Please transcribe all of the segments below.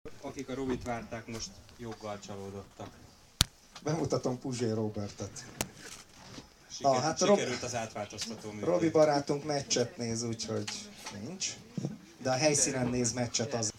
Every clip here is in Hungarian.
Akik a Robit várták, most joggal csalódottak. Bemutatom Puzsér Robertet. Sikerült az átváltoztató művő. Robi barátunk meccset néz, úgyhogy nincs. De a helyszínen néz meccset az.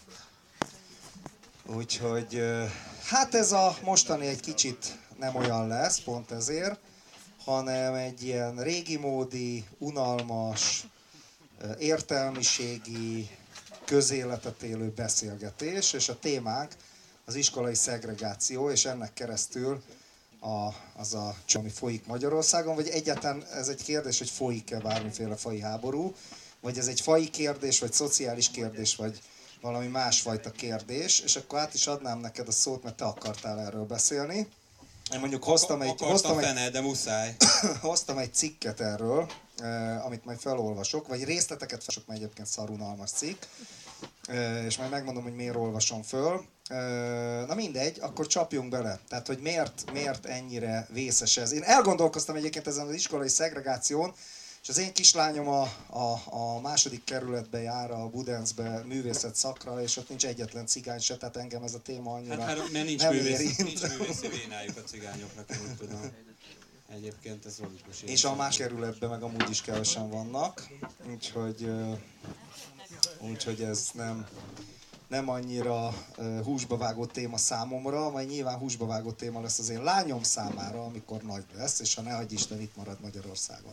Úgyhogy hát ez a mostani egy kicsit nem olyan lesz, pont ezért, hanem egy ilyen régi módi, unalmas, értelmiségi, közéletet élő beszélgetés, és a témánk az iskolai szegregáció, és ennek keresztül az a ami folyik Magyarországon, vagy egyáltalán ez egy kérdés, hogy folyik-e bármiféle faji háború, vagy ez egy faji kérdés, vagy szociális kérdés, vagy valami másfajta kérdés, és akkor át is adnám neked a szót, mert te akartál erről beszélni. Én mondjuk hoztam egy cikket erről, amit majd felolvasok, vagy részleteket felolvasok, mert egyébként szarunalmas cikk, és majd megmondom, hogy miért olvasom föl. Na mindegy, akkor csapjunk bele. Tehát, hogy miért ennyire vészes ez. Én elgondolkoztam egyébként ezen az iskolai szegregáción, és az én kislányom a második kerületbe jár, a Budencbe művészet szakra, és ott nincs egyetlen cigány se, tehát engem ez a téma annyira mert nincs nem nincs művészi vénájuk a cigányoknak, én úgy tudom. Egyébként ez logikus. És a más kerületben meg amúgy is kevesen vannak, úgyhogy ez nem annyira húsba vágó téma számomra, majd nyilván húsba vágó téma lesz az én lányom számára, amikor nagy lesz, és ha ne adj Isten, itt marad Magyarországon.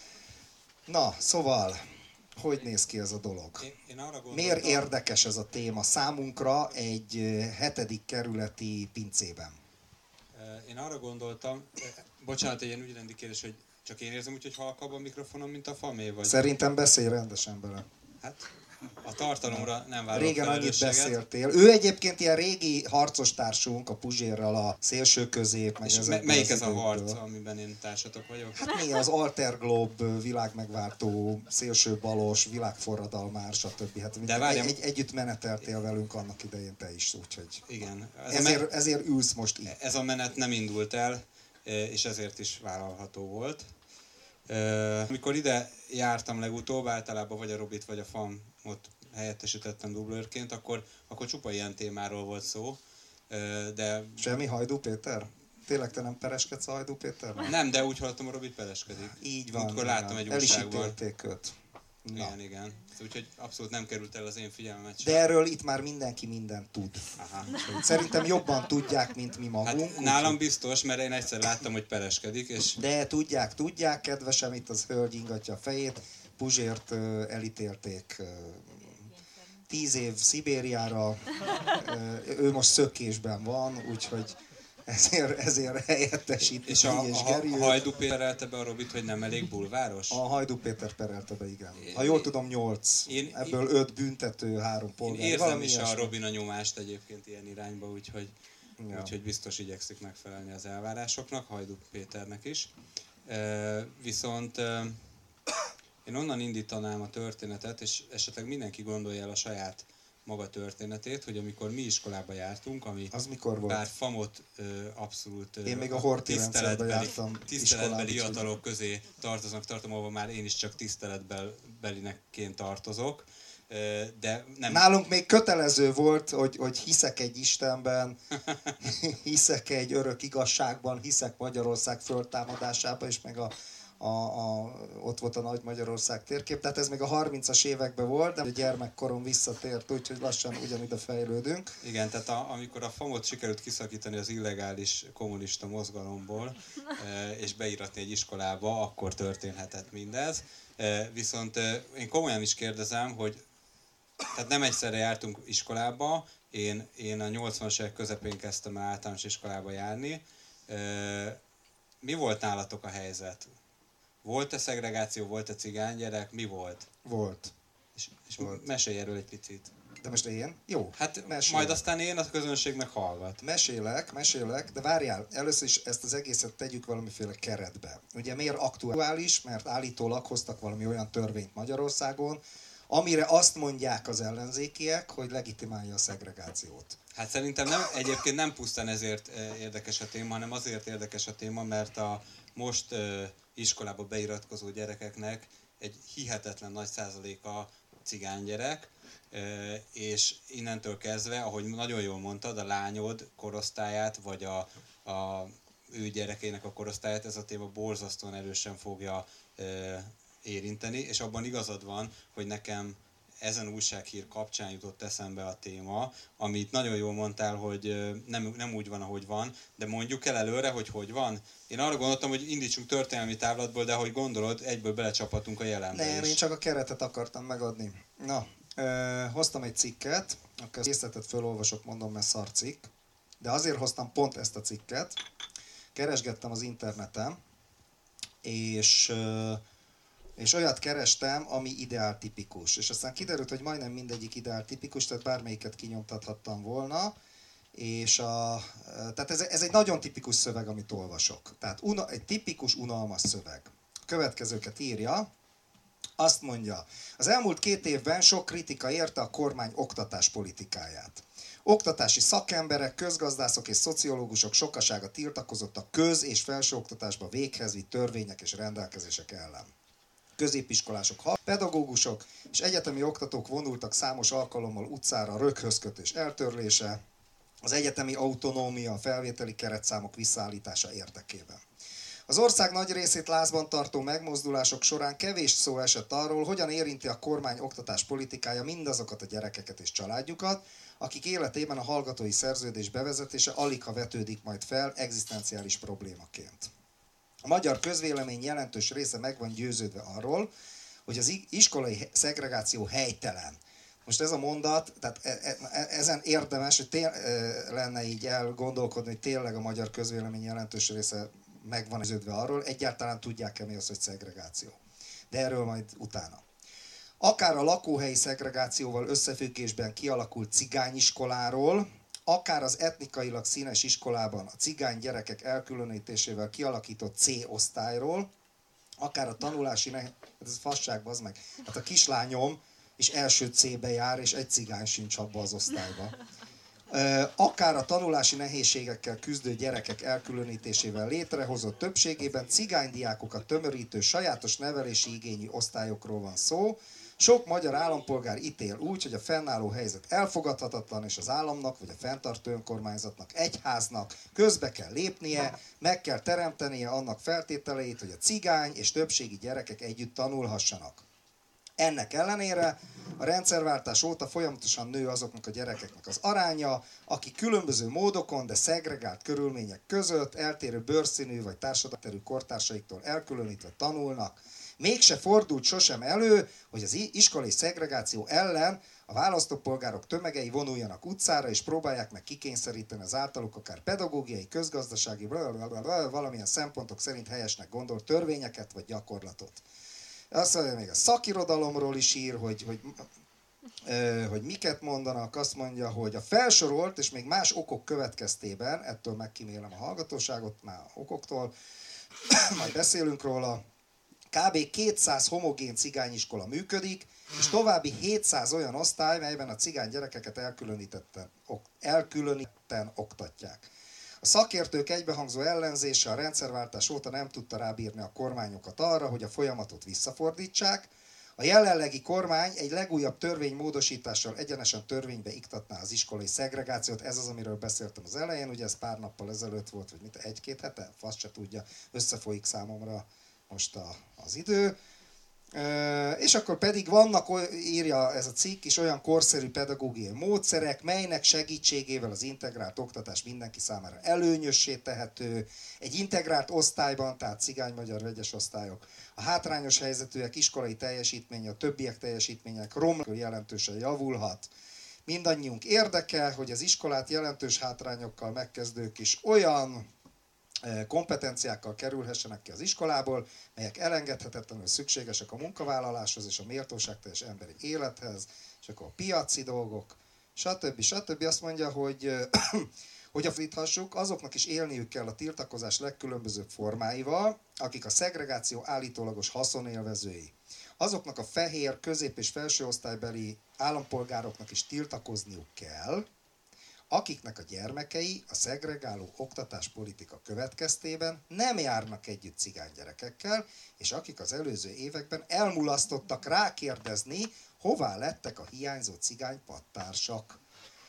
Na, szóval, hogy néz ki ez a dolog? Miért érdekes ez a téma számunkra egy 7. kerületi pincében? Én arra gondoltam, bocsánat, egy ilyen ügyrendi kérdés, hogy csak én érzem úgy, hogy halkabb a mikrofonom, mint a famé, vagy? Szerintem beszélj rendesen bele. Hát, a tartalomra nem vállalok régen annyit felelősséget. beszéltél. Ő egyébként ilyen régi harcos társunk, a Puzsérral, a szélső közép. És melyik ez a harc, amiben én társatok vagyok? Hát mi az Alter Globe, világmegváltó, szélső balos, világforradalmár, stb. Hát együtt meneteltél velünk annak idején te is, úgyhogy igen. Ezért ülsz most így. Ez a menet nem indult el, és ezért is vállalható volt. Amikor ide jártam legutóbb, általában vagy a Robit, vagy a FAM ott helyettesítettem dublőrként, akkor csupa ilyen témáról volt szó, de... Semmi Hajdú Péter? Tényleg te nem pereskedsz a Hajdú Péternek? Nem, de úgy hallottam, a Robit pereskedik. Így van. Amikor láttam egy újságban. El is ítélték őt. Igen. Úgyhogy abszolút nem került el az én figyelmemet sem. De erről itt már mindenki mindent tud. Aha. Szerintem jobban tudják, mint mi magunk. Hát nálam biztos, mert én egyszer láttam, hogy pereskedik, és... De tudják, kedvesem, itt az hölgy ingatja a fejét. Puzsért elítélték 10 év Szibériára, ő most szökésben van, úgyhogy ezért helyettesíti. És a Hajdú Péter perelte be a Robit, hogy nem elég bulváros? A Hajdú Péter perelte be, igen. Ha jól tudom, 8. Ebből 5 büntető, 3 polgári. Én érzem is a Robin a nyomást egyébként ilyen irányba, úgyhogy biztos igyekszik megfelelni az elvárásoknak, Hajdú Péternek is. Viszont én onnan indítanám a történetet, és esetleg mindenki gondolja el a saját maga történetét, hogy amikor mi iskolába jártunk, ami az mikor volt? Bár FAM-ot abszolút én még a Horthy rendszerben jártam tiszteletbeli hivatalok közé tartom, ahol már én is csak tiszteletbelineként tartozok. De nem... Nálunk még kötelező volt, hogy hiszek egy Istenben, hiszek egy örök igazságban, hiszek Magyarország föltámadásában, és meg ott volt a Nagy Magyarország térkép, tehát ez még a 30-as években volt, de a gyermekkorom visszatért, úgyhogy lassan ugyanúgy fejlődünk. Igen, tehát amikor a FAM-ot sikerült kiszakítani az illegális kommunista mozgalomból, és beíratni egy iskolába, akkor történhetett mindez. Viszont én komolyan is kérdezem, hogy tehát nem egyszerre jártunk iskolába, én a 80-as évek közepén kezdtem el általános iskolába járni. Mi volt nálatok a helyzet? Volt-e szegregáció, volt-e cigánygyerek? Mi volt? Volt. És volt. Mesélj erről egy picit. De most én? Jó. Hát majd aztán én, a közönség meg hallgat. Mesélek, de várjál, először is ezt az egészet tegyük valamiféle keretbe. Ugye miért aktuális? Mert állítólag hoztak valami olyan törvényt Magyarországon, amire azt mondják az ellenzékiek, hogy legitimálja a szegregációt. Hát szerintem egyébként nem pusztán ezért érdekes a téma, hanem azért érdekes a téma, mert a most iskolába beiratkozó gyerekeknek egy hihetetlen nagy százaléka cigánygyerek, és innentől kezdve, ahogy nagyon jól mondtad, a lányod korosztályát, vagy a ő gyerekének a korosztályát ez a téma borzasztóan erősen fogja érinteni, és abban igazad van, hogy nekem ezen újsághír kapcsán jutott eszembe a téma, amit nagyon jól mondtál, hogy nem úgy van, ahogy van, de mondjuk el előre, hogy van. Én arra gondoltam, hogy indítsunk történelmi távlatból, de ahogy gondolod, egyből belecsaphatunk a jelenbe is. Nem, én csak a keretet akartam megadni. Na, hoztam egy cikket, akkor a részletet felolvasok, mondom, mert szar cikk, de azért hoztam pont ezt a cikket. Keresgettem az interneten, és olyat kerestem, ami ideáltipikus. És aztán kiderült, hogy majdnem mindegyik ideáltipikus, tehát bármelyiket kinyomtathattam volna. És tehát ez egy nagyon tipikus szöveg, amit olvasok. Tehát egy tipikus, unalmas szöveg. A következőket írja. Azt mondja, az elmúlt 2 évben sok kritika érte a kormány oktatáspolitikáját. Oktatási szakemberek, közgazdászok és szociológusok sokasága tiltakozott a köz- és felsőoktatásba véghez vitt törvények és rendelkezések ellen. Középiskolások, pedagógusok és egyetemi oktatók vonultak számos alkalommal utcára a röghözkötés eltörlése, az egyetemi autonómia, a felvételi keretszámok visszaállítása érdekében. Az ország nagy részét lázban tartó megmozdulások során kevés szó esett arról, hogyan érinti a kormány oktatáspolitikája mindazokat a gyerekeket és családjukat, akik életében a hallgatói szerződés bevezetése aligha vetődik majd fel egzisztenciális problémaként. A magyar közvélemény jelentős része meg van győződve arról, hogy az iskolai szegregáció helytelen. Most ez a mondat, tehát ezen érdemes, hogy lenne így elgondolkodni, hogy tényleg a magyar közvélemény jelentős része meg van győződve arról, egyáltalán tudják-e mi az, hogy szegregáció. De erről majd utána. Akár a lakóhelyi szegregációval összefüggésben kialakult cigányiskoláról, akár az etnikailag színes iskolában a cigány gyerekek elkülönítésével kialakított C-osztályról, akár a tanulási ez fasság, bazd meg. Hát a kislányom is első C-be jár, és egy cigány sincs abba az osztályba. Akár a tanulási nehézségekkel küzdő gyerekek elkülönítésével létrehozott többségében cigánydiákokat tömörítő sajátos nevelési igényű osztályokról van szó. Sok magyar állampolgár ítél úgy, hogy a fennálló helyzet elfogadhatatlan, és az államnak, vagy a fenntartó önkormányzatnak, egyháznak közbe kell lépnie, meg kell teremtenie annak feltételeit, hogy a cigány és többségi gyerekek együtt tanulhassanak. Ennek ellenére a rendszerváltás óta folyamatosan nő azoknak a gyerekeknek az aránya, akik különböző módokon, de szegregált körülmények között, eltérő bőrszínű vagy társadalmi kortársaiktól elkülönítve tanulnak. Mégse fordult sosem elő, hogy az iskolai szegregáció ellen a választópolgárok tömegei vonuljanak utcára, és próbálják meg kikényszeríteni az általuk akár pedagógiai, közgazdasági, valamilyen szempontok szerint helyesnek gondolt törvényeket vagy gyakorlatot. Azt mondja, még a szakirodalomról is ír, hogy miket mondanak, azt mondja, hogy a felsorolt és még más okok következtében, ettől megkímélem a hallgatóságot már okoktól, majd beszélünk róla, kb. 200 homogén cigányiskola működik, és további 700 olyan osztály, melyben a cigány gyerekeket elkülönítetten oktatják. A szakértők egybehangzó ellenzése a rendszerváltás óta nem tudta rábírni a kormányokat arra, hogy a folyamatot visszafordítsák. A jelenlegi kormány egy legújabb törvénymódosítással egyenesen törvénybe iktatná az iskolai szegregációt. Ez az, amiről beszéltem az elején, ugye ez pár nappal ezelőtt volt, vagy mit, 1-2 hete? Fasz se tudja, összefolyik számomra most az idő. És akkor pedig vannak, írja ez a cikk is, olyan korszerű pedagógiai módszerek, melynek segítségével az integrált oktatás mindenki számára előnyössé tehető. Egy integrált osztályban, tehát cigány-magyar vegyes osztályok, a hátrányos helyzetűek iskolai teljesítménye, a többiek teljesítmények jelentősen javulhat. Mindannyiunk érdeke, hogy az iskolát jelentős hátrányokkal megkezdők is olyan kompetenciákkal kerülhessenek ki az iskolából, melyek elengedhetetlenül szükségesek a munkavállaláshoz és a méltóságteljes emberi élethez, és akkor a piaci dolgok, stb. Azt mondja, hogy fordíthassuk, azoknak is élniük kell a tiltakozás legkülönbözőbb formáival, akik a szegregáció állítólagos haszonélvezői. Azoknak a fehér, közép- és felsőosztálybeli állampolgároknak is tiltakozniuk kell, akiknek a gyermekei a szegregáló oktatáspolitika következtében nem járnak együtt cigány gyerekekkel, és akik az előző években elmulasztottak rákérdezni hová lettek a hiányzó cigány pattársak?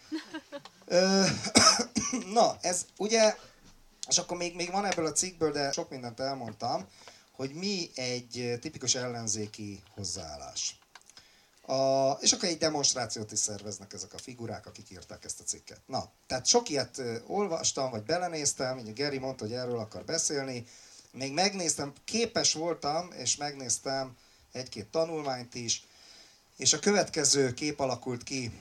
Na, ez ugye, és akkor még van ebből a cikkből, de sok mindent elmondtam, hogy mi egy tipikus ellenzéki hozzáállás. És akkor egy demonstrációt is szerveznek ezek a figurák, akik írták ezt a cikket. Na, tehát sok ilyet olvastam, vagy belenéztem, ugye Geri mondta, hogy erről akar beszélni. Még megnéztem, képes voltam, és megnéztem egy-két tanulmányt is, és a következő kép alakult ki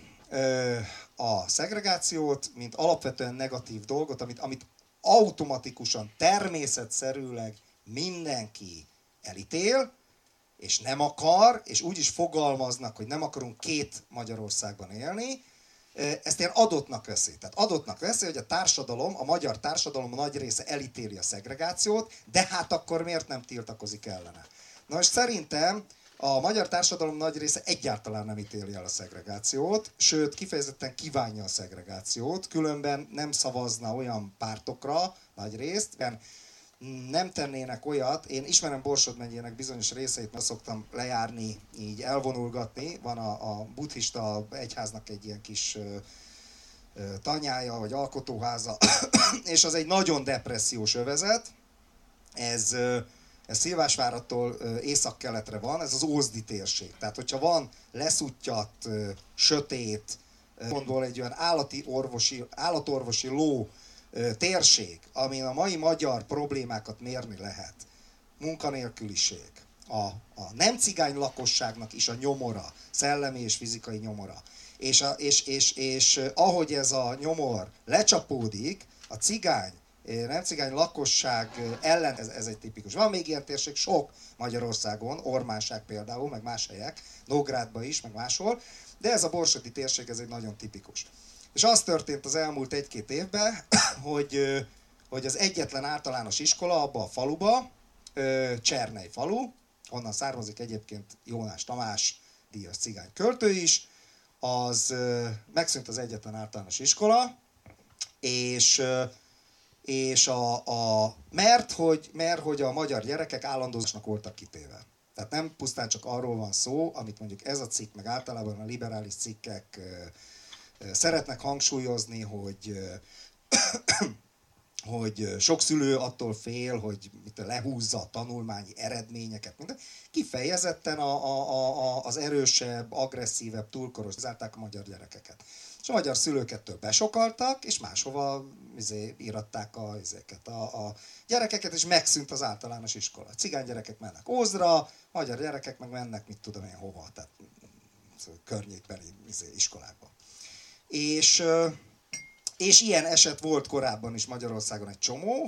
a szegregációt, mint alapvetően negatív dolgot, amit automatikusan, természetszerűleg mindenki elítél, és nem akar, és úgy is fogalmaznak, hogy nem akarunk két Magyarországban élni, ezt ilyen adottnak veszi. Tehát adottnak veszi, hogy a társadalom, a magyar társadalom nagy része elítéli a szegregációt, de hát akkor miért nem tiltakozik ellene? Na most szerintem a magyar társadalom nagy része egyáltalán nem ítéli el a szegregációt, sőt kifejezetten kívánja a szegregációt, különben nem szavazna olyan pártokra nagy részt, nem tennének olyat. Én ismerem Borsod megyének bizonyos részeit, mert szoktam lejárni, így elvonulgatni. Van a buddhista egyháznak egy ilyen kis tanyája, vagy alkotóháza, és az egy nagyon depressziós övezet. Ez Szilvásváradtól északkeletre van, ez az Ózdi térség. Tehát, hogyha van leszuttyat, sötét, mondból egy olyan állatorvosi ló térség, amin a mai magyar problémákat mérni lehet, munkanélküliség, a nem cigány lakosságnak is a nyomora, szellemi és fizikai nyomora. És ahogy ez a nyomor lecsapódik, a nem cigány lakosság ellen, ez egy tipikus. Van még ilyen térség sok Magyarországon, Ormánság például, meg más helyek, Nógrádban is, meg máshol, de ez a borsodi térség, ez egy nagyon tipikus. És az történt az elmúlt egy-két évben, hogy az egyetlen általános iskola abba a faluba, Csernej falu, onnan származik egyébként Jónás Tamás, díjas cigány költő is, az megszűnt az egyetlen általános iskola, mert hogy a magyar gyerekek állandósnak voltak kitéve. Tehát nem pusztán csak arról van szó, amit mondjuk ez a cikk, meg általában a liberális cikkek szeretnek hangsúlyozni, hogy sok szülő attól fél, hogy lehúzza a tanulmányi eredményeket. Kifejezetten az erősebb, agresszívebb, túlkoros zárták a magyar gyerekeket. És a magyar szülőkettől besokaltak, és máshova íratták a gyerekeket, és megszűnt az általános iskola. Cigány gyerekek mennek Ózra, magyar gyerekek meg mennek, mit tudom én hova, tehát környékbeli iskolákba. És ilyen eset volt korábban is Magyarországon egy csomó,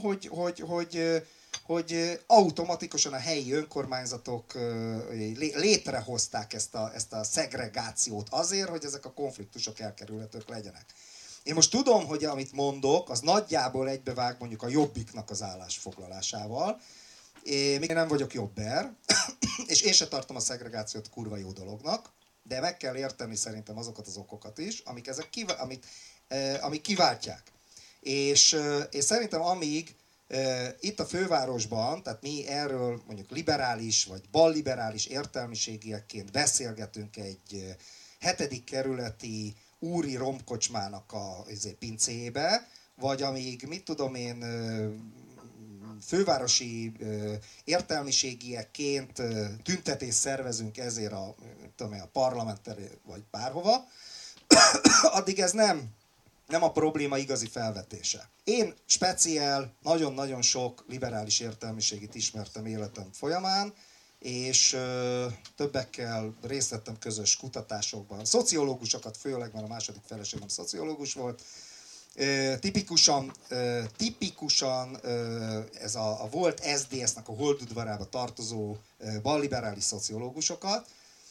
hogy automatikusan a helyi önkormányzatok létrehozták ezt a szegregációt azért, hogy ezek a konfliktusok elkerülhetők legyenek. Én most tudom, hogy amit mondok, az nagyjából egybevág mondjuk a Jobbiknak az állásfoglalásával. Még nem vagyok jobber, és én se tartom a szegregációt kurva jó dolognak, de meg kell érteni szerintem azokat az okokat is, amik kiváltják. És szerintem amíg itt a fővárosban, tehát mi erről mondjuk liberális vagy balliberális értelmiségiekként beszélgetünk egy 7. kerületi úri romkocsmának a pincébe, vagy amíg, mit tudom én, fővárosi értelmiségiekként tüntetést szervezünk ezért a parlamentre vagy bárhova, addig ez nem a probléma igazi felvetése. Én speciál nagyon-nagyon sok liberális értelmiségit ismertem életem folyamán, és többekkel részt vettem közös kutatásokban. Szociológusokat főleg, mert a második feleségem szociológus volt. Tipikusan ez a volt SZDSZ-nek a holdudvarába tartozó balliberális szociológusokat,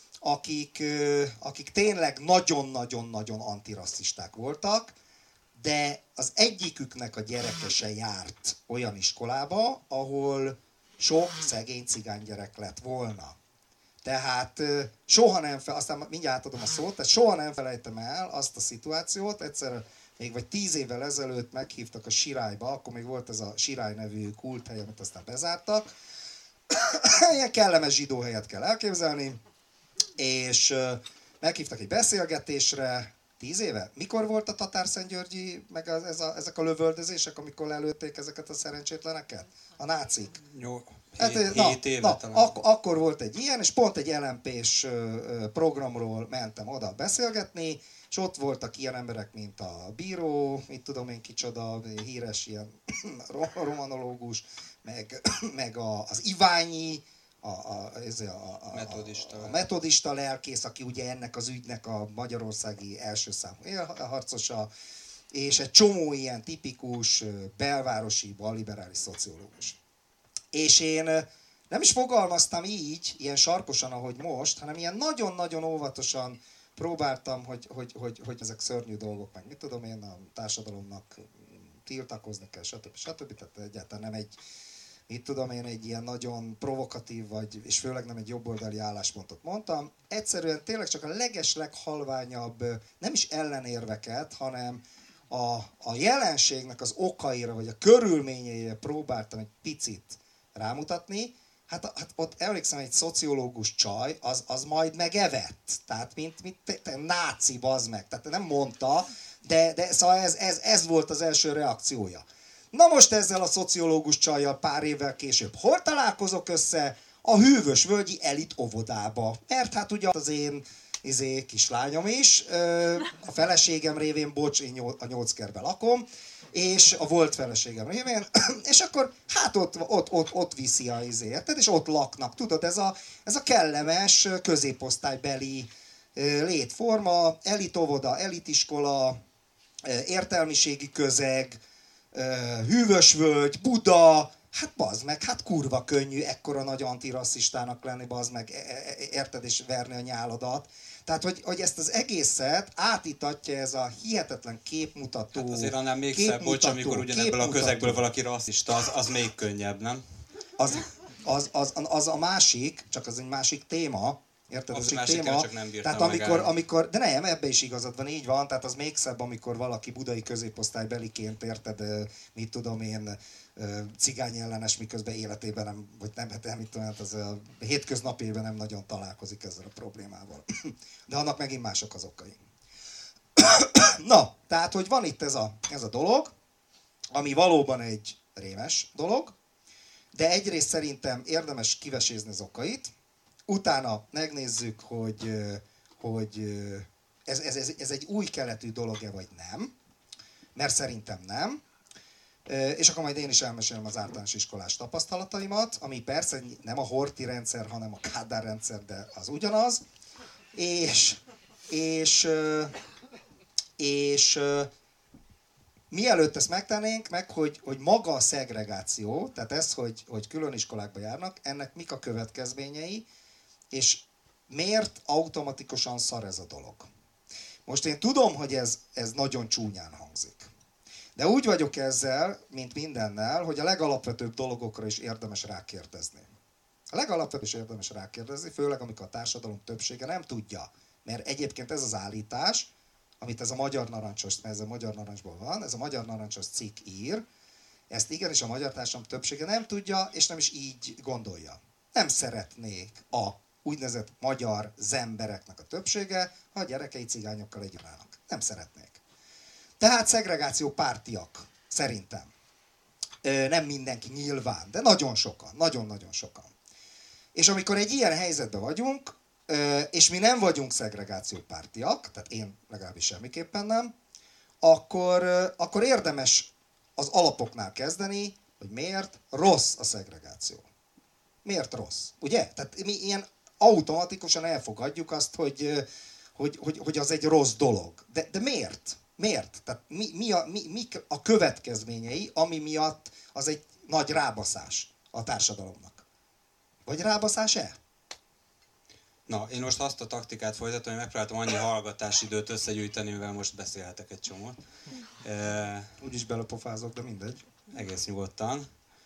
akik tényleg nagyon-nagyon-nagyon antirasszisták voltak, de az egyiküknek a gyereke se járt olyan iskolába, ahol sok szegény cigánygyerek lett volna. Tehát aztán mindjárt átadom a szót, tehát soha nem felejtem el azt a szituációt, egyszer még vagy 10 évvel ezelőtt meghívtak a Sirályba, akkor még volt ez a Sirály nevű kulthely, amit aztán bezártak. Ilyen kellemes zsidó helyet kell elképzelni, és meghívtak egy beszélgetésre, 10 éve? Mikor volt a Tatárszentgyörgyi, meg ezek a lövöldözések, amikor lelőtték ezeket a szerencsétleneket? A nácik. 7 éve talán. Akkor volt egy ilyen, és pont egy LMP-s programról mentem oda beszélgetni, és ott voltak ilyen emberek, mint a bíró, mit tudom én kicsoda, híres ilyen romanológus, meg az Iványi, a metodista lelkész, aki ugye ennek az ügynek a magyarországi első számú élharcosa, és egy csomó ilyen tipikus belvárosi balliberális szociológus. És én nem is fogalmaztam így, ilyen sarkosan, ahogy most, hanem ilyen nagyon-nagyon óvatosan próbáltam, hogy ezek szörnyű dolgok, meg mit tudom én, a társadalomnak tiltakozni kell, stb. Tehát egyáltalán nem egy, mit tudom én, egy ilyen nagyon provokatív, és főleg nem egy jobboldali álláspontot mondtam. Egyszerűen tényleg csak a legesleghalványabb, nem is ellenérveket, hanem a jelenségnek az okaira, vagy a körülményeire próbáltam egy picit rámutatni. Hát ott emlékszem, egy szociológus csaj, az majd megevett. Tehát mint náci, bazd meg. Tehát nem mondta, de szóval ez volt az első reakciója. Na most ezzel a szociológus csajjal pár évvel később hol találkozok össze? A Hűvösvölgyi elit óvodába. Mert hát ugye az én kislányom is, a feleségem révén, bocs, én a 8 kertben lakom, és a volt feleségem révén, és akkor hát ott viszi a érted, és ott laknak. Tudod, ez a kellemes középosztálybeli létforma, elitóvoda, elitiskola, értelmiségi közeg, Hűvösvölgy, Buda, hát bazd meg, hát kurva könnyű ekkora nagy antirasszistának lenni, bazd meg, érted, és verni a nyáladat. Tehát, hogy ezt az egészet átítatja ez a hihetetlen képmutató. Hát azért annál még szebb, bocs, amikor ugyanebből a közegből valaki rasszista, az még könnyebb, nem? Az a másik, csak az egy másik téma. Érted? Az másik téma, csak nem bírtam tehát amikor, de nem, ebbe is igazad van, így van, tehát az még szebb, amikor valaki budai középosztálybeliként, érted, mit tudom én, cigány ellenes, miközben életében nem, vagy nem mit tudom, az a hétköznapjében nem nagyon találkozik ezzel a problémával. De annak megint mások az okai. Na, tehát, hogy van itt ez a dolog, ami valóban egy rémes dolog, de egyrészt szerintem érdemes kivesézni az okait, utána megnézzük, hogy ez egy új keletű dolog-e, vagy nem, mert szerintem nem. És akkor majd én is elmesélem az általános iskolás tapasztalataimat, ami persze nem a Horthy rendszer, hanem a Kádár rendszer, de az ugyanaz. És mielőtt ezt megtennénk, hogy maga a szegregáció, tehát ez, hogy külön iskolákba járnak, ennek mik a következményei, és miért automatikusan szar ez a dolog. Most én tudom, hogy ez nagyon csúnyán hangzik. De úgy vagyok ezzel, mint mindennel, hogy a legalapvetőbb dolgokra is érdemes rákérdezni. A legalapvetőbb is érdemes rákérdezni, főleg amikor a társadalom többsége nem tudja. Mert egyébként ez az állítás, amit ez a Magyar Narancsos, mert ez a Magyar Narancsból van, ez a Magyar Narancsos cikk ír, ezt igenis a magyar társadalom többsége nem tudja, és nem is így gondolja. Nem szeretnék a úgynevezett magyar zembereknek a többsége, ha a gyerekei cigányokkal együtt állnak. Nem szeretnék. Tehát szegregáció pártiak, szerintem. Nem mindenki nyilván, de nagyon sokan, nagyon-nagyon sokan. És amikor egy ilyen helyzetben vagyunk, és mi nem vagyunk szegregációpártiak, tehát én legalábbis semmiképpen nem, akkor érdemes az alapoknál kezdeni, hogy miért rossz a szegregáció. Miért rossz? Ugye? Tehát mi ilyen automatikusan elfogadjuk azt, hogy az egy rossz dolog. De miért? Miért? Tehát mik a következményei, ami miatt az egy nagy rábaszás a társadalomnak? Vagy rábaszás-e? Na, én most azt a taktikát folytatom, hogy megpróbáltam annyi hallgatási időt összegyűjteni, mivel most beszélhetek egy csomót. Úgyis belepofázok, de mindegy. Egész nyugodtan.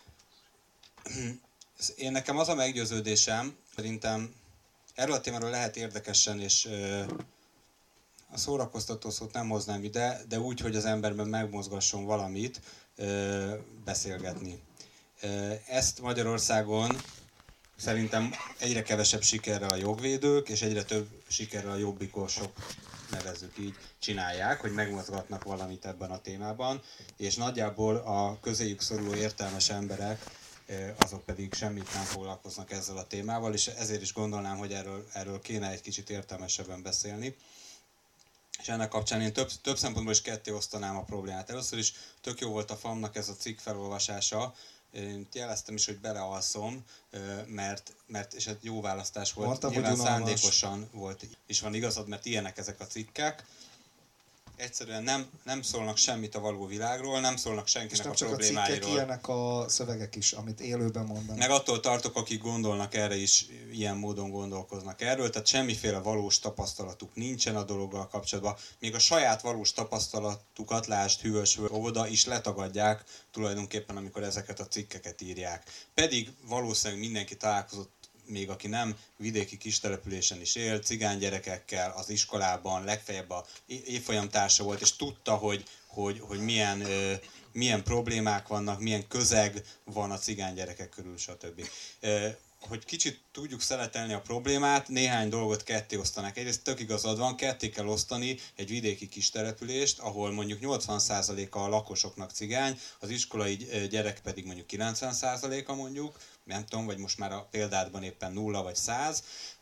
Én nekem az a meggyőződésem, szerintem erről a témáról lehet érdekesen, és a szórakoztató szót nem hoznám ide, de úgy, hogy az emberben megmozgasson valamit, beszélgetni. Ezt Magyarországon szerintem egyre kevesebb sikerrel a jogvédők, és egyre több sikerrel a jobbikosok, nevezzük így, csinálják, hogy megmozgatnak valamit ebben a témában, és nagyjából a közéjük szoruló értelmes emberek, azok pedig semmit nem foglalkoznak ezzel a témával, és ezért is gondolnám, hogy erről kéne egy kicsit értelmesebben beszélni. És ennek kapcsán én több szempontból is ketté osztanám a problémát. Először is tök jó volt a FAM-nak ez a cikk felolvasása. Én jeleztem is, hogy belealszom, mert és ez jó választás volt. Mondtam, nyilván szándékosan volt. És van igazad, mert ilyenek ezek a cikkek. Egyszerűen nem szólnak semmit a való világról, nem szólnak senkinek a problémáiról. És nem csak a cikkek, ilyenek a szövegek is, amit élőben mondanak. Meg attól tartok, akik gondolnak erre is, ilyen módon gondolkoznak erről, tehát semmiféle valós tapasztalatuk nincsen a dologgal kapcsolatban. Még a saját valós tapasztalatukat, lásd Hűvös óvoda is letagadják tulajdonképpen, amikor ezeket a cikkeket írják. Pedig valószínűleg mindenki találkozott, még aki nem vidéki kistelepülésen is él, cigánygyerekekkel az iskolában, legfeljebb a évfolyamtársa volt, és tudta, hogy milyen problémák vannak, milyen közeg van a cigánygyerekek körül, stb. Hogy kicsit tudjuk szeletelni a problémát, néhány dolgot ketté osztanak. Egyrészt tök igazad van, ketté kell osztani egy vidéki kistelepülést, ahol mondjuk 80%-a a lakosoknak cigány, az iskolai gyerek pedig mondjuk 90%-a mondjuk, nem tudom, vagy most már a példádban éppen 0 vagy 100,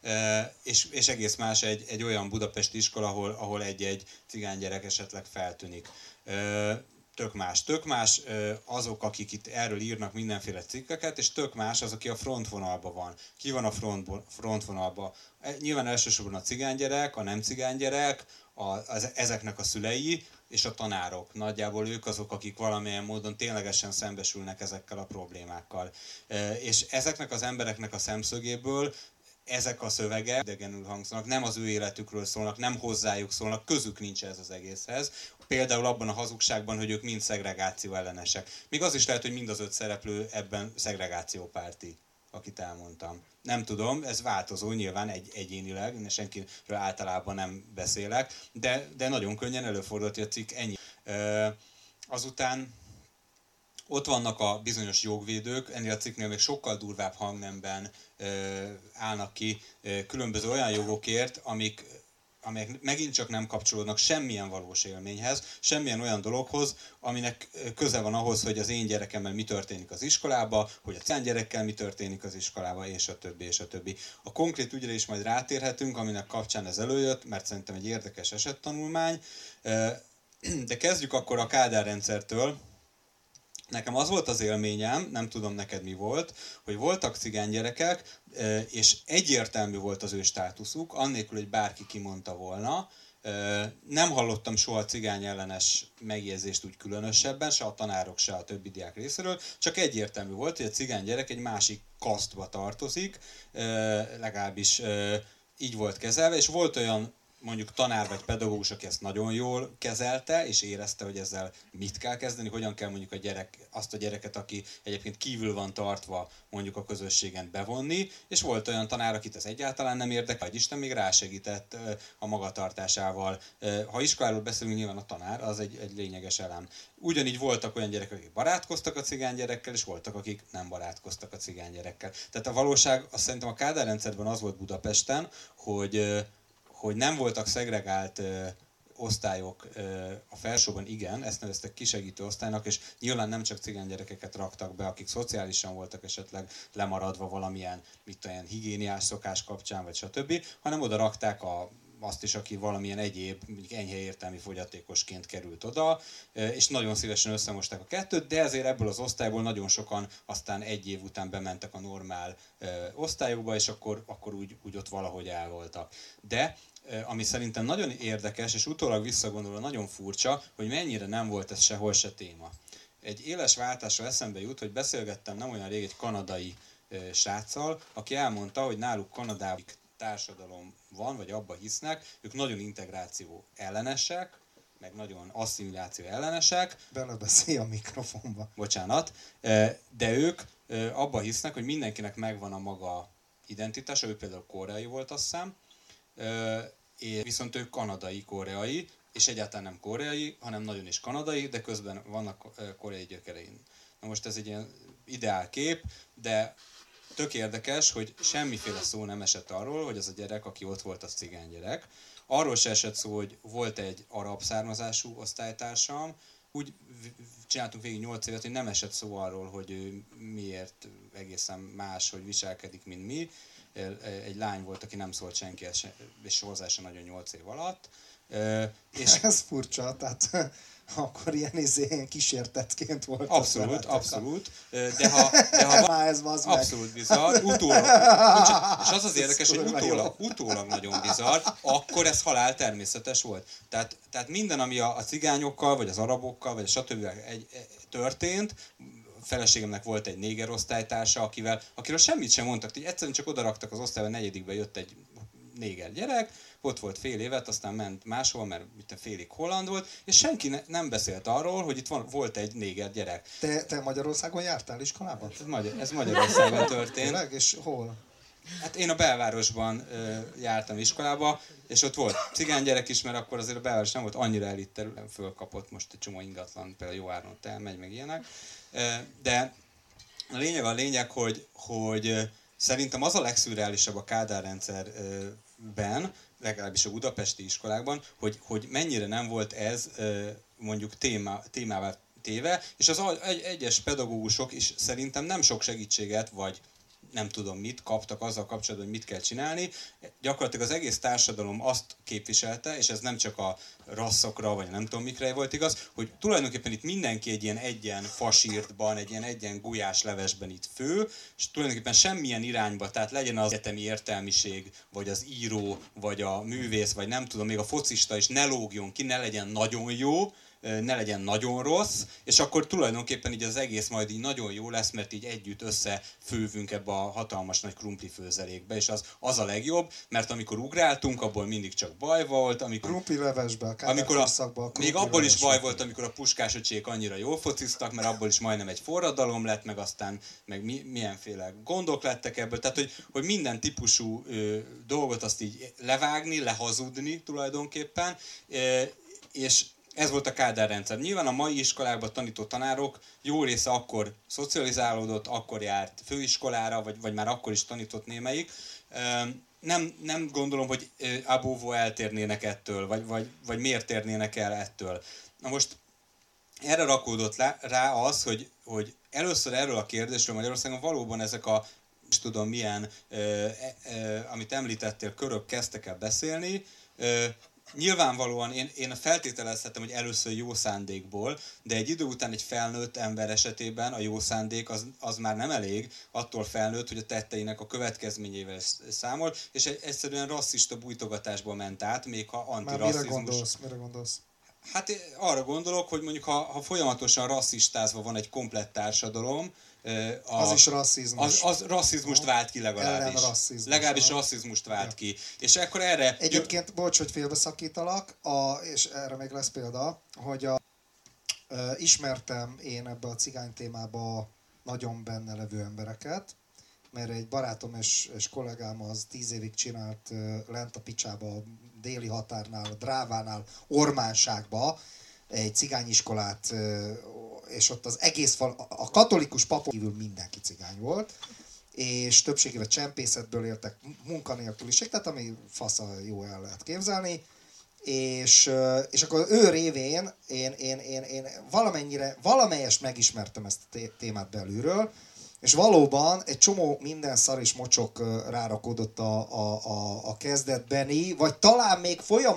és egész más egy olyan budapesti iskola, ahol egy cigánygyerek esetleg feltűnik. Tök más azok, akik itt erről írnak mindenféle cikkeket, és tök más az, aki a frontvonalban van. Ki van a frontvonalban? Nyilván elsősorban a cigánygyerek, a nem cigánygyerek, ezeknek a szülei és a tanárok. Nagyjából ők azok, akik valamilyen módon ténylegesen szembesülnek ezekkel a problémákkal. És ezeknek az embereknek a szemszögéből ezek a szövegek idegenül hangzanak, nem az ő életükről szólnak, nem hozzájuk szólnak, közük nincs ez az egészhez. Például abban a hazugságban, hogy ők mind szegregáció ellenesek. Még az is lehet, hogy mind az 5 szereplő ebben szegregációpárti, akit elmondtam. Nem tudom, ez változó nyilván egyénileg, senkiről általában nem beszélek, de nagyon könnyen előfordult, hogy a cikk ennyi. Azután ott vannak a bizonyos jogvédők, ennél a cikknél még sokkal durvább hangnemben állnak ki különböző olyan jogokért, amelyek megint csak nem kapcsolódnak semmilyen valós élményhez, semmilyen olyan dologhoz, aminek köze van ahhoz, hogy az én gyerekemmel mi történik az iskolába, hogy a cigánygyerekkel mi történik az iskolába, és a többi, és a többi. A konkrét ügyre is majd rátérhetünk, aminek kapcsán ez előjött, mert szerintem egy érdekes esettanulmány. De kezdjük akkor a Kádár rendszertől. Nekem az volt az élményem, nem tudom neked mi volt, hogy voltak cigánygyerekek, és egyértelmű volt az ő státuszuk, annélkül, hogy bárki kimondta volna. Nem hallottam soha cigány ellenes megjegyzést úgy különösebben, se a tanárok, se a többi diák részéről, csak egyértelmű volt, hogy a cigánygyerek egy másik kasztba tartozik, legalábbis így volt kezelve, és volt olyan mondjuk tanár vagy pedagógus, aki ezt nagyon jól kezelte, és érezte, hogy ezzel mit kell kezdeni, hogyan kell mondjuk azt a gyereket, aki egyébként kívül van tartva, mondjuk a közösségen bevonni, és volt olyan tanár, akit ez egyáltalán nem érdekel, hogy Isten még rásegített a magatartásával. Ha iskoláról beszélünk, nyilván a tanár, az egy lényeges elem. Ugyanígy voltak olyan gyerekek, akik barátkoztak a cigánygyerekkel, és voltak, akik nem barátkoztak a cigánygyerekkel. Tehát a valóság, azt szerintem a Kádár rendszerben az volt Budapesten, hogy nem voltak szegregált osztályok a felsőben, igen, ezt neveztek kisegítő osztálynak, és nyilván nem csak cigánygyerekeket raktak be, akik szociálisan voltak esetleg lemaradva valamilyen, olyan higiéniás szokás kapcsán, vagy stb., hanem oda rakták azt is, aki valamilyen egyéb, mondjuk enyhe értelmi fogyatékosként került oda, és nagyon szívesen összemosták a kettőt, de ezért ebből az osztályból nagyon sokan aztán egy év után bementek a normál osztályokba, és akkor úgy ott valahogy el voltak. De ami szerintem nagyon érdekes, és utólag visszagondolva nagyon furcsa, hogy mennyire nem volt ez sehol se téma. Egy éles váltásra eszembe jut, hogy beszélgettem nem olyan rég egy kanadai sráccal, aki elmondta, hogy náluk Kanadában társadalom van, vagy abba hisznek, ők nagyon integráció ellenesek, meg nagyon asszimiláció ellenesek. Belebeszélj a mikrofonba. Bocsánat. De ők abba hisznek, hogy mindenkinek megvan a maga identitása, ő például koreai volt, azt hiszem, viszont ők kanadai-koreai, és egyáltalán nem koreai, hanem nagyon is kanadai, de közben vannak koreai gyökerein. Na most ez egy ilyen ideálkép, de tök érdekes, hogy semmiféle szó nem esett arról, hogy az a gyerek, aki ott volt, az cigány gyerek. Arról se esett szó, hogy volt egy arab származású osztálytársam. Úgy csináltunk végig 8 évet, hogy nem esett szó arról, hogy ő miért egészen más, hogy viselkedik, mint mi. Egy lány volt, aki nem szólt senkihez, és hozzá se nagyon 8 év alatt. És ez furcsa, tehát akkor ilyen kísértetként volt. Abszolút. De ha ez abszolút bizarr, utólag, és az érdekes, hogy utólag nagyon bizarr, akkor ez halál természetes volt. Tehát minden, ami a cigányokkal, vagy az arabokkal, vagy a stb. Történt, feleségemnek volt egy néger osztálytársa, akiről semmit sem mondtak, hogy egyszerűen csak odaraktak az osztályba, negyedikbe jött egy néger gyerek, ott volt fél évet, aztán ment máshol, mert félig holland volt, és senki nem beszélt arról, hogy itt volt egy néger gyerek. Te Magyarországon jártál iskolában? Ez Magyarországon történt. Tényleg? És hol? Hát én a belvárosban jártam iskolába, és ott volt cigány gyerek is, mert akkor azért a belváros nem volt annyira elit terület, fölkapott most egy csomó ingatlan, például jó áron ott elmegy, meg ilyenek. De a lényeg, hogy szerintem az a legszürreálisabb a Kádár rendszerben, legalábbis a budapesti iskolákban, hogy mennyire nem volt ez mondjuk témává téve, és az egyes pedagógusok is szerintem nem sok segítséget, vagy nem tudom mit kaptak azzal kapcsolatban, hogy mit kell csinálni. Gyakorlatilag az egész társadalom azt képviselte, és ez nem csak a rasszokra, vagy nem tudom mikre volt igaz, hogy tulajdonképpen itt mindenki egy ilyen egyen fasírtban, egy ilyen egyen gulyás levesben itt fő, és tulajdonképpen semmilyen irányba, tehát legyen az egyetemi értelmiség, vagy az író, vagy a művész, vagy nem tudom, még a focista is ne lógjon ki, ne legyen nagyon jó, ne legyen nagyon rossz, és akkor tulajdonképpen így az egész majd így nagyon jó lesz, mert így együtt összefővünk ebbe a hatalmas nagy krumplifőzelékbe, és az a legjobb, mert amikor ugráltunk, abból mindig csak baj volt, krumplilevesbe, még abból is baj volt, amikor a puskásöcsék annyira jól fociztak, mert abból is majdnem egy forradalom lett, meg aztán meg milyenféle gondok lettek ebből, tehát hogy minden típusú dolgot azt így levágni, lehazudni tulajdonképpen, és ez volt a Kádár rendszer. Nyilván a mai iskolákban tanító tanárok jó része akkor szocializálódott, akkor járt főiskolára, vagy már akkor is tanított némelyik. Nem gondolom, hogy abóvó eltérnének ettől, vagy miért térnének el ettől. Na most erre rakódott rá az, hogy először erről a kérdésről Magyarországon valóban ezek a is tudom milyen, amit említettél, körök kezdtek el beszélni. Nyilvánvalóan én feltételezhetem, hogy először jó szándékból, de egy idő után egy felnőtt ember esetében a jó szándék az már nem elég, attól felnőtt, hogy a tetteinek a következményével számol, és egyszerűen rasszista bújtogatásba ment át, még ha antirasszizmus. Mire gondolsz? Hát arra gondolok, hogy mondjuk ha folyamatosan rasszistázva van egy komplett társadalom, az is rasszizmus. Az rasszizmust vált ki legalábbis. Legalábbis rasszizmust vált ki. És akkor erre... Egyébként, bocs, hogy félbeszakítalak, és erre még lesz példa, hogy ismertem én ebbe a cigány témába nagyon benne levő embereket, mert egy barátom és kollégám az 10 évig csinált lent a picsába, a déli határnál, a Drávánál, Ormánságba egy cigányiskolát, és ott az egész a katolikus papok kívül mindenki cigány volt, és többségével csempészetből éltek, munkanélküliség, tehát ami fasza jó el lehet képzelni, és akkor ő révén én valamelyest megismertem ezt a témát belülről, és valóban egy csomó minden szar és mocsok rárakódott a kezdetbeni, vagy talán még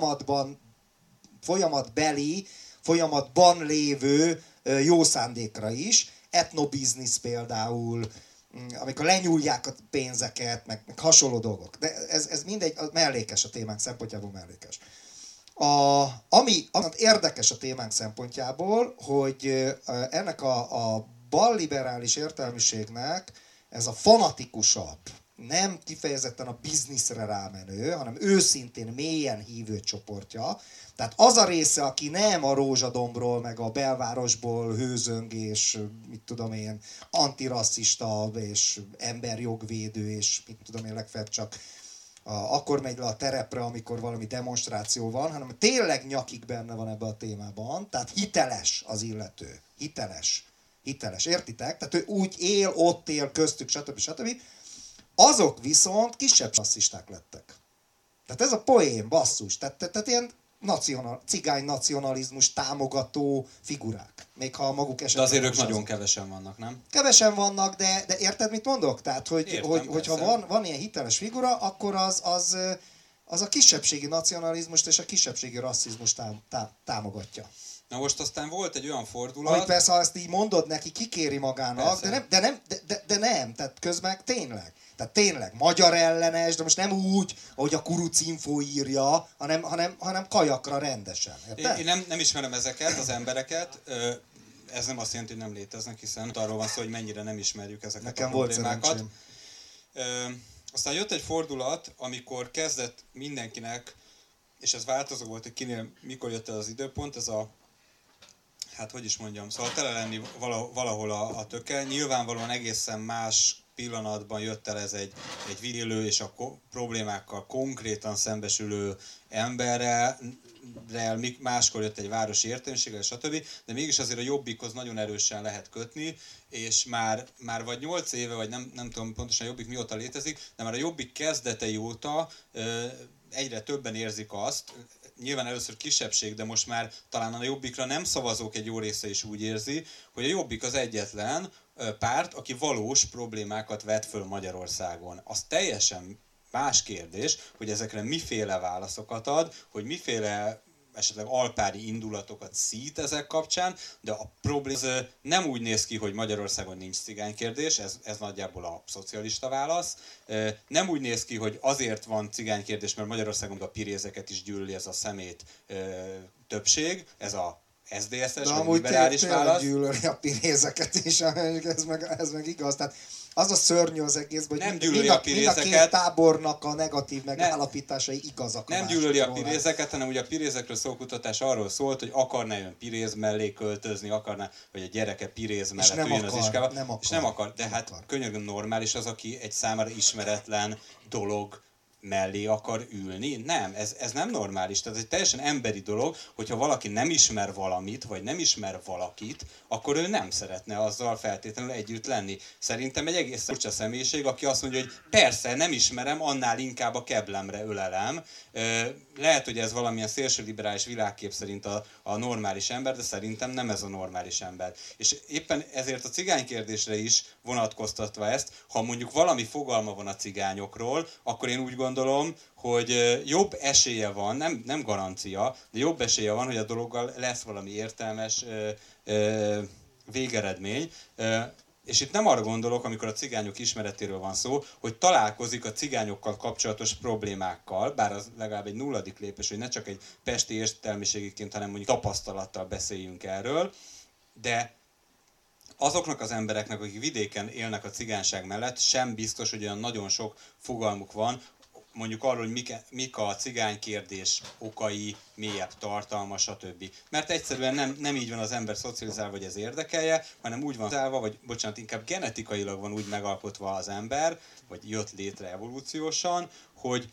folyamatban lévő jó szándékra is, etnobiznisz például, amikor lenyúlják a pénzeket, meg hasonló dolgok. De ez mindegy, mellékes a témánk szempontjából mellékes. Ami érdekes a témánk szempontjából, hogy ennek a balliberális értelmiségnek ez a fanatikusabb, nem kifejezetten a bizniszre rámenő, hanem őszintén mélyen hívő csoportja. Tehát az a része, aki nem a Rózsadombról, meg a belvárosból hőzöng, és mit tudom én, antirasszista, és emberjogvédő, és mit tudom én, legfeljebb csak akkor megy le a terepre, amikor valami demonstráció van, hanem tényleg nyakig benne van ebbe a témában, tehát hiteles az illető. Hiteles. Értitek? Tehát ő úgy él, ott él, köztük, stb. azok viszont kisebb rasszisták lettek. Tehát ez a poén, basszus. Tehát ilyen cigány nacionalizmus támogató figurák. Még ha maguk esetleg... De azért ők nagyon kevesen vannak, nem? Kevesen vannak, de érted, mit mondok? Tehát, hogyha van ilyen hiteles figura, akkor az a kisebbségi nacionalizmust és a kisebbségi rasszizmust támogatja. Na most aztán volt egy olyan fordulat... Amit persze, ha ezt így mondod neki, kikéri magának, de nem, tehát közben tényleg. Tehát tényleg, magyar ellenes, de most nem úgy, ahogy a Kuruc Info írja, hanem kajakra rendesen. Én nem ismerem ezeket, az embereket. Ez nem azt jelenti, hogy nem léteznek, hiszen arról van szó, hogy mennyire nem ismerjük ezeket Nekem a problémákat. Volt aztán jött egy fordulat, amikor kezdett mindenkinek, és ez változó volt, hogy kinél mikor jött el az időpont, ez a hát hogy is mondjam, szóval tele lenni valahol a töke. Nyilvánvalóan egészen más pillanatban jött el ez egy élő és a problémákkal konkrétan szembesülő emberrel, máskor jött egy városi értelmiséggel, stb. De mégis azért a Jobbikhoz nagyon erősen lehet kötni, és már vagy 8 éve, vagy nem tudom pontosan Jobbik mióta létezik, de már a Jobbik kezdetei óta egyre többen érzik azt, nyilván először kisebbség, de most már talán a Jobbikra nem szavazók egy jó része is úgy érzi, hogy a Jobbik az egyetlen párt, aki valós problémákat vet föl Magyarországon. Az teljesen más kérdés, hogy ezekre miféle válaszokat ad, hogy miféle esetleg alpári indulatokat szít ezek kapcsán, de a probléma nem úgy néz ki, hogy Magyarországon nincs cigánykérdés, ez nagyjából a szocialista válasz. Nem úgy néz ki, hogy azért van cigánykérdés, mert Magyarországon a pirézeket is gyűlöli ez a szemét többség, ez a SZDSZ-es vagy liberális válasz. Gyűlöli a pirézeket is, ez meg igaz. Tehát az a szörnyű az egészben, hogy mind a két tábornak a negatív megállapításai igazak. Nem gyűlöli a pirézeket, hanem ugye a pirézekről szóló kutatás arról szólt, hogy akarná ön piréz mellé költözni, akarná, hogy a gyereke piréz mellett üljön az iskába. És nem akar. De hát könyörgöm, normális az, aki egy számára ismeretlen dolog mellé akar ülni. Nem, ez nem normális. Tehát ez egy teljesen emberi dolog, hogyha valaki nem ismer valamit, vagy nem ismer valakit, akkor ő nem szeretne azzal feltétlenül együtt lenni. Szerintem egy egész furcsa személyiség, aki azt mondja, hogy persze, nem ismerem, annál inkább a keblemre ölelem. Lehet, hogy ez valamilyen szélsőliberális világkép szerint a normális ember, de szerintem nem ez a normális ember. És éppen ezért a cigánykérdésre is vonatkoztatva ezt, ha mondjuk valami fogalma van a cigányokról, akkor én úgy gondolom, hogy jobb esélye van, nem garancia, de jobb esélye van, hogy a dologgal lesz valami értelmes végeredmény. És itt nem arra gondolok, amikor a cigányok ismeretéről van szó, hogy találkozik a cigányokkal kapcsolatos problémákkal, bár az legalább egy nulladik lépés, hogy ne csak egy pesti értelmiségiként, hanem mondjuk tapasztalattal beszéljünk erről, de azoknak az embereknek, akik vidéken élnek a cigányság mellett, sem biztos, hogy olyan nagyon sok fogalmuk van, mondjuk arról, hogy mik a cigánykérdés okai, mélyebb tartalma, stb. Mert egyszerűen nem így van az ember szocializálva, hogy ez érdekelje, hanem úgy van szocializálva, vagy bocsánat, inkább genetikailag van úgy megalkotva az ember, vagy jött létre evolúciósan, hogy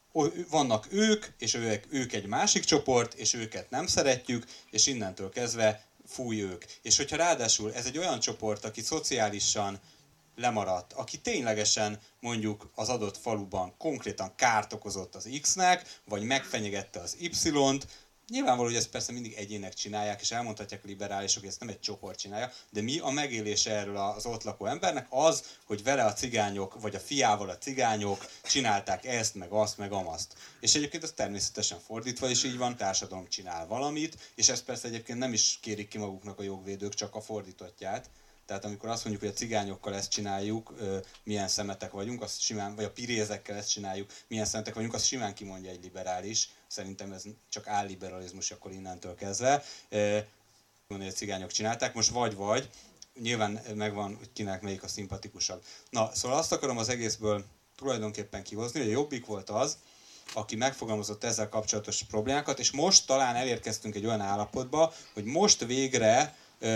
vannak ők, és ők egy másik csoport, és őket nem szeretjük, és innentől kezdve fúj ők. És hogyha ráadásul ez egy olyan csoport, aki szociálisan lemaradt, aki ténylegesen mondjuk az adott faluban konkrétan kárt okozott az X-nek, vagy megfenyegette az Y-t. Nyilvánvaló, hogy ezt persze mindig egyének csinálják, és elmondhatják a liberálisok, hogy ezt nem egy csoport csinálja, de mi a megélése erről az ott lakó embernek az, hogy vele a cigányok, vagy a fiával a cigányok csinálták ezt, meg azt, meg amazt. És egyébként ez természetesen fordítva is így van, társadalom csinál valamit, és ezt persze egyébként nem is kérik ki maguknak a jogvédők, csak a fordítottját. Tehát amikor azt mondjuk, hogy a cigányokkal ezt csináljuk, milyen szemetek vagyunk, azt simán, vagy a pirézekkel ezt csináljuk, milyen szemetek vagyunk, azt simán kimondja egy liberális. Szerintem ez csak álliberalizmus akkor innentől kezdve. Mondani, hogy a cigányok csinálták, most vagy, nyilván megvan, hogy kinek melyik a szimpatikusabb. Na, szóval azt akarom az egészből tulajdonképpen kihozni, hogy a Jobbik volt az, aki megfogalmazott ezzel kapcsolatos problémákat, és most talán elérkeztünk egy olyan állapotba, hogy most végre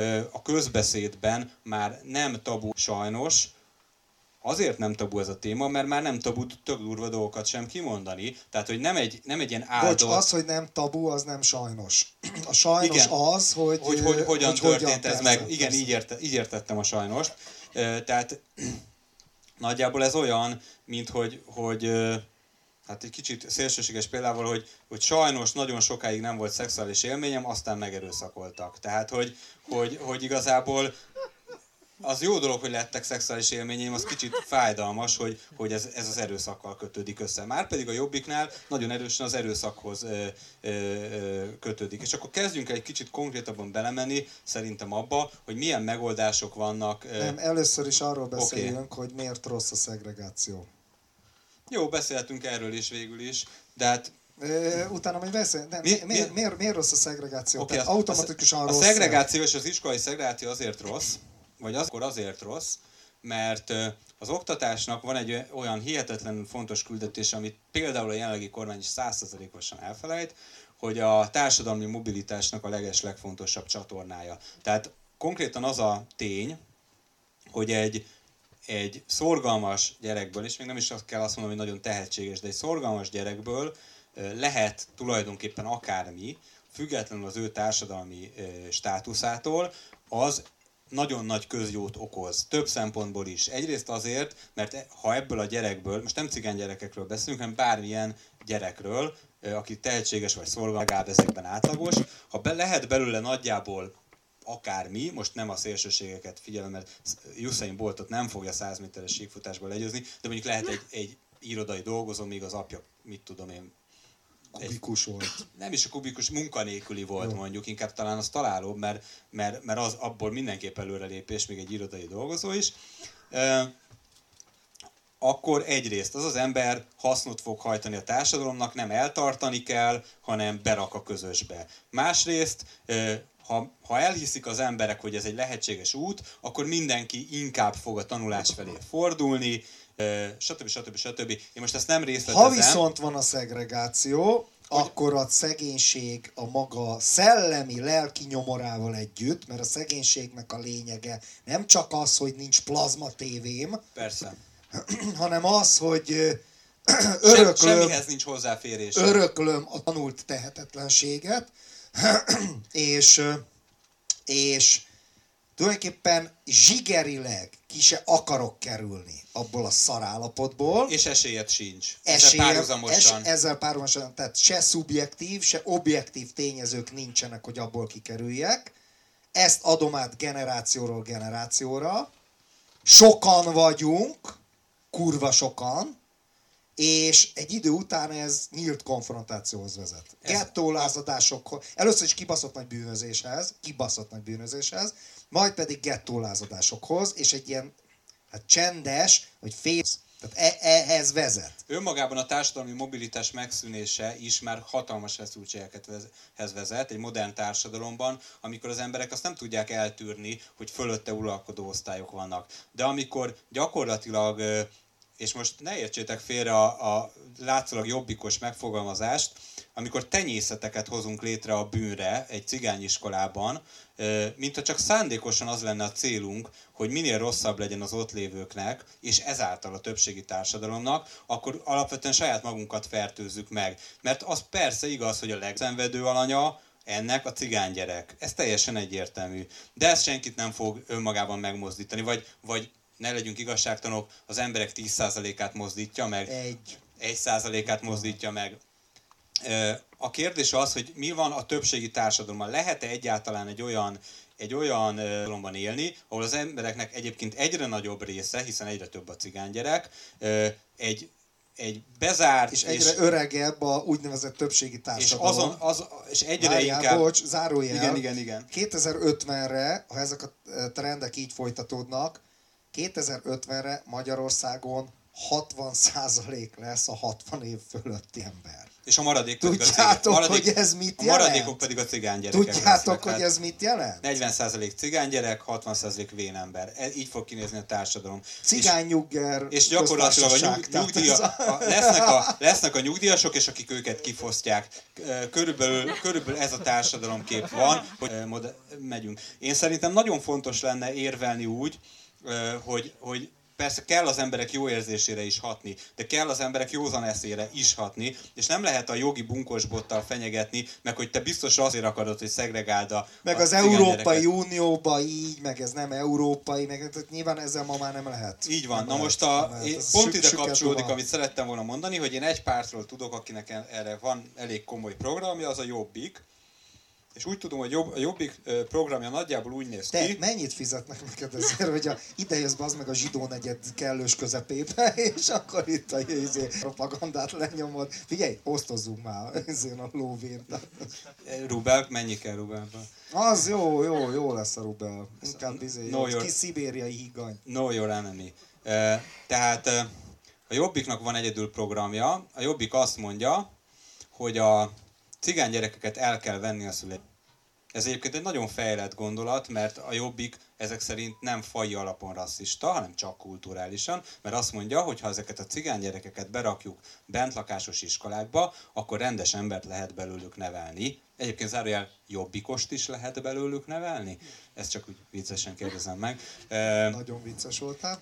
a közbeszédben már nem tabu sajnos, azért nem tabu ez a téma, mert már nem tabu tök durva dolgokat sem kimondani. Tehát, hogy nem egy ilyen áldott... Bocs, az, hogy nem tabu, az nem sajnos. A sajnos igen, az, hogy hogyan történt ez meg. Igen, így értettem a sajnost. Tehát nagyjából ez olyan, mint hogy hát egy kicsit szélsőséges példával, hogy sajnos nagyon sokáig nem volt szexuális élményem, aztán megerőszakoltak. Tehát, hogy igazából az jó dolog, hogy lettek szexuális élményeim, az kicsit fájdalmas, hogy ez az erőszakkal kötődik össze. Márpedig a Jobbiknál nagyon erősen az erőszakhoz kötődik. És akkor kezdjünk egy kicsit konkrétabban belemenni szerintem abba, hogy milyen megoldások vannak. Nem, először is arról beszéljünk, hogy miért rossz a szegregáció. Jó, beszélhetünk erről is végül is, de hát... Utána majd beszélünk. Miért rossz a szegregáció? Okay, automatikusan rossz. A szegregáció és az iskolai szegregáció azért rossz, vagy akkor azért rossz, mert az oktatásnak van egy olyan hihetetlenül fontos küldetés, amit például a jelenlegi kormány is 100%-osan elfelejt, hogy a társadalmi mobilitásnak a legfontosabb csatornája. Tehát konkrétan az a tény, hogy egy szorgalmas gyerekből, és még nem is kell azt mondani, hogy nagyon tehetséges, de egy szorgalmas gyerekből lehet tulajdonképpen akármi, függetlenül az ő társadalmi státuszától, az nagyon nagy közjót okoz, több szempontból is. Egyrészt azért, mert ha ebből a gyerekből, most nem cigány gyerekekről beszélünk, hanem bármilyen gyerekről, aki tehetséges vagy szorgalmas, legalább ezekben átlagos, ha lehet belőle nagyjából akármi, most nem a szélsőségeket figyelem, mert Usain Boltot nem fogja 100 méteres síkfutásból legyőzni, de mondjuk lehet egy irodai dolgozó, még az apja, mit tudom én, kubikus volt. Nem is a kubikus, munkanélküli volt mondjuk, inkább talán az találóbb, mert az abból mindenképp előrelépés, még egy irodai dolgozó is. Akkor egyrészt az ember hasznot fog hajtani a társadalomnak, nem eltartani kell, hanem berak a közösbe. Másrészt, ha elhiszik az emberek, hogy ez egy lehetséges út, akkor mindenki inkább fog a tanulás felé fordulni, stb. Én most ezt nem részletezem. Ha viszont van a szegregáció, akkor a szegénység a maga szellemi, lelki nyomorával együtt, mert a szegénységnek a lényege nem csak az, hogy nincs plazma tévém, persze, hanem az, hogy semmihez nincs hozzáférés. Öröklöm a tanult tehetetlenséget, és tulajdonképpen zsigerileg ki se akarok kerülni abból a szarállapotból. És esélyed sincs. Ezzel párhuzamosan, tehát se szubjektív, se objektív tényezők nincsenek, hogy abból kikerüljek. Ezt adom át generációról generációra. Sokan vagyunk, kurva sokan, és egy idő után ez nyílt konfrontációhoz vezet. Gettólázadásokhoz, először is kibaszott nagy bűnözéshez, majd pedig gettólázadásokhoz, és egy ilyen csendes, vagy tehát ehhez vezet. Önmagában a társadalmi mobilitás megszűnése is már hatalmas feszültségekhez vezet egy modern társadalomban, amikor az emberek azt nem tudják eltűrni, hogy fölötte uralkodó osztályok vannak. De amikor gyakorlatilag, és most ne értsétek félre a látszólag jobbikos megfogalmazást, amikor tenyészeteket hozunk létre a bűnre egy cigányiskolában, mintha csak szándékosan az lenne a célunk, hogy minél rosszabb legyen az ott lévőknek, és ezáltal a többségi társadalomnak, akkor alapvetően saját magunkat fertőzzük meg. Mert az persze igaz, hogy a legszenvedő alanya ennek a cigánygyerek. Ez teljesen egyértelmű. De ezt senkit nem fog önmagában megmozdítani, vagy ne legyünk igazságtanok, az emberek 10%-át mozdítja meg, 1%-át mozdítja meg. A kérdés az, hogy mi van a többségi társadalomban. Lehet-e egyáltalán egy olyan társadalomban élni, ahol az embereknek egyébként egyre nagyobb része, hiszen egyre több a cigánygyerek, egy bezárt... És egyre öregebb a úgynevezett többségi társadalom. És egyre inkább... Bocs, zárójel. Igen. 2050-re, ha ezek a trendek így folytatódnak, 2050-re Magyarországon 60% lesz a 60 év fölötti ember. És a maradék hogy ez mit jelent? A maradékok pedig a cigánygyerekek. Tudjátok, hogy ez mit jelent? 40% cigánygyerek, 60% vénember. Így fog kinézni a társadalom. Cigánynyugger. És gyakorlatilag lesznek a nyugdíjasok, és akik őket kifosztják. Körülbelül ez a társadalomkép van, hogy megyünk. Én szerintem nagyon fontos lenne érvelni úgy, hogy persze kell az emberek jó érzésére is hatni, de kell az emberek józan eszére is hatni, és nem lehet a jogi bunkosbottal fenyegetni, meg hogy te biztos azért akarod, hogy szegregáld meg a az Európai Unióba így, meg ez nem európai, meg nyilván ezzel ma már nem lehet. Így van. Nem Na most pont ide kapcsolódik, amit szerettem volna mondani, hogy én egy pártról tudok, akinek erre van elég komoly programja, az a Jobbik. És úgy tudom, hogy a Jobbik programja nagyjából úgy néz ki... Te mennyit fizetnek neked ezért, hogy ide jössz be az meg a zsidó negyed kellős közepébe, és akkor itt a propagandát lenyomod. Figyelj, osztozzunk már ezért a lóvén. Rubel, mennyi kell Rubelben? Az jó lesz a Rubel. Inkább kis szibériai higany. Know your enemy. Tehát a Jobbiknak van egyedül programja. A Jobbik azt mondja, hogy a cigány gyerekeket el kell venni a szüleik. Ez egyébként egy nagyon fejlett gondolat, mert a Jobbik ezek szerint nem faji alapon rasszista, hanem csak kulturálisan, mert azt mondja, hogy ha ezeket a cigány gyerekeket berakjuk bentlakásos iskolákba, akkor rendes embert lehet belőlük nevelni. Egyébként zárójel jobbikost is lehet belőlük nevelni? Ezt csak úgy viccesen kérdezem meg. Nagyon vicces voltál.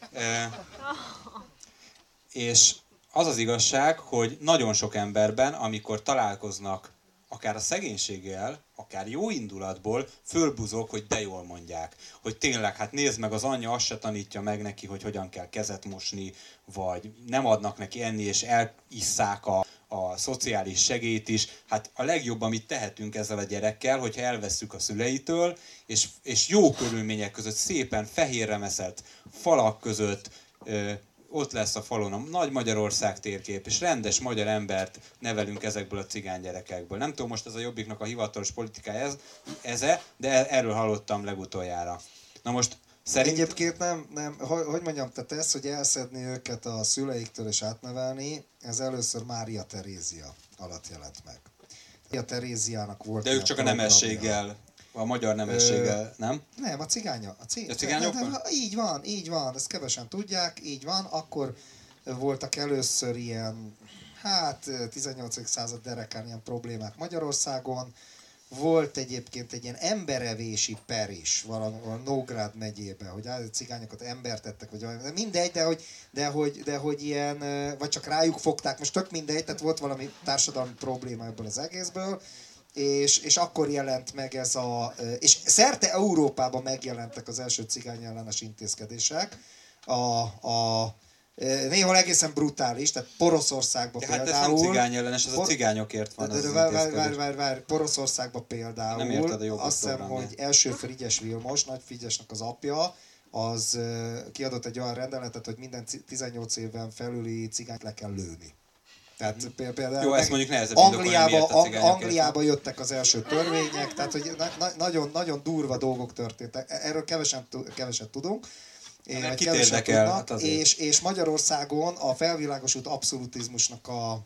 És az az igazság, hogy nagyon sok emberben, amikor találkoznak akár a szegénységgel, akár jó indulatból, fölbuzog, hogy de jól mondják. Hogy tényleg, hát nézd meg, az anyja azt se tanítja meg neki, hogy hogyan kell kezet mosni, vagy nem adnak neki enni, és elisszák a szociális segélyt is. Hát a legjobb, amit tehetünk ezzel a gyerekkel, hogyha elvesszük a szüleitől, és jó körülmények között, szépen fehérre meszelt falak között, ott lesz a falon a nagy Magyarország térkép, és rendes magyar embert nevelünk ezekből a cigány gyerekekből. Nem tudom, most ez a Jobbiknak a hivatalos politikája de erről hallottam legutoljára. Na most Egyébként nem, hogy mondjam, tehát ez, hogy elszedni őket a szüleiktől és átnevelni, ez először Mária Terézia alatt jelent meg. Mária Teréziának volt... De ők csak a nemességgel, a magyar nemességgel, nem? Nem, a cigánya. A cigányok? Így van, ezt kevesen tudják, így van. Akkor voltak először ilyen, 18. század derekán ilyen problémák Magyarországon. Volt egyébként egy ilyen emberevési per is valahol Nógrád megyében, hogy a cigányokat embertettek, vagy mindegy, de hogy ilyen, vagy csak rájuk fogták, most tök mindegy, tehát volt valami társadalmi probléma ebből az egészből, és akkor jelent meg ez és szerte Európában megjelentek az első cigány ellenes intézkedések, néhol egészen brutális, tehát Poroszországban például... Hát ez nem cigány ellenes, ez a cigányokért van az intézkedés. Várj, Poroszországban például, nem érted a azt hiszem, hogy első Frigyes Vilmos, Nagy Frigyesnek az apja, az kiadott egy olyan rendeletet, hogy minden 18 éven felüli cigányt le kell lőni. Tehát például jó, ezt mondjuk nehezebb Angliába jöttek az első törvények, tehát hogy nagyon, nagyon durva dolgok történtek. Erről keveset tudunk. Kit érdekel? És Magyarországon a felvilágosult abszolutizmusnak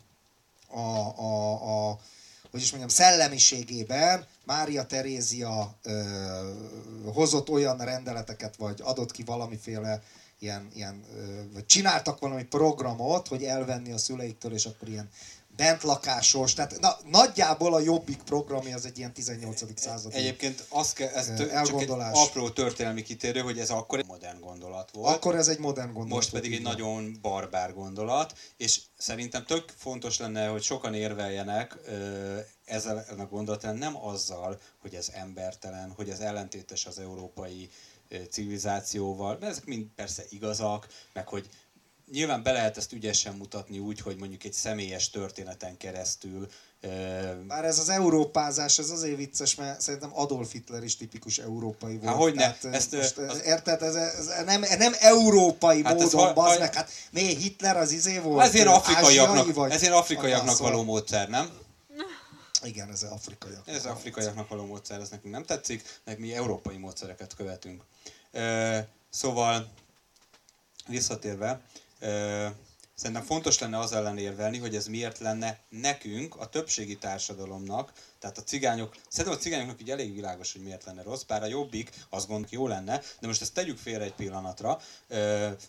hogy is mondjam, szellemiségében Mária Terézia hozott olyan rendeleteket, vagy adott ki valamiféle vagy csináltak valami programot, hogy elvenni a szüleiktől, és akkor ilyen bentlakásos, tehát nagyjából a Jobbik programja az egy ilyen 18. századi Egyébként ez csak egy apró történelmi kitérő, hogy ez akkor egy modern gondolat volt. Akkor ez egy modern gondolat. Most pedig egy nagyon barbár gondolat, és szerintem tök fontos lenne, hogy sokan érveljenek ezzel a gondolatán, nem azzal, hogy ez embertelen, hogy ez ellentétes az európai civilizációval, mert ezek mind persze igazak, meg hogy nyilván be lehet ezt ügyesen mutatni úgy, hogy mondjuk egy személyes történeten keresztül. Bár ez az európázás, ez azért vicces, mert szerintem Adolf Hitler is tipikus európai volt. Hogyne? Érted? Ez nem európai módon, bazd meg. Hát miért Hitler az volt? Ez ilyen afrikaiaknak való módszer, nem? Igen, ez afrikaiak. Ez afrikaiaknak való módszer, ez nekünk nem tetszik, mi európai módszereket követünk. Szóval, visszatérve, szerintem fontos lenne az ellen érvelni, hogy ez miért lenne nekünk, a többségi társadalomnak, tehát szerintem a cigányoknak így elég világos, hogy miért lenne rossz, bár a Jobbik azt gondolja, jó lenne, de most ezt tegyük félre egy pillanatra,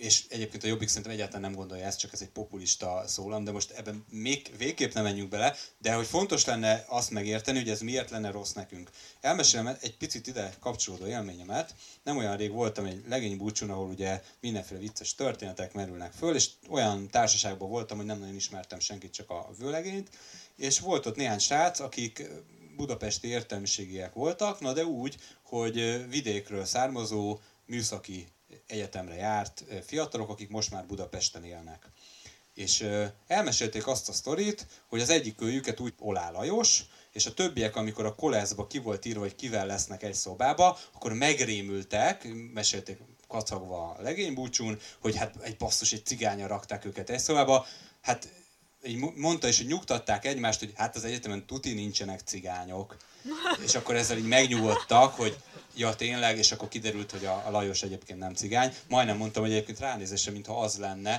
és egyébként a Jobbik szerintem egyáltalán nem gondolja ezt, csak ez egy populista szólam, de most ebben még végképp nem menjünk bele, de hogy fontos lenne azt megérteni, hogy ez miért lenne rossz nekünk. Elmesélem egy picit ide kapcsolódó élményemet. Nem olyan rég voltam egy legénybúcsún, ahol ugye mindenféle vicces történetek merülnek föl, és olyan társaságban voltam, hogy nem nagyon ismertem senkit, csak a vőlegényt, és volt ott néhány srác, akik budapesti értelmiségiek voltak, na de úgy, hogy vidékről származó műszaki egyetemre járt fiatalok, akik most már Budapesten élnek. És elmesélték azt a sztorit, hogy az egyik őjüket úgy Olá Lajos, és a többiek, amikor a koleszba ki volt írva, hogy kivel lesznek egy szobába, akkor megrémültek, mesélték kacagva a legénybúcsún, hogy hát egy basszus, egy cigánnyal rakták őket egy szobába. Hát így mondta is, hogy nyugtatták egymást, hogy hát az egyetemen tuti nincsenek cigányok. És akkor ezzel így megnyugodtak, hogy ja tényleg, és akkor kiderült, hogy a Lajos egyébként nem cigány. Majdnem mondtam, hogy egyébként ránézésre, mintha az lenne,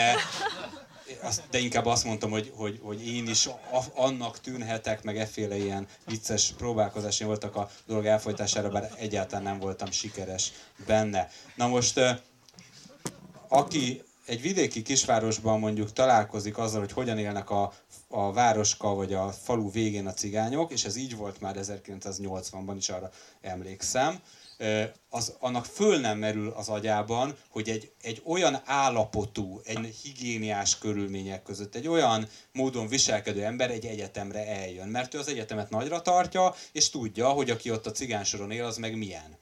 de inkább azt mondtam, hogy én is annak tűnhetek, meg efféle ilyen vicces próbálkozásai voltak a dolog elfolytására, bár egyáltalán nem voltam sikeres benne. Na most, aki egy vidéki kisvárosban mondjuk találkozik azzal, hogy hogyan élnek a városka vagy a falu végén a cigányok, és ez így volt már 1980-ban is, arra emlékszem, annak föl nem merül az agyában, hogy egy olyan állapotú, egy higiéniás körülmények között, egy olyan módon viselkedő ember egy egyetemre eljön. Mert ő az egyetemet nagyra tartja, és tudja, hogy aki ott a cigánysoron él, az meg milyen.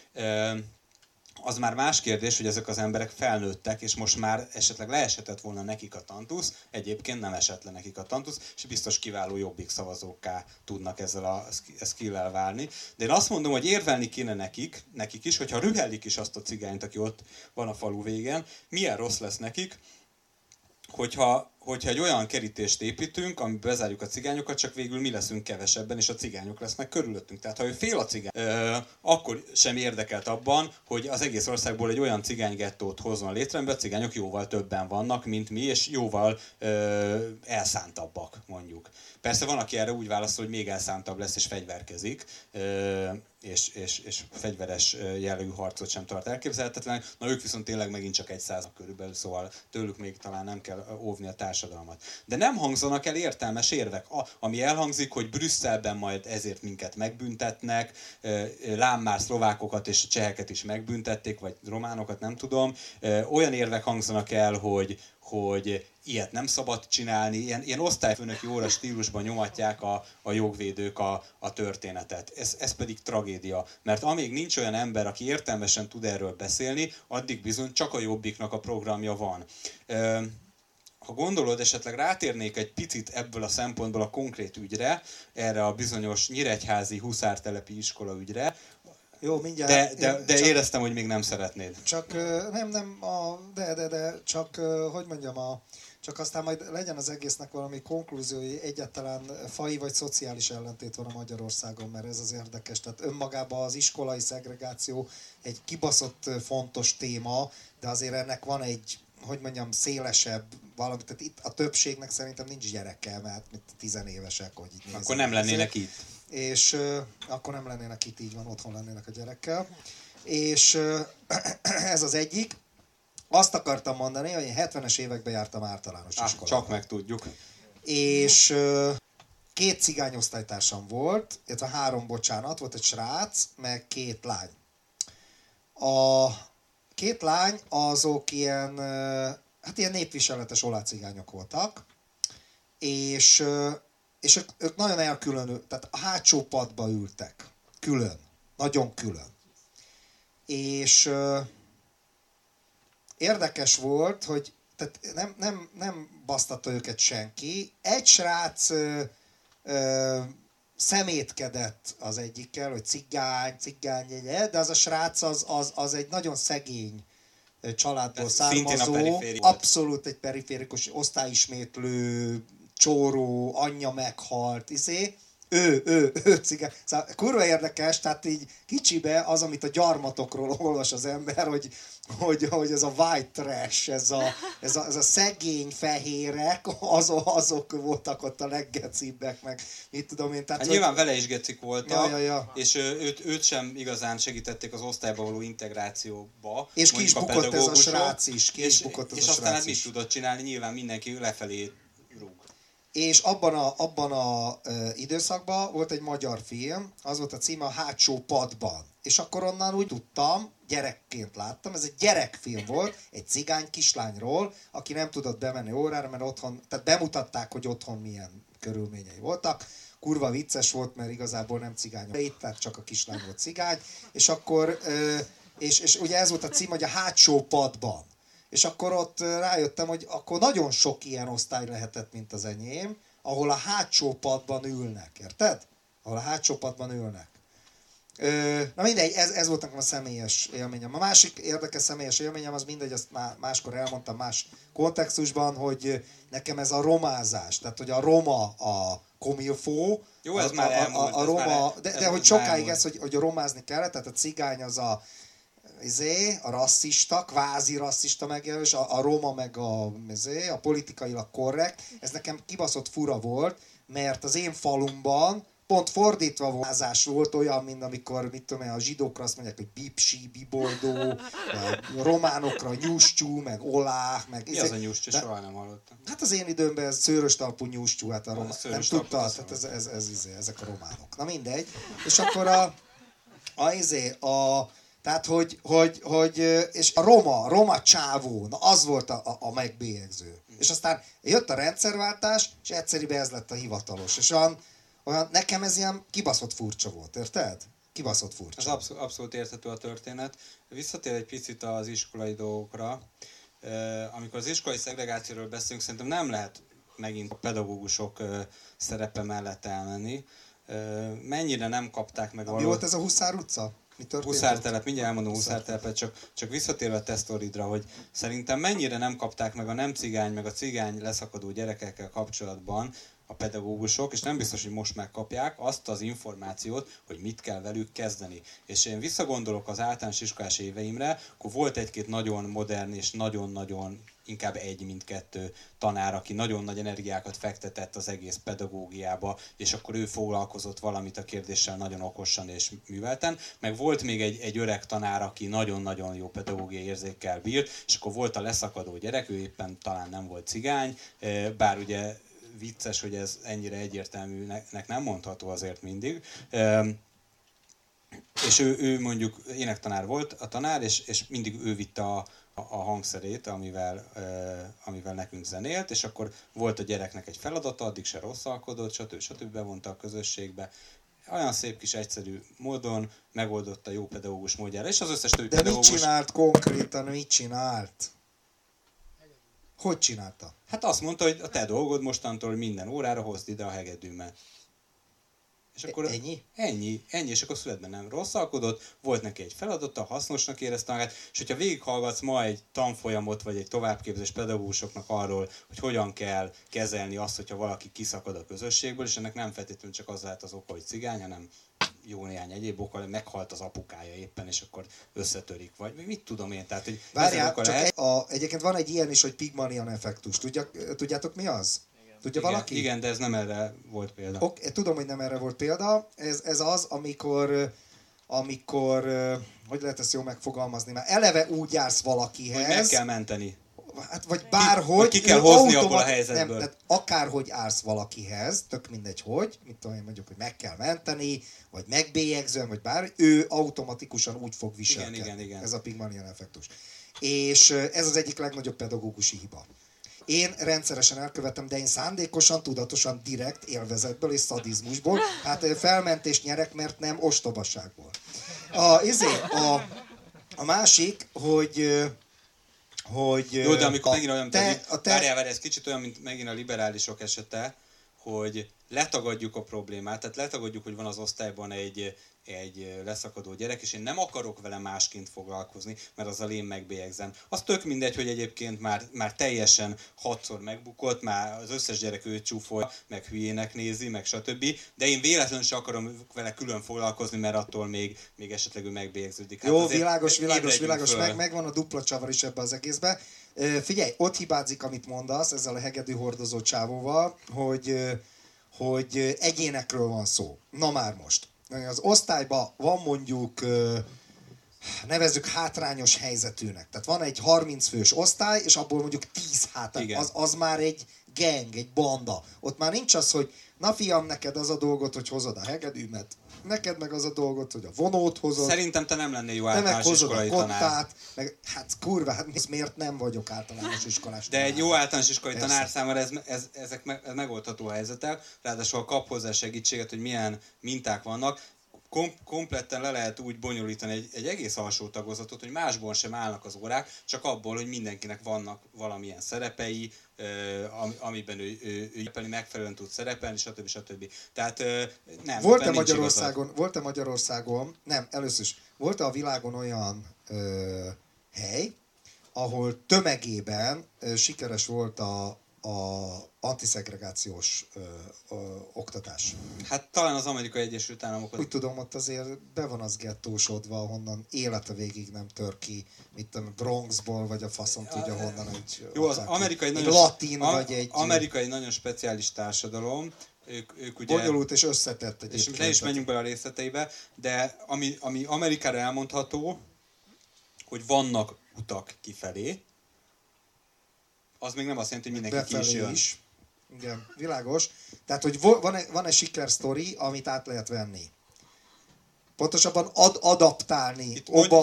Az már más kérdés, hogy ezek az emberek felnőttek, és most már esetleg leeshetett volna nekik a tantusz, egyébként nem esett le nekik a tantusz, és biztos kiváló Jobbik szavazókká tudnak ezzel a skill-el válni. De én azt mondom, hogy érvelni kéne nekik is, hogyha rühellik is azt a cigányt, aki ott van a falu végén, milyen rossz lesz nekik, hogyha egy olyan kerítést építünk, amiben bezárjuk a cigányokat, csak végül mi leszünk kevesebben, és a cigányok lesznek körülöttünk. Tehát ha ő fél a cigány, akkor sem érdekelt abban, hogy az egész országból egy olyan cigánygettót hozzon létre, amiben a cigányok jóval többen vannak, mint mi, és jóval elszántabbak, mondjuk. Persze van, aki erre úgy válaszol, hogy még elszántabb lesz, és fegyverkezik, és fegyveres jellegű harcot sem tart elképzelhetetlen. Na ők viszont tényleg megint csak 1% körülbelül, szóval tőlük még talán nem kell óvni a társadalmat. De nem hangzanak el értelmes érvek. Ami elhangzik, hogy Brüsszelben majd ezért minket megbüntetnek, lám már szlovákokat és cseheket is megbüntették, vagy románokat, nem tudom. Olyan érvek hangzanak el, hogy ilyet nem szabad csinálni, ilyen osztályfőnöki óra stílusban nyomatják a jogvédők a történetet. Ez pedig tragédia, mert amíg nincs olyan ember, aki értelmesen tud erről beszélni, addig bizony csak a Jobbiknak a programja van. Ha gondolod, esetleg rátérnék egy picit ebből a szempontból a konkrét ügyre, erre a bizonyos nyíregyházi huszártelepi iskola ügyre, jó, mindjárt. De éreztem, hogy még nem szeretnéd. Csak csak hogy mondjam, csak aztán majd legyen az egésznek valami konklúziói, egyáltalán faji vagy szociális ellentét van a Magyarországon, mert ez az érdekes. Tehát önmagában az iskolai szegregáció egy kibaszott fontos téma, de azért ennek van egy, hogy mondjam, szélesebb valami. Tehát itt a többségnek szerintem nincs gyereke, mert 10 évesek, hogy így nézem. Akkor nem lennének itt. És akkor nem lennének itt, így van, otthon lennének a gyerekkel. És ez az egyik. Azt akartam mondani, hogy én 70-es években jártam általános iskolában. Csak megtudjuk. És 2 cigány osztálytársam volt, illetve 3, bocsánat, volt egy srác, meg 2 lány. A 2 lány azok ilyen népviseletes olácigányok voltak, és ők nagyon elkülönül, tehát a hátsó padba ültek, külön, nagyon külön. És érdekes volt, hogy tehát nem basztatta őket senki. Egy srác szemétkedett az egyikkel, hogy cigány, de az a srác az egy nagyon szegény családból származó, abszolút egy periférikus, osztályismétlő, csóró, anyja meghalt, ő cigány. Szóval kurva érdekes, tehát így kicsibe az, amit a gyarmatokról olvas az ember, hogy ez a white trash, ez a szegény fehérek, azok voltak ott a leggecibbek, meg mit tudom én. Tehát, hát nyilván vele is gecik voltak, ja. és őt sem igazán segítették az osztályba való integrációba. És ki is bukott ez a srác is. És aztán hát mit tudott csinálni, nyilván mindenki lefelé rúg. És abban a időszakban volt egy magyar film, az volt a címe A hátsó padban. És akkor onnan úgy tudtam, gyerekként láttam, ez egy gyerekfilm volt, egy cigány kislányról, aki nem tudott bemenni órára, mert otthon, tehát bemutatták, hogy otthon milyen körülményei voltak. Kurva vicces volt, mert igazából nem cigány, tehát csak a kislány volt cigány. És akkor, és ugye ez volt a cím, hogy A hátsó padban. És akkor ott rájöttem, hogy akkor nagyon sok ilyen osztály lehetett, mint az enyém, ahol a hátsó padban ülnek, érted? Ahol a hátsó padban ülnek. Na mindegy, ez volt nekem a személyes élményem. A másik érdekes személyes élményem, az mindegy, azt máskor elmondtam más kontextusban, hogy nekem ez a romázás, tehát hogy a roma a komilfó, jó, ez már elmúlt, a roma, de hogy sokáig ez, hogy romázni kellett, tehát a cigány az a rasszista, kvázi rasszista megjelölés, a roma meg a politikailag korrekt. Ez nekem kibaszott fura volt, mert az én falumban pont fordítva volt olyan, mint amikor, mit tudom én, a zsidókra azt mondják, hogy bipsi, biboldó, a románokra nyústyú, meg olá, meg... Mi az a nyústyú? Soha nem hallottam. Hát az én időmben ez szőrös talpú nyústyú, hát a román, nem tudta, tehát ezek a románok. Na mindegy. És akkor tehát, és a roma csávó, na az volt a megbélyegző. És aztán jött a rendszerváltás, és egyszerűen ez lett a hivatalos. És olyan nekem ez ilyen kibaszott furcsa volt, érted? Kibaszott furcsa. Ez abszolút érthető a történet. Visszatér egy picit az iskolai dolgokra. Amikor az iskolai szegregációról beszélünk, szerintem nem lehet megint a pedagógusok szerepe mellett elmenni. Mennyire nem kapták meg Mi volt ez a Huszár utca? Huszártelep, mindjárt elmondom Huszártelepet, csak visszatérve a tesztoridra, hogy szerintem mennyire nem kapták meg a nem cigány, meg a cigány leszakadó gyerekekkel kapcsolatban a pedagógusok, és nem biztos, hogy most megkapják azt az információt, hogy mit kell velük kezdeni. És én visszagondolok az általános iskolás éveimre, akkor volt egy-két nagyon modern és nagyon-nagyon inkább mint kettő tanár, aki nagyon nagy energiákat fektetett az egész pedagógiába, és akkor ő foglalkozott valamit a kérdéssel nagyon okosan és művelten. Meg volt még egy öreg tanár, aki nagyon-nagyon jó pedagógiai érzékkel bírt, és akkor volt a leszakadó gyerek, ő éppen talán nem volt cigány, bár ugye vicces, hogy ez ennyire egyértelműnek nem mondható azért mindig. És ő mondjuk énektanár volt a tanár, és mindig ő vitte a hangszerét, amivel nekünk zenélt, és akkor volt a gyereknek egy feladata, addig se rosszalkodott, stb. Bevonta a közösségbe. Olyan szép kis egyszerű módon megoldotta jó pedagógus módjára, és az összes többi pedagógus... De mit csinált konkrétan, mit csinált? Hogy csinálta? Hát azt mondta, hogy a te dolgod mostantól, hogy minden órára hozd ide a hegedűmet. És akkor Ennyi, és akkor születben nem rosszalkodott, volt neki egy feladata, hasznosnak érezte magát, és hogyha végighallgatsz ma egy tanfolyamot, vagy egy továbbképzés pedagógusoknak arról, hogy hogyan kell kezelni azt, hogyha valaki kiszakad a közösségből, és ennek nem feltétlenül csak az lehet az oka, hogy cigány, hanem jó néhány egyéb oka, meghalt az apukája éppen, és akkor összetörik, vagy mit tudom én, tehát hogy várjál, csak egyébként van egy ilyen is, hogy Pygmalion effektus. Tudjátok mi az? Tudja igen, valaki? Igen, de ez nem erre volt példa. Tudom, hogy nem erre volt példa. Ez az, amikor hogy lehet ezt jól megfogalmazni, mert eleve úgy jársz valakihez. Hogy meg kell menteni. Hát, vagy bárhogy. Ki kell hozni abból a helyzetből. Nem, tehát akárhogy állsz valakihez, tök mindegy hogy, mit tudom én mondjuk, hogy meg kell menteni, vagy megbélyegzően, vagy bár, ő automatikusan úgy fog viselkedni. Igen. Ez a Pygmalion effektus. És ez az egyik legnagyobb pedagógusi hiba. Én rendszeresen elkövetem, de én szándékosan, tudatosan, direkt élvezetből és szadizmusból, hát felmentést nyerek, mert nem ostobaságból. A másik, hogy jó, de amikor megint olyan, várjál, ez kicsit olyan, mint megint a liberálisok esete, hogy letagadjuk a problémát, tehát letagadjuk, hogy van az osztályban egy egy leszakadó gyerek, és én nem akarok vele másként foglalkozni, mert azzal én megbélyegzem. Az tök mindegy, hogy egyébként már teljesen 6-szor megbukott, már az összes gyerek őt csúfolja, meg hülyének nézi, meg stb. De én véletlenül sem akarom vele külön foglalkozni, mert attól még esetleg ő megbélyegződik. Hát jó, világos, megvan a dupla csavar is ebbe az egészbe. Figyelj, ott hibázik, amit mondasz ezzel a hegedű hordozó csávóval, hogy egyénekről van szó. Na már most. Az osztályban van mondjuk, nevezzük hátrányos helyzetűnek. Tehát van egy 30 fős osztály, és abból mondjuk 10 hátrányos. Az már egy gang, egy banda. Ott már nincs az, hogy na fiam, neked az a dolgot, hogy hozod a hegedűmet, neked meg az a dolgot, hogy a vonót hozod. Szerintem te nem lennél jó általános iskolai tanár. Hát kurva, hát miért nem vagyok általános iskolás tanár? De egy jó általános iskolai tanár számára ez megoldható helyzetek, ráadásul kap hozzá segítséget, hogy milyen minták vannak. Kompletten le lehet úgy bonyolítani egy egész alsó tagozatot, hogy másból sem állnak az órák, csak abból, hogy mindenkinek vannak valamilyen szerepei, amiben ő megfelelően tud szerepelni, stb. Tehát nem. Volt-e Magyarországon, nem, először is, volt-e a világon olyan hely, ahol tömegében sikeres volt a antiszegregációs oktatás? Hát talán az Amerikai Egyesült Államok. Úgy tudom, ott azért be van az gettósodva, honnan élete végig nem tör ki, mit tudom, Bronxból, vagy a faszom tudja honnan. Jó, az amerikai egy latin, vagy egy... Amerikai nagyon speciális társadalom, ők ugye... Bonyolult és összetett egyébként. És ne is menjünk bele a részleteibe, de ami Amerikára elmondható, hogy vannak utak kifelé, az még nem azt jelenti, hogy mindenki ki is jön. Is. Igen, világos. Tehát, hogy van-e sikersztori, amit át lehet venni? Pontosabban adaptálni.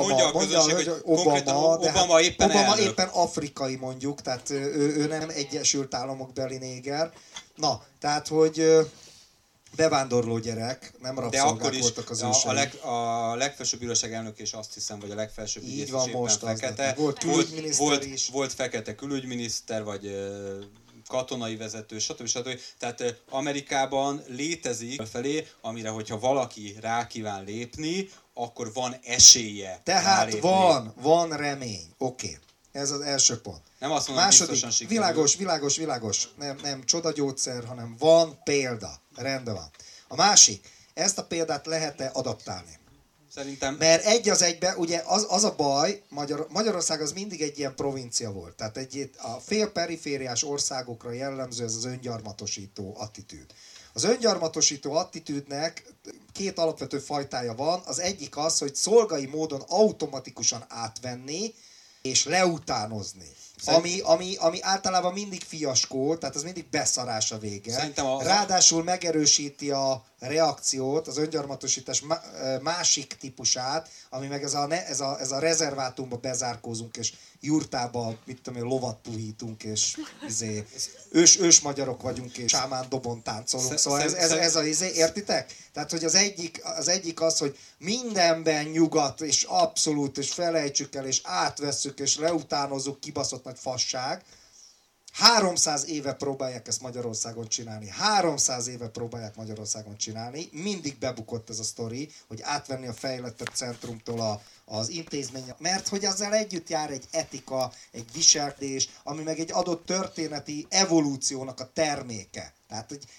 Obama éppen afrikai mondjuk, tehát ő nem Egyesült Államok beli néger. Na, tehát, hogy bevándorló gyerek, nem rabszolgák voltak az ősei. A legfelsőbb bíróság elnök és azt hiszem, hogy a legfelsőbb ügyész is éppen most fekete. Volt külügyminiszter is. Volt fekete külügyminiszter, vagy katonai vezető, stb. Tehát Amerikában létezik felé, amire, hogyha valaki rá kíván lépni, akkor van esélye. Tehát van remény. Oké. Ez az első pont. Nem azt mondom, biztosan sikerül. Világos. Nem csodagyógyszer, hanem van példa. Rendben van. A másik, ezt a példát lehet-e adaptálni? Szerintem... Mert egy az egybe, ugye az a baj, Magyarország az mindig egy ilyen provincia volt. Tehát a félperifériás országokra jellemző ez az öngyarmatosító attitűd. Az öngyarmatosító attitűdnek két alapvető fajtája van. Az egyik az, hogy szolgai módon automatikusan átvenni és leutánozni. Ami általában mindig fiaskó, tehát az mindig beszarás a vége. Ráadásul megerősíti a reakciót, az öngyarmatosítás másik típusát, ami meg ez a rezervátumba bezárkózunk, és jurtába, mit tudom én, lovat puhítunk, és ős magyarok vagyunk, és sámán dobon táncolunk. Szóval ez az értitek? Tehát, hogy az egyik az, hogy mindenben nyugat, és abszolút, és felejtsük el, és átvesszük, és leutánozzuk, kibaszott nagy fasság. 300 éve próbálják ezt Magyarországon csinálni. 300 éve próbálják Magyarországon csinálni. Mindig bebukott ez a sztori, hogy átvenni a fejlettebb centrumtól az intézmény. Mert hogy ezzel együtt jár egy etika, egy viselkedés, ami meg egy adott történeti evolúciónak a terméke. Tehát egy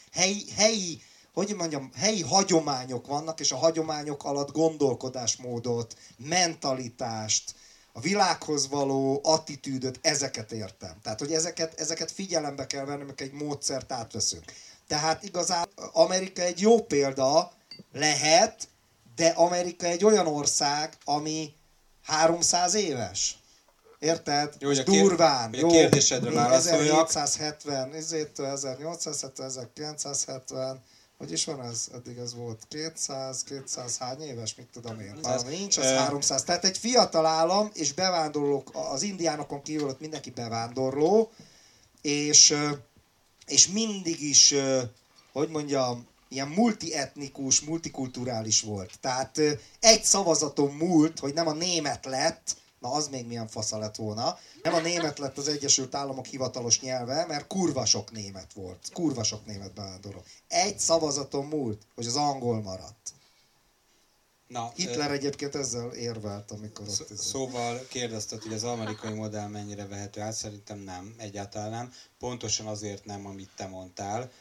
helyi hagyományok vannak, és a hagyományok alatt gondolkodásmódot, mentalitást, a világhoz való attitűdöt, ezeket értem. Tehát, hogy ezeket figyelembe kell venni, amikor egy módszert átveszünk. Tehát igazán Amerika egy jó példa lehet, de Amerika egy olyan ország, ami 300 éves. Érted? Jó, durván. Jó, a kérdésedre válaszoljak. 1770, 1870, 1970, hogy is van ez? Eddig ez volt 200 hány éves, mit tudom én. Nincs az 300. Tehát egy fiatal állam, és bevándorlók, az indiánokon kívül ott mindenki bevándorló, és mindig is, hogy mondjam, ilyen multietnikus, multikulturális volt. Tehát egy szavazaton múlt, hogy nem a német lett, na az még milyen fasza lett volna. Nem a német lett az Egyesült Államok hivatalos nyelve, mert kurva sok német volt. Kurva sok német bevándorló. Egy szavazaton múlt, hogy az angol maradt. Na, Hitler egyébként ezzel érvelt, amikor ott... Szóval kérdezted, hogy az amerikai modell mennyire vehető át, szerintem nem, egyáltalán nem. Pontosan azért nem, amit te mondtál.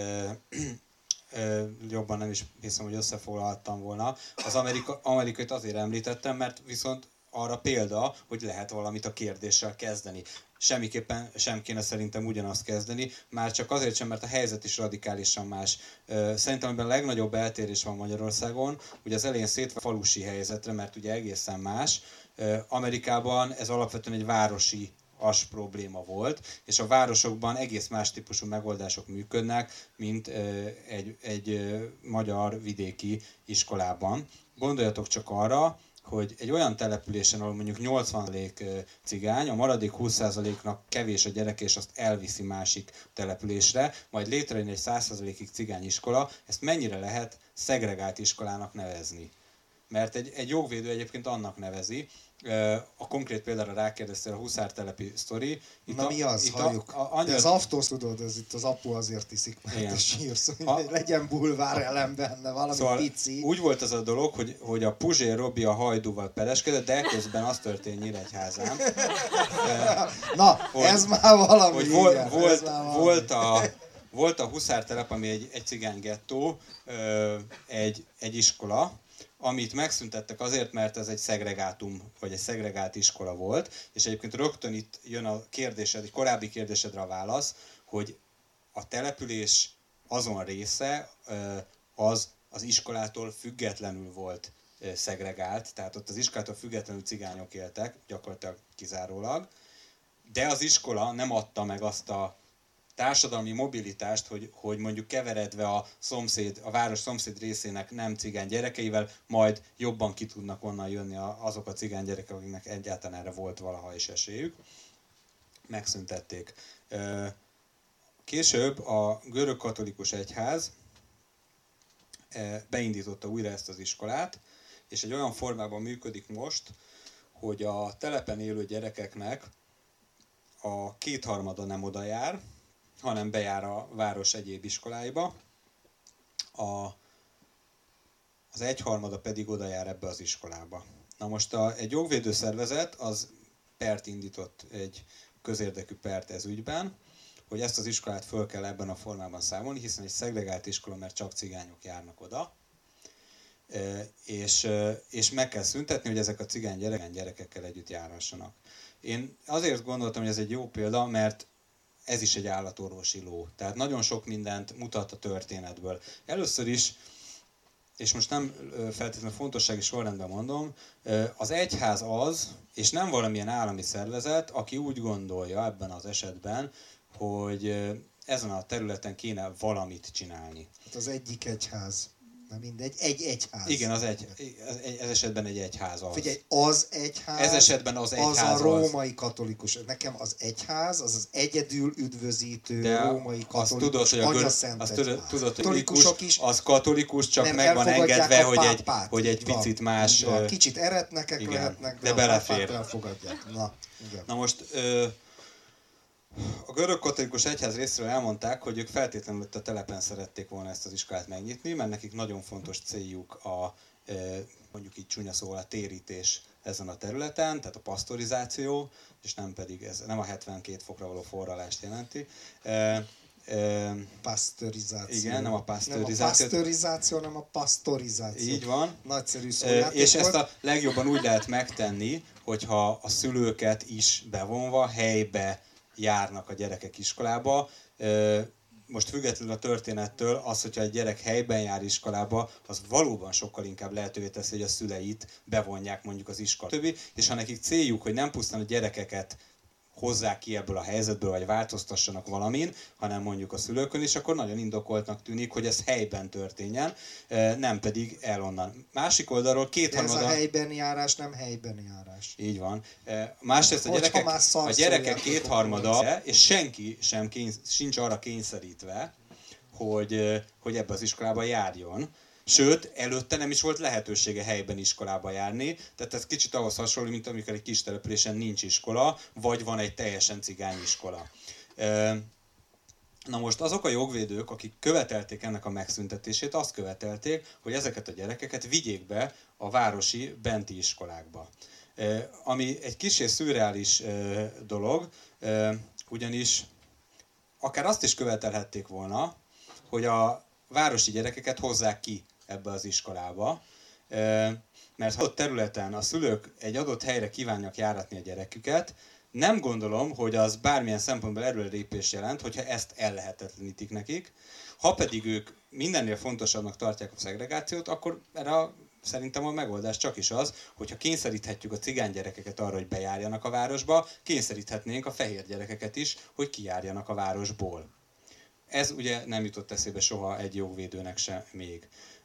Jobban nem is hiszem, hogy összefoglalhattam volna. Az amerikait azért említettem, mert viszont arra példa, hogy lehet valamit a kérdéssel kezdeni. Semmiképpen sem kéne szerintem ugyanazt kezdeni, már csak azért sem, mert a helyzet is radikálisan más. Szerintem ebben a legnagyobb eltérés van Magyarországon, ugye az elején szétve falusi helyzetre, mert ugye egészen más. Amerikában ez alapvetően egy városi probléma volt, és a városokban egész más típusú megoldások működnek, mint egy magyar vidéki iskolában. Gondoljatok csak arra, hogy egy olyan településen, ahol mondjuk 80% cigány, a maradék 20%-nak kevés a gyereke, és azt elviszi másik településre, majd létrejön egy 100%-ig cigány iskola, ezt mennyire lehet szegregált iskolának nevezni? Mert egy jogvédő egyébként annak nevezi, a konkrét példára rákérdeztél, a Huszártelepi sztori. Na mi az? Halljuk. De az aftósz, tudod, ez itt az apu azért iszik, mert te sírsz, hogy legyen bulvár elem benne, valami szóval pici. Úgy volt az a dolog, hogy a Puzsér Robi a Hajdúval pereskedett, de közben az történt Nyíregyházán. Na, ez már valami. Hogy volt a Huszártelep, ami egy cigány gettó, egy iskola, amit megszüntettek azért, mert ez egy szegregátum, vagy egy szegregált iskola volt, és egyébként rögtön itt jön a kérdésed, egy korábbi kérdésedre a válasz, hogy a település azon része az iskolától függetlenül volt szegregált, tehát ott az iskolától függetlenül cigányok éltek, gyakorlatilag kizárólag, de az iskola nem adta meg azt a társadalmi mobilitást, hogy mondjuk keveredve a város szomszéd részének nem cigány gyerekeivel, majd jobban ki tudnak onnan jönni azok a cigány gyerekek, akiknek egyáltalán erre volt valaha is esélyük. Megszüntették. Később a görög-katolikus egyház beindította újra ezt az iskolát, és egy olyan formában működik most, hogy a telepen élő gyerekeknek a 2/3 nem oda jár, hanem bejár a város egyéb iskoláiba, az 1/3 pedig oda jár ebbe az iskolába. Na most egy jogvédő szervezet az pert indított, egy közérdekű pert ez ügyben, hogy ezt az iskolát föl kell ebben a formában számolni, hiszen egy szegregált iskola, mert csak cigányok járnak oda, és meg kell szüntetni, hogy ezek a cigány gyerekekkel együtt járhassanak. Én azért gondoltam, hogy ez egy jó példa, mert ez is egy állatorvosi ló. Tehát nagyon sok mindent mutat a történetből. Először is, és most nem feltétlenül fontossági sorrendben mondom, az egyház az, és nem valamilyen állami szervezet, aki úgy gondolja ebben az esetben, hogy ezen a területen kéne valamit csinálni. Hát az egyik egyház. Na mindegy, egy egyház. Igen, ez esetben egy egyház az. Figyelj, az egyház, ez esetben az egyház az a római katolikus. Nekem az egyház, az egyedül üdvözítő de római katolikus anyaszent egyház. Tudod, hogy az katolikus, csak meg van engedve, hogy egy picit más... Kicsit eretnekek igen, lehetnek, de belefér. Elfogadják. Na most... A görög-katolikus egyház részéről elmondták, hogy ők feltétlenül a telepen szerették volna ezt az iskolát megnyitni, mert nekik nagyon fontos céljuk mondjuk így csúnya szóval a térítés ezen a területen, tehát a pasztorizáció, és nem pedig ez nem a 72 fokra való forralást jelenti. Pasztorizáció. Igen, nem a pasztorizáció. Nem a pasztorizáció, hanem a pasztorizáció. Így van. Nagyszerű szójáték és ezt a legjobban úgy lehet megtenni, hogyha a szülőket is bevonva helybe járnak a gyerekek iskolába. Most függetlenül a történettől az, hogyha egy gyerek helyben jár iskolába, az valóban sokkal inkább lehetővé teszi, hogy a szüleit bevonják mondjuk az iskola többi, és ha nekik céljuk, hogy nem pusztán a gyerekeket hozzák ki ebből a helyzetből, vagy változtassanak valamin, hanem mondjuk a szülőkön is, akkor nagyon indokoltnak tűnik, hogy ez helyben történjen, nem pedig el onnan. Másik oldalról 2/3... Ez a helyben járás, nem helyben járás. Így van. Másrészt a gyerekek 2/3, és senki sem sincs arra kényszerítve, hogy ebbe az iskolába járjon. Sőt, előtte nem is volt lehetősége helyben iskolába járni, tehát ez kicsit ahhoz hasonló, mint amikor egy kis településen nincs iskola, vagy van egy teljesen cigány iskola. Na most azok a jogvédők, akik követelték ennek a megszüntetését, azt követelték, hogy ezeket a gyerekeket vigyék be a városi benti iskolákba. Ami egy kissé szürreális dolog, ugyanis akár azt is követelhették volna, hogy a városi gyerekeket hozzák ki ebbe az iskolába, mert ha ott területen a szülők egy adott helyre kívánják járatni a gyereküket, nem gondolom, hogy az bármilyen szempontból erőlépés jelent, hogyha ezt ellehetetlenítik nekik. Ha pedig ők mindennél fontosabbnak tartják a szegregációt, akkor erre szerintem a megoldás csak is az, hogyha kényszeríthetjük a cigány gyerekeket arra, hogy bejárjanak a városba, kényszeríthetnénk a fehér gyerekeket is, hogy kijárjanak a városból. Ez ugye nem jutott eszébe soha egy jogvédőnek sem még.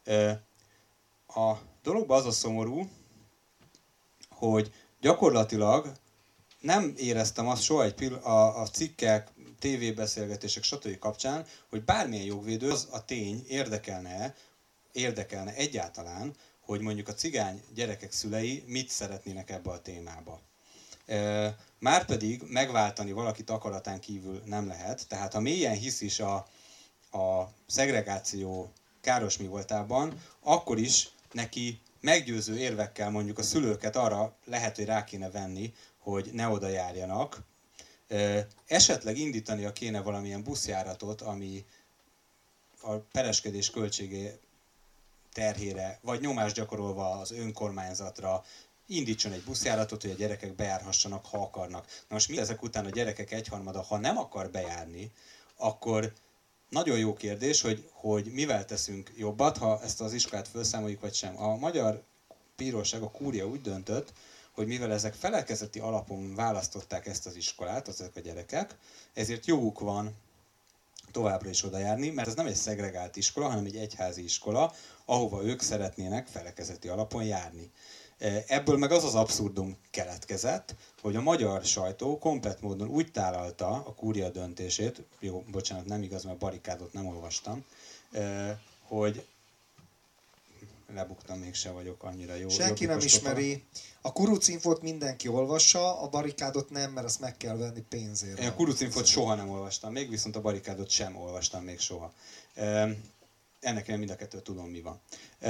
A dologban az a szomorú, hogy gyakorlatilag nem éreztem azt soha a cikkek, tévébeszélgetések, stb. Kapcsán, hogy bármilyen jogvédő az a tény érdekelne egyáltalán, hogy mondjuk a cigány gyerekek szülei mit szeretnének ebbe a témába. Márpedig megváltani valakit akaratán kívül nem lehet, tehát ha mélyen hisz is a szegregáció káros mi voltában, akkor is neki meggyőző érvekkel mondjuk a szülőket arra lehet, hogy rá kéne venni, hogy ne oda járjanak. Esetleg indítania kéne valamilyen buszjáratot, ami a pereskedés költségé terhére, vagy nyomást gyakorolva az önkormányzatra indítson egy buszjáratot, hogy a gyerekek bejárhassanak, ha akarnak. Na most mi ezek után a gyerekek egyharmada, ha nem akar bejárni, akkor nagyon jó kérdés, hogy mivel teszünk jobbat, ha ezt az iskolát felszámoljuk, vagy sem. A Magyar Bíróság, a kúria úgy döntött, hogy mivel ezek felekezeti alapon választották ezt az iskolát, ezek a gyerekek, ezért joguk van továbbra is oda járni, mert ez nem egy szegregált iskola, hanem egy egyházi iskola, ahova ők szeretnének felekezeti alapon járni. Ebből meg az az abszurdum keletkezett, hogy a magyar sajtó komplett módon úgy tálalta a kúria döntését, jó, bocsánat, nem igaz, mert barikádot nem olvastam, hogy lebuktam, mégse vagyok annyira jó. Senki nem ismeri. A kurucinfót mindenki olvassa, a barikádot nem, mert azt meg kell venni pénzért. Én a kurucinfót soha nem olvastam még, viszont a barikádot sem olvastam még soha. Ennek én mind a kettőt tudom, mi van.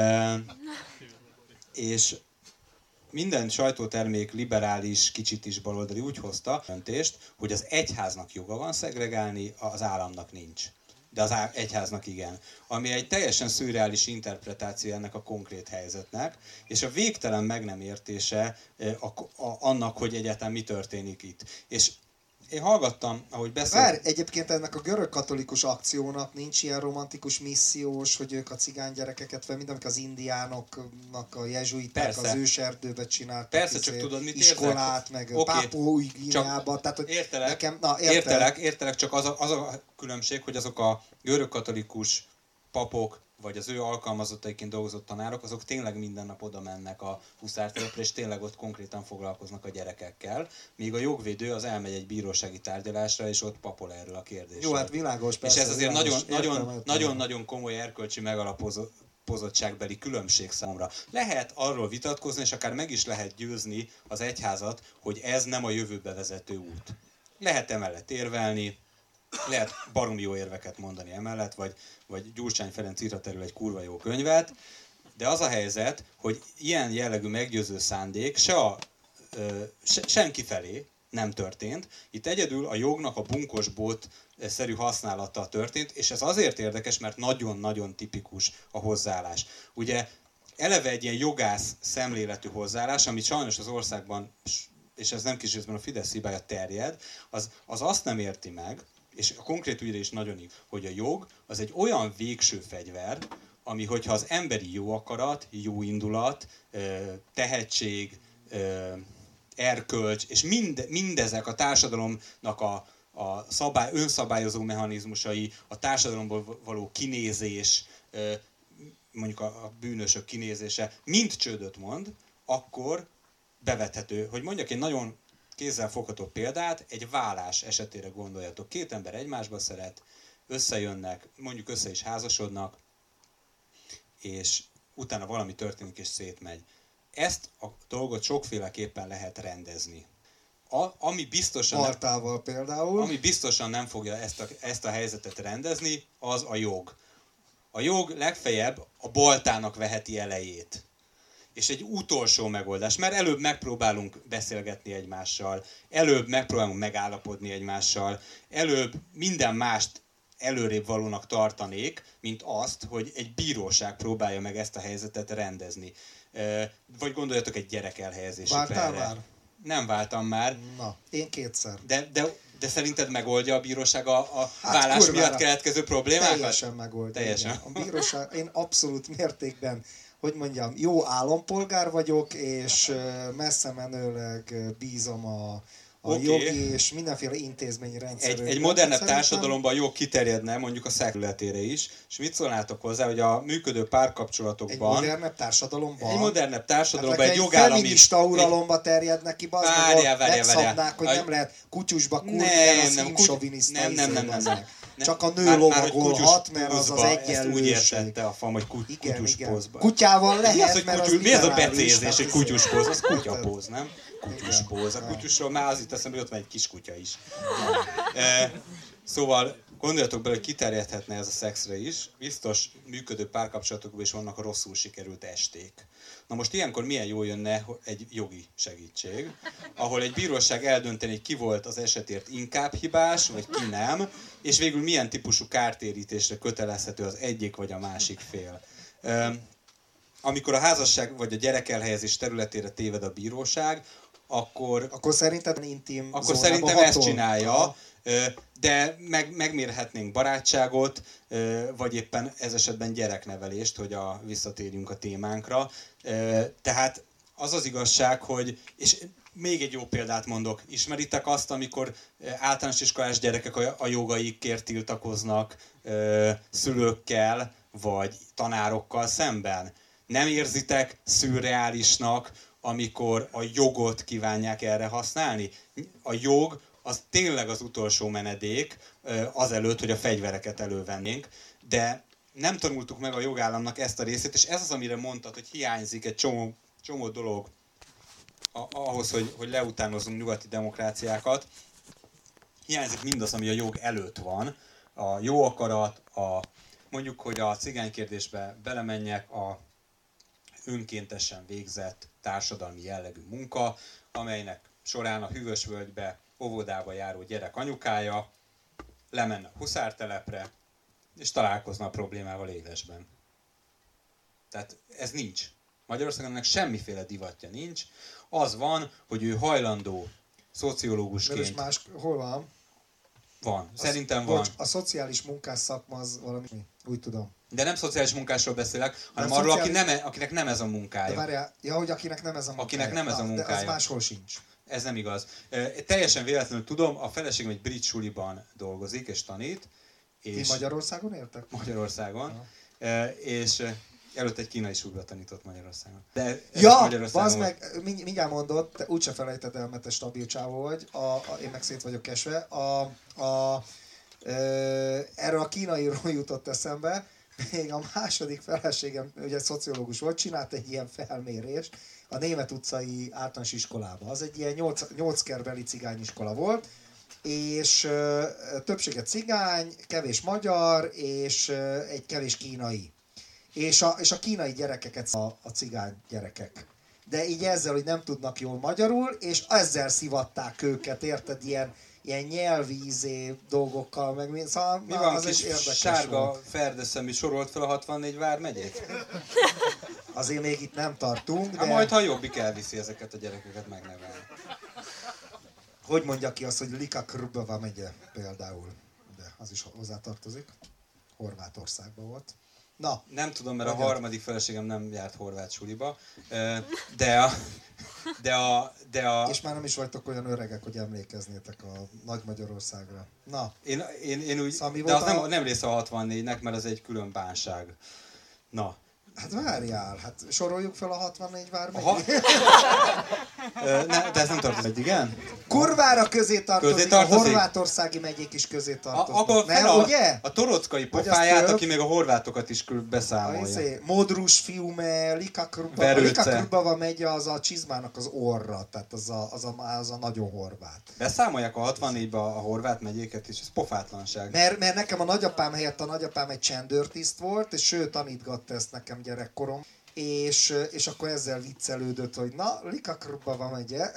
És minden sajtótermék liberális, kicsit is baloldali úgy hozta döntést, hogy az egyháznak joga van szegregálni, az államnak nincs. De az egyháznak igen. Ami egy teljesen szürreális interpretáció ennek a konkrét helyzetnek, és a végtelen meg nem értése annak, hogy egyáltalán mi történik itt. És én hallgattam, ahogy Várj, egyébként ennek a görög katolikus akciónak nincs ilyen romantikus missziós, hogy ők a cigány gyerekeket, vagy mindamik az indiánoknak, a jezsuiták az őserdőbe csináltak. Persze, csak tudod, mit iskolát, meg Pápua-új Guineába. Értelek, csak az a különbség, hogy azok a görög katolikus papok, vagy az ő alkalmazottaiként dolgozott tanárok, azok tényleg minden nap oda mennek a huszártelepre, és tényleg ott konkrétan foglalkoznak a gyerekekkel, míg a jogvédő az elmegy egy bírósági tárgyalásra, és ott papol erről a kérdésről. Jó, hát világos, persze. És ez azért nagyon-nagyon komoly erkölcsi megalapozottságbeli különbség számomra. Lehet arról vitatkozni, és akár meg is lehet győzni az egyházat, hogy ez nem a jövőbe vezető út. Lehet emellett érvelni, lehet baromi jó érveket mondani emellett, vagy Gyurcsány Ferenc írhat erről egy kurva jó könyvet, de az a helyzet, hogy ilyen jellegű meggyőző szándék senki felé nem történt. Itt egyedül a jognak a bunkosbót-szerű használata történt, és ez azért érdekes, mert nagyon-nagyon tipikus a hozzáállás. Ugye eleve egy ilyen jogász szemléletű hozzáállás, amit sajnos az országban, és ez nem kis részben a Fidesz hibája terjed, az azt nem érti meg, és a konkrét ügyre is nagyon így, hogy a jog az egy olyan végső fegyver, ami, hogyha az emberi jó akarat, jó indulat, tehetség, erkölcs, és mindezek a társadalomnak a önszabályozó mechanizmusai, a társadalomból való kinézés, mondjuk a bűnösök kinézése, mind csődöt mond, akkor bevethető. Hogy mondjak egy nagyon kézzelfogható példát, egy vállás esetére gondoljatok. Két ember egymásba szeret, összejönnek, mondjuk össze is házasodnak, és utána valami történik és szétmegy. Ezt a dolgot sokféleképpen lehet rendezni. ami biztosan... Maltával például. Ami biztosan nem fogja ezt a helyzetet rendezni, az a jog. A jog legfeljebb a boltának veheti elejét. És egy utolsó megoldás, mert előbb megpróbálunk beszélgetni egymással, előbb megpróbálunk megállapodni egymással, előbb minden mást előrébb valónak tartanék, mint azt, hogy egy bíróság próbálja meg ezt a helyzetet rendezni. Vagy gondoljatok egy gyerek elhelyezésükre. Váltál már? Nem váltam már. Na, én 2-szer. De szerinted megoldja a bíróság a vállás miatt keletkező problémákat? Teljesen megoldja. Teljesen. A bíróság, én abszolút mértékben, hogy mondjam, jó állampolgár vagyok, és messze menőleg bízom a jogi és mindenféle intézményi rendszerűen. Egy modernebb társadalomban jog kiterjedne mondjuk a szexterületére is, és mit szólnátok hozzá, hogy a működő párkapcsolatokban... Egy modernebb társadalomban? Egy modernebb társadalomban, hát, egy jogállami... Egy feminista uralomba terjednek ki, megszabnák, hogy nem lehet kutyusba kurni, mert az himsoviniszta. Nem. Csak a nő lovagolhat, mert az az egyenlőség. Ezt úgy értette a fam, hogy kutyuspózba. Kutyával lehet, mert az mi az a becézés, egy kutyuspóz? Az kutyapóz, nem? Kutyuspóz. A kutyusról már az itt eszembe, hogy ott van egy kis kutya is. Szóval gondoljatok bele, hogy kiterjedhetne ez a szexre is. Biztos működő párkapcsolatokban is vannak a rosszul sikerült esték. Na most ilyenkor milyen jól jönne egy jogi segítség, ahol egy bíróság eldönteni, hogy ki volt az esetért inkább hibás, vagy ki nem, és végül milyen típusú kártérítésre kötelezhető az egyik vagy a másik fél. Amikor a házasság vagy a gyerekelhelyezés területére téved a bíróság, akkor szerinted intim akkor szerintem ezt csinálja, de megmérhetnénk barátságot, vagy éppen ez esetben gyereknevelést, hogy visszatérjünk a témánkra. Tehát az az igazság, hogy, és még egy jó példát mondok, ismeritek azt, amikor általános iskolás gyerekek a jogaikért tiltakoznak szülőkkel, vagy tanárokkal szemben? Nem érzitek szürreálisnak, amikor a jogot kívánják erre használni? A jog az tényleg az utolsó menedék, azelőtt, hogy a fegyvereket elővennénk, de nem tanultuk meg a jogállamnak ezt a részét, és ez az, amire mondtad, hogy hiányzik egy csomó dolog ahhoz, hogy leutánozzunk nyugati demokráciákat. Hiányzik mindaz, ami a jog előtt van, a jó akarat, mondjuk, hogy a cigánykérdésbe belemenjek, a önkéntesen végzett társadalmi jellegű munka, amelynek során a Hűvösvölgybe óvodába járó gyerek anyukája lemenne a huszártelepre, és találkozna a problémával élesben. Tehát ez nincs. Magyarországon ennek semmiféle divatja nincs. Az van, hogy ő hajlandó szociológusként... És hol van? Van. Szerintem van. A szociális munkás szakma az valami, úgy tudom. De nem szociális munkásról beszélek, hanem arról, akinek nem ez a munkája. De várjál, hogy akinek nem ez a munkája. Akinek nem ez a munkája. De az máshol sincs. Ez nem igaz. Teljesen véletlenül tudom, a feleségem egy brit suliban dolgozik és tanít. És ti Magyarországon éltek? Magyarországon. És előtt egy kínai suliba tanított Magyarországon. De bazd meg, mindjárt mondod, te úgyse felejted el, mert te stabil csávó vagy, én meg szét vagyok esve. Erről a kínairól jutott eszembe, még a második feleségem, ugye szociológus volt, csinált egy ilyen felmérést a Német utcai általános iskolában. Az egy ilyen 8 kerbeli cigányiskola volt, és többsége cigány, kevés magyar, és egy kevés kínai. És a kínai gyerekeket a cigány gyerekek. De így ezzel, hogy nem tudnak jól magyarul, és ezzel szivatták őket, érted, ilyen nyelvi dolgokkal, meg szóval, mi van, kis sárga ferdeszemű sorolt fel a 64 vármegyét? Azért még itt nem tartunk, de... Hát majd, ha Jobbik elviszi ezeket a gyerekeket megnevelni. Hogy mondja ki azt, hogy Lika Krubova megye például? De az is hozzátartozik. Horvátországban volt. Na, nem tudom, mert a harmadik feleségem nem járt horvát suliba, És már nem is vagytok olyan öregek, hogy emlékeznétek a Nagy Magyarországra. Na. Én úgy, szóval de az nem része a 64-nek, mert az egy külön bánság. Na, Hát várjál, hát soroljuk fel a 64 vármegyét. De ez nem tartozik, igen? Kurvára közé tartozik, a horvátországi megyék is közé tartoznak. Ugye? A torockai pofáját, aki még a horvátokat is beszámolja. Modrus fiume, Likakruba megye, az a csizmának az orra, tehát az a nagyon horvát. Beszámolják a 64-ben a horvát megyéket is, ez pofátlanság. Mert nekem a nagyapám helyett a nagyapám egy csendőrtiszt volt, és ő tanítgatta ezt nekem gyerekkorom. És akkor ezzel viccelődött, hogy na, Likakruba megye,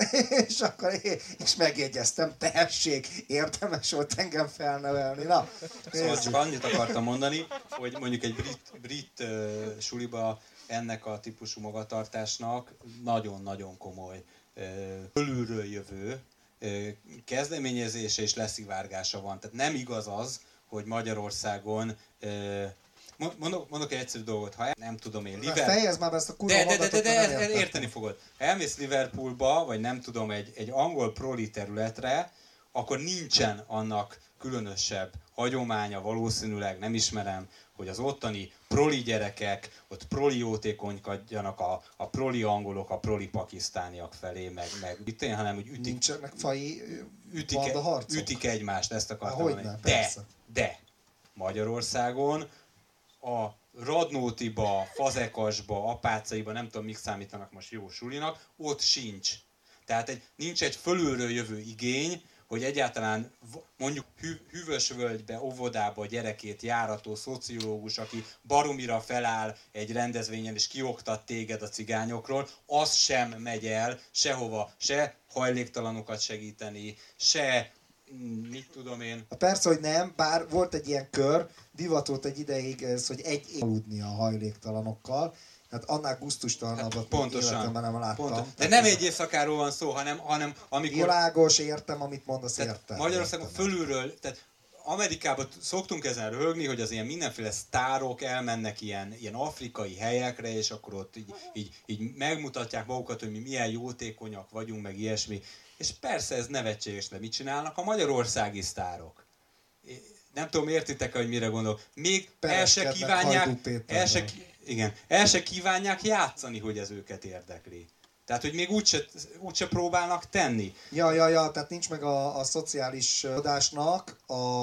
és megjegyeztem, tehesség, érdemes volt engem felnevelni. Na, szóval csak annyit akartam mondani, hogy mondjuk egy brit suliba ennek a típusú magatartásnak nagyon-nagyon komoly fölülről jövő kezdeményezése és leszivárgása van. Tehát nem igaz az, hogy Magyarországon mondok egy egyszerű dolgot, ha nem tudom én, fejezd már be ezt a kurva mondatot, de érteni fogod. Ha elmész Liverpoolba, vagy nem tudom, egy angol proli területre, akkor nincsen annak különösebb hagyománya, valószínűleg, nem ismerem, hogy az ottani proli gyerekek ott proli jótékonykodjanak a proli angolok, a proli pakisztániak felé, meg hanem hogy nincsenek fai ütik egymást, ezt akartam mondani. De Magyarországon a Radnótiba, Fazekasba, Apácaiba, nem tudom, mik számítanak most jó sulinak, ott sincs. Tehát nincs egy fölülről jövő igény, hogy egyáltalán mondjuk Hűvösvölgybe, óvodába gyerekét járató szociológus, aki baromira feláll egy rendezvényen és kioktat téged a cigányokról, az sem megy el sehova, se hajléktalanokat segíteni, se mit tudom én. Persze, hogy nem, bár volt egy ilyen kör, divat volt egy ideig ez, hogy aludni a hajléktalanokkal, tehát annál gusztustalanabbat életemben nem láttam. De nem egy éjszakáról van szó, hanem amikor... Világos, értem, amit mondasz, értem. Magyarországon fölülről, tehát Amerikában szoktunk ezen röhögni, hogy az ilyen mindenféle sztárok elmennek ilyen afrikai helyekre, és akkor ott így megmutatják magukat, hogy mi milyen jótékonyak vagyunk, meg ilyesmi. És persze ez nevetséges, de mit csinálnak a magyarországi sztárok? Nem tudom, értitek, hogy mire gondolok. Még el se kívánják játszani, hogy ez őket érdekli. Tehát, hogy még úgyse próbálnak tenni. Ja, tehát nincs meg a szociális adásnak,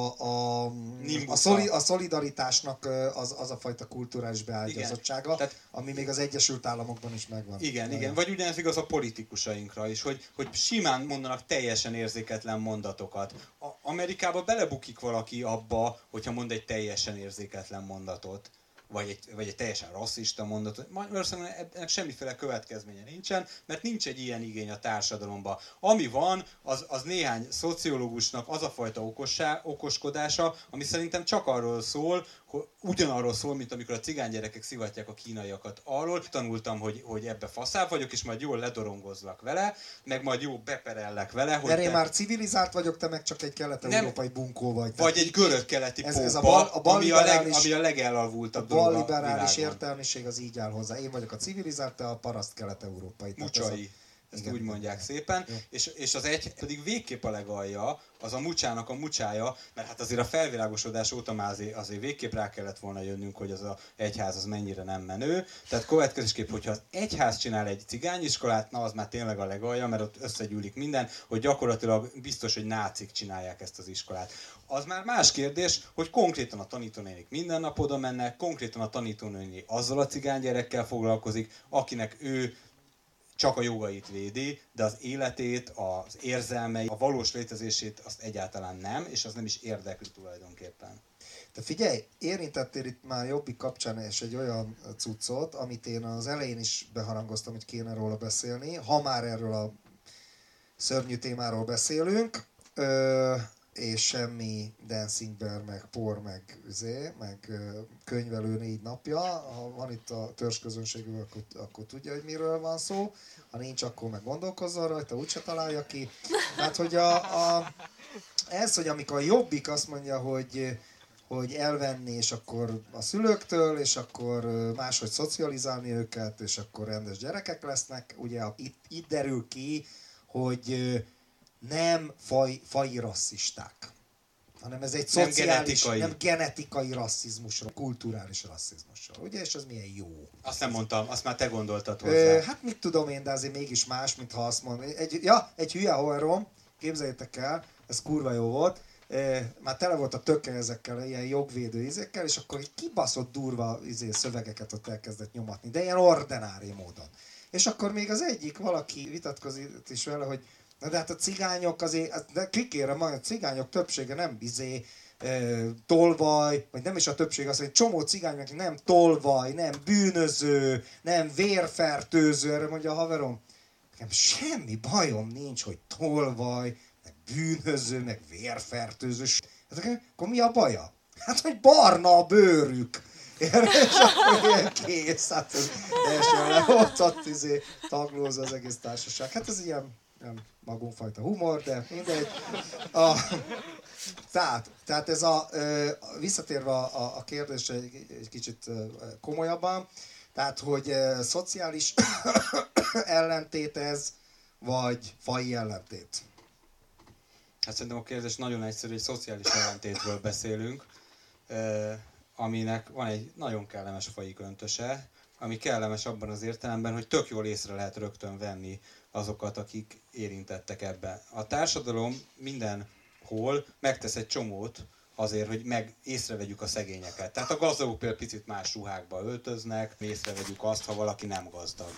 a szolidaritásnak az a fajta kulturális beágyazottsága, ami még az Egyesült Államokban is megvan. Igen. Vagy ugyanez igaz a politikusainkra is, hogy simán mondanak teljesen érzéketlen mondatokat. Amerikában belebukik valaki abba, hogyha mond egy teljesen érzéketlen mondatot. Vagy egy teljesen rasszista mondatot. Magyarországon ennek semmiféle következménye nincsen, mert nincs egy ilyen igény a társadalomban. Ami van, az néhány szociológusnak az a fajta okoskodása, ami szerintem csak arról szól, ugyanarról szól, mint amikor a cigánygyerekek szivatják a kínaiakat. Arról tanultam, hogy ebbe faszább vagyok, és majd jól ledorongozlak vele, meg majd jó beperellek vele. Mert én már civilizált vagyok, te meg csak egy kelet-európai bunkó vagy. Vagy egy görög-keleti pópa, ami a legelalvultabb dolog a világon. A balliberális értelmiség az így áll hozzá. Én vagyok a civilizált, te a paraszt kelet-európai. Mucsai. Ezt úgy mondják szépen, és az egy pedig végképp a legalja, az a mucsának a mucsája, mert hát azért a felvilágosodás óta már azért végképp rá kellett volna jönnünk, hogy az a egyház az mennyire nem menő. Tehát következésképp, hogyha az egyház csinál egy cigányiskolát, na az már tényleg a legalja, mert ott összegyűlik minden, hogy gyakorlatilag biztos, hogy nácik csinálják ezt az iskolát. Az már más kérdés, hogy konkrétan a tanítónénik minden nap oda mennek, konkrétan a tanítónéni azzal a cigánygyerekkel foglalkozik, akinek ő csak a jogait védi, de az életét, az érzelmeit, a valós létezését azt egyáltalán nem, és az nem is érdekli tulajdonképpen. De figyelj, érintettél itt már Jobbik kapcsán és egy olyan cuccot, amit én az elején is beharangoztam, hogy kéne róla beszélni, ha már erről a szörnyű témáról beszélünk, és semmi Dancing Bear, meg por, meg könyvelő 4 napja. Ha van itt a törzsközönségünk, akkor tudja, hogy miről van szó. Ha nincs, akkor meg gondolkozzon rajta, úgyse találja ki. Tehát, hogy ez, hogy amikor a Jobbik azt mondja, hogy elvenni, és akkor a szülőktől, és akkor máshogy szocializálni őket, és akkor rendes gyerekek lesznek, ugye itt derül ki, hogy nem faji rasszisták. hanem ez egy Nem szociális, genetikai. nem genetikai rasszizmusról, kulturális rasszizmusról. Ugye, és az milyen jó. Azt nem mondtam, azt már te gondoltad hozzá. Hát mit tudom én, de azért mégis más, mint ha azt mondom. Egy hülye haverom, képzeljétek el, ez kurva jó volt, már tele volt a töke ezekkel, ilyen jogvédő izékkel, és akkor egy kibaszott durva szövegeket ott elkezdett nyomatni, de ilyen ordinári módon. És akkor még az egyik valaki vitatkozott is vele, hogy na de hát a cigányok azért, de kikérem, a cigányok többsége nem tolvaj, vagy nem is a többség, azt mondja, csomó cigány, aki nem tolvaj, nem bűnöző, nem vérfertőző, erre mondja a haverom, nekem semmi bajom nincs, hogy tolvaj, meg bűnöző, meg vérfertőző. Hát akkor mi a baja? Hát, hogy barna a bőrük. És akkor ilyen kész, hát ez teljesen le volt ott taglózva az egész társaság. Hát ez ilyen nem magunkfajta humor, de mindegy. Tehát ez visszatérve a kérdésre egy kicsit komolyabban, tehát hogy szociális ellentét ez, vagy faji ellentét? Hát szerintem a kérdés nagyon egyszerű, egy szociális ellentétről beszélünk, aminek van egy nagyon kellemes faji köntöse, ami kellemes abban az értelemben, hogy tök jól észre lehet rögtön venni azokat, akik érintettek ebben. A társadalom mindenhol megtesz egy csomót azért, hogy észrevegyük a szegényeket. Tehát a gazdagok például picit más ruhákba öltöznek, észrevegyük azt, ha valaki nem gazdag.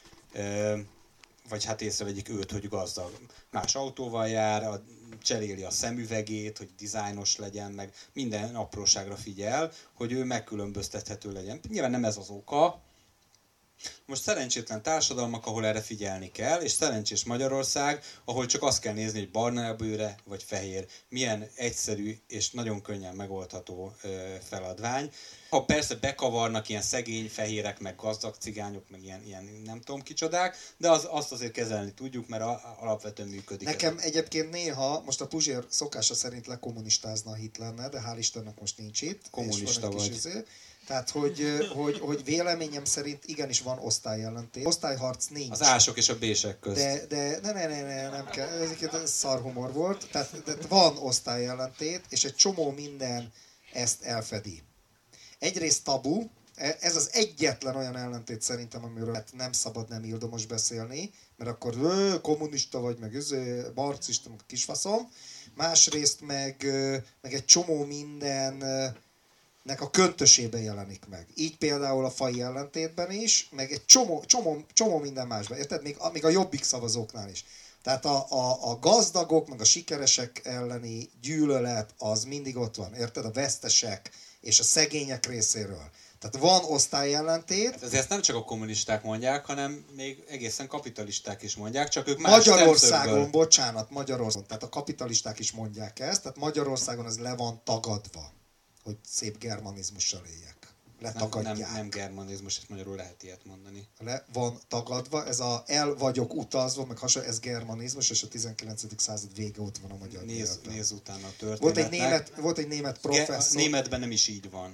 Vagy hát észrevegyük őt, hogy gazdag. Más autóval jár, cseréli a szemüvegét, hogy dizájnos legyen, meg minden apróságra figyel, hogy ő megkülönböztethető legyen. Nyilván nem ez az oka. Most szerencsétlen társadalmak, ahol erre figyelni kell, és szerencsés Magyarország, ahol csak azt kell nézni, hogy barna a bőre, vagy fehér. Milyen egyszerű és nagyon könnyen megoldható feladvány. Ha persze bekavarnak ilyen szegény fehérek, meg gazdag cigányok, meg ilyen nem tudom kicsodák, de azt azért kezelni tudjuk, mert alapvetően működik. Nekem egyébként néha, most a Puzsér szokása szerint lekommunistázna a Hitlerne, de hál' Istennek most nincs itt. Kommunista vagy. Tehát, hogy véleményem szerint igenis van osztályellentét. Osztályharc nincs. Az ások és a bések közt. De nem kell, ez szarhumor volt. Tehát van osztályellentét, és egy csomó minden ezt elfedi. Egyrészt tabu, ez az egyetlen olyan ellentét szerintem, amiről nem szabad nem ildomos beszélni, mert akkor kommunista vagy, meg marxista, meg kisfaszom. Másrészt meg egy csomó mindennek a köntösében jelenik meg. Így például a faji ellentétben is, meg egy csomó minden másban. Érted? Még a jobbik szavazóknál is. Tehát a gazdagok, meg a sikeresek elleni gyűlölet az mindig ott van. Érted? A vesztesek és a szegények részéről. Tehát van osztályellentét. Hát ezért nem csak a kommunisták mondják, hanem még egészen kapitalisták is mondják, csak ők más Magyarországon, Magyarországon, tehát a kapitalisták is mondják ezt, tehát Magyarországon ez le van tagadva, hogy szép germanizmussal éljek. Letagadják. Nem germanizmus, ezt magyarul lehet ilyet mondani. Le van tagadva, ez el vagyok utazva, meg hasonló, ez germanizmus, és a 19. század vége ott van a magyar nyelvben. Nézz utána a történetnek. Volt egy német professzor. Németben nem is így van.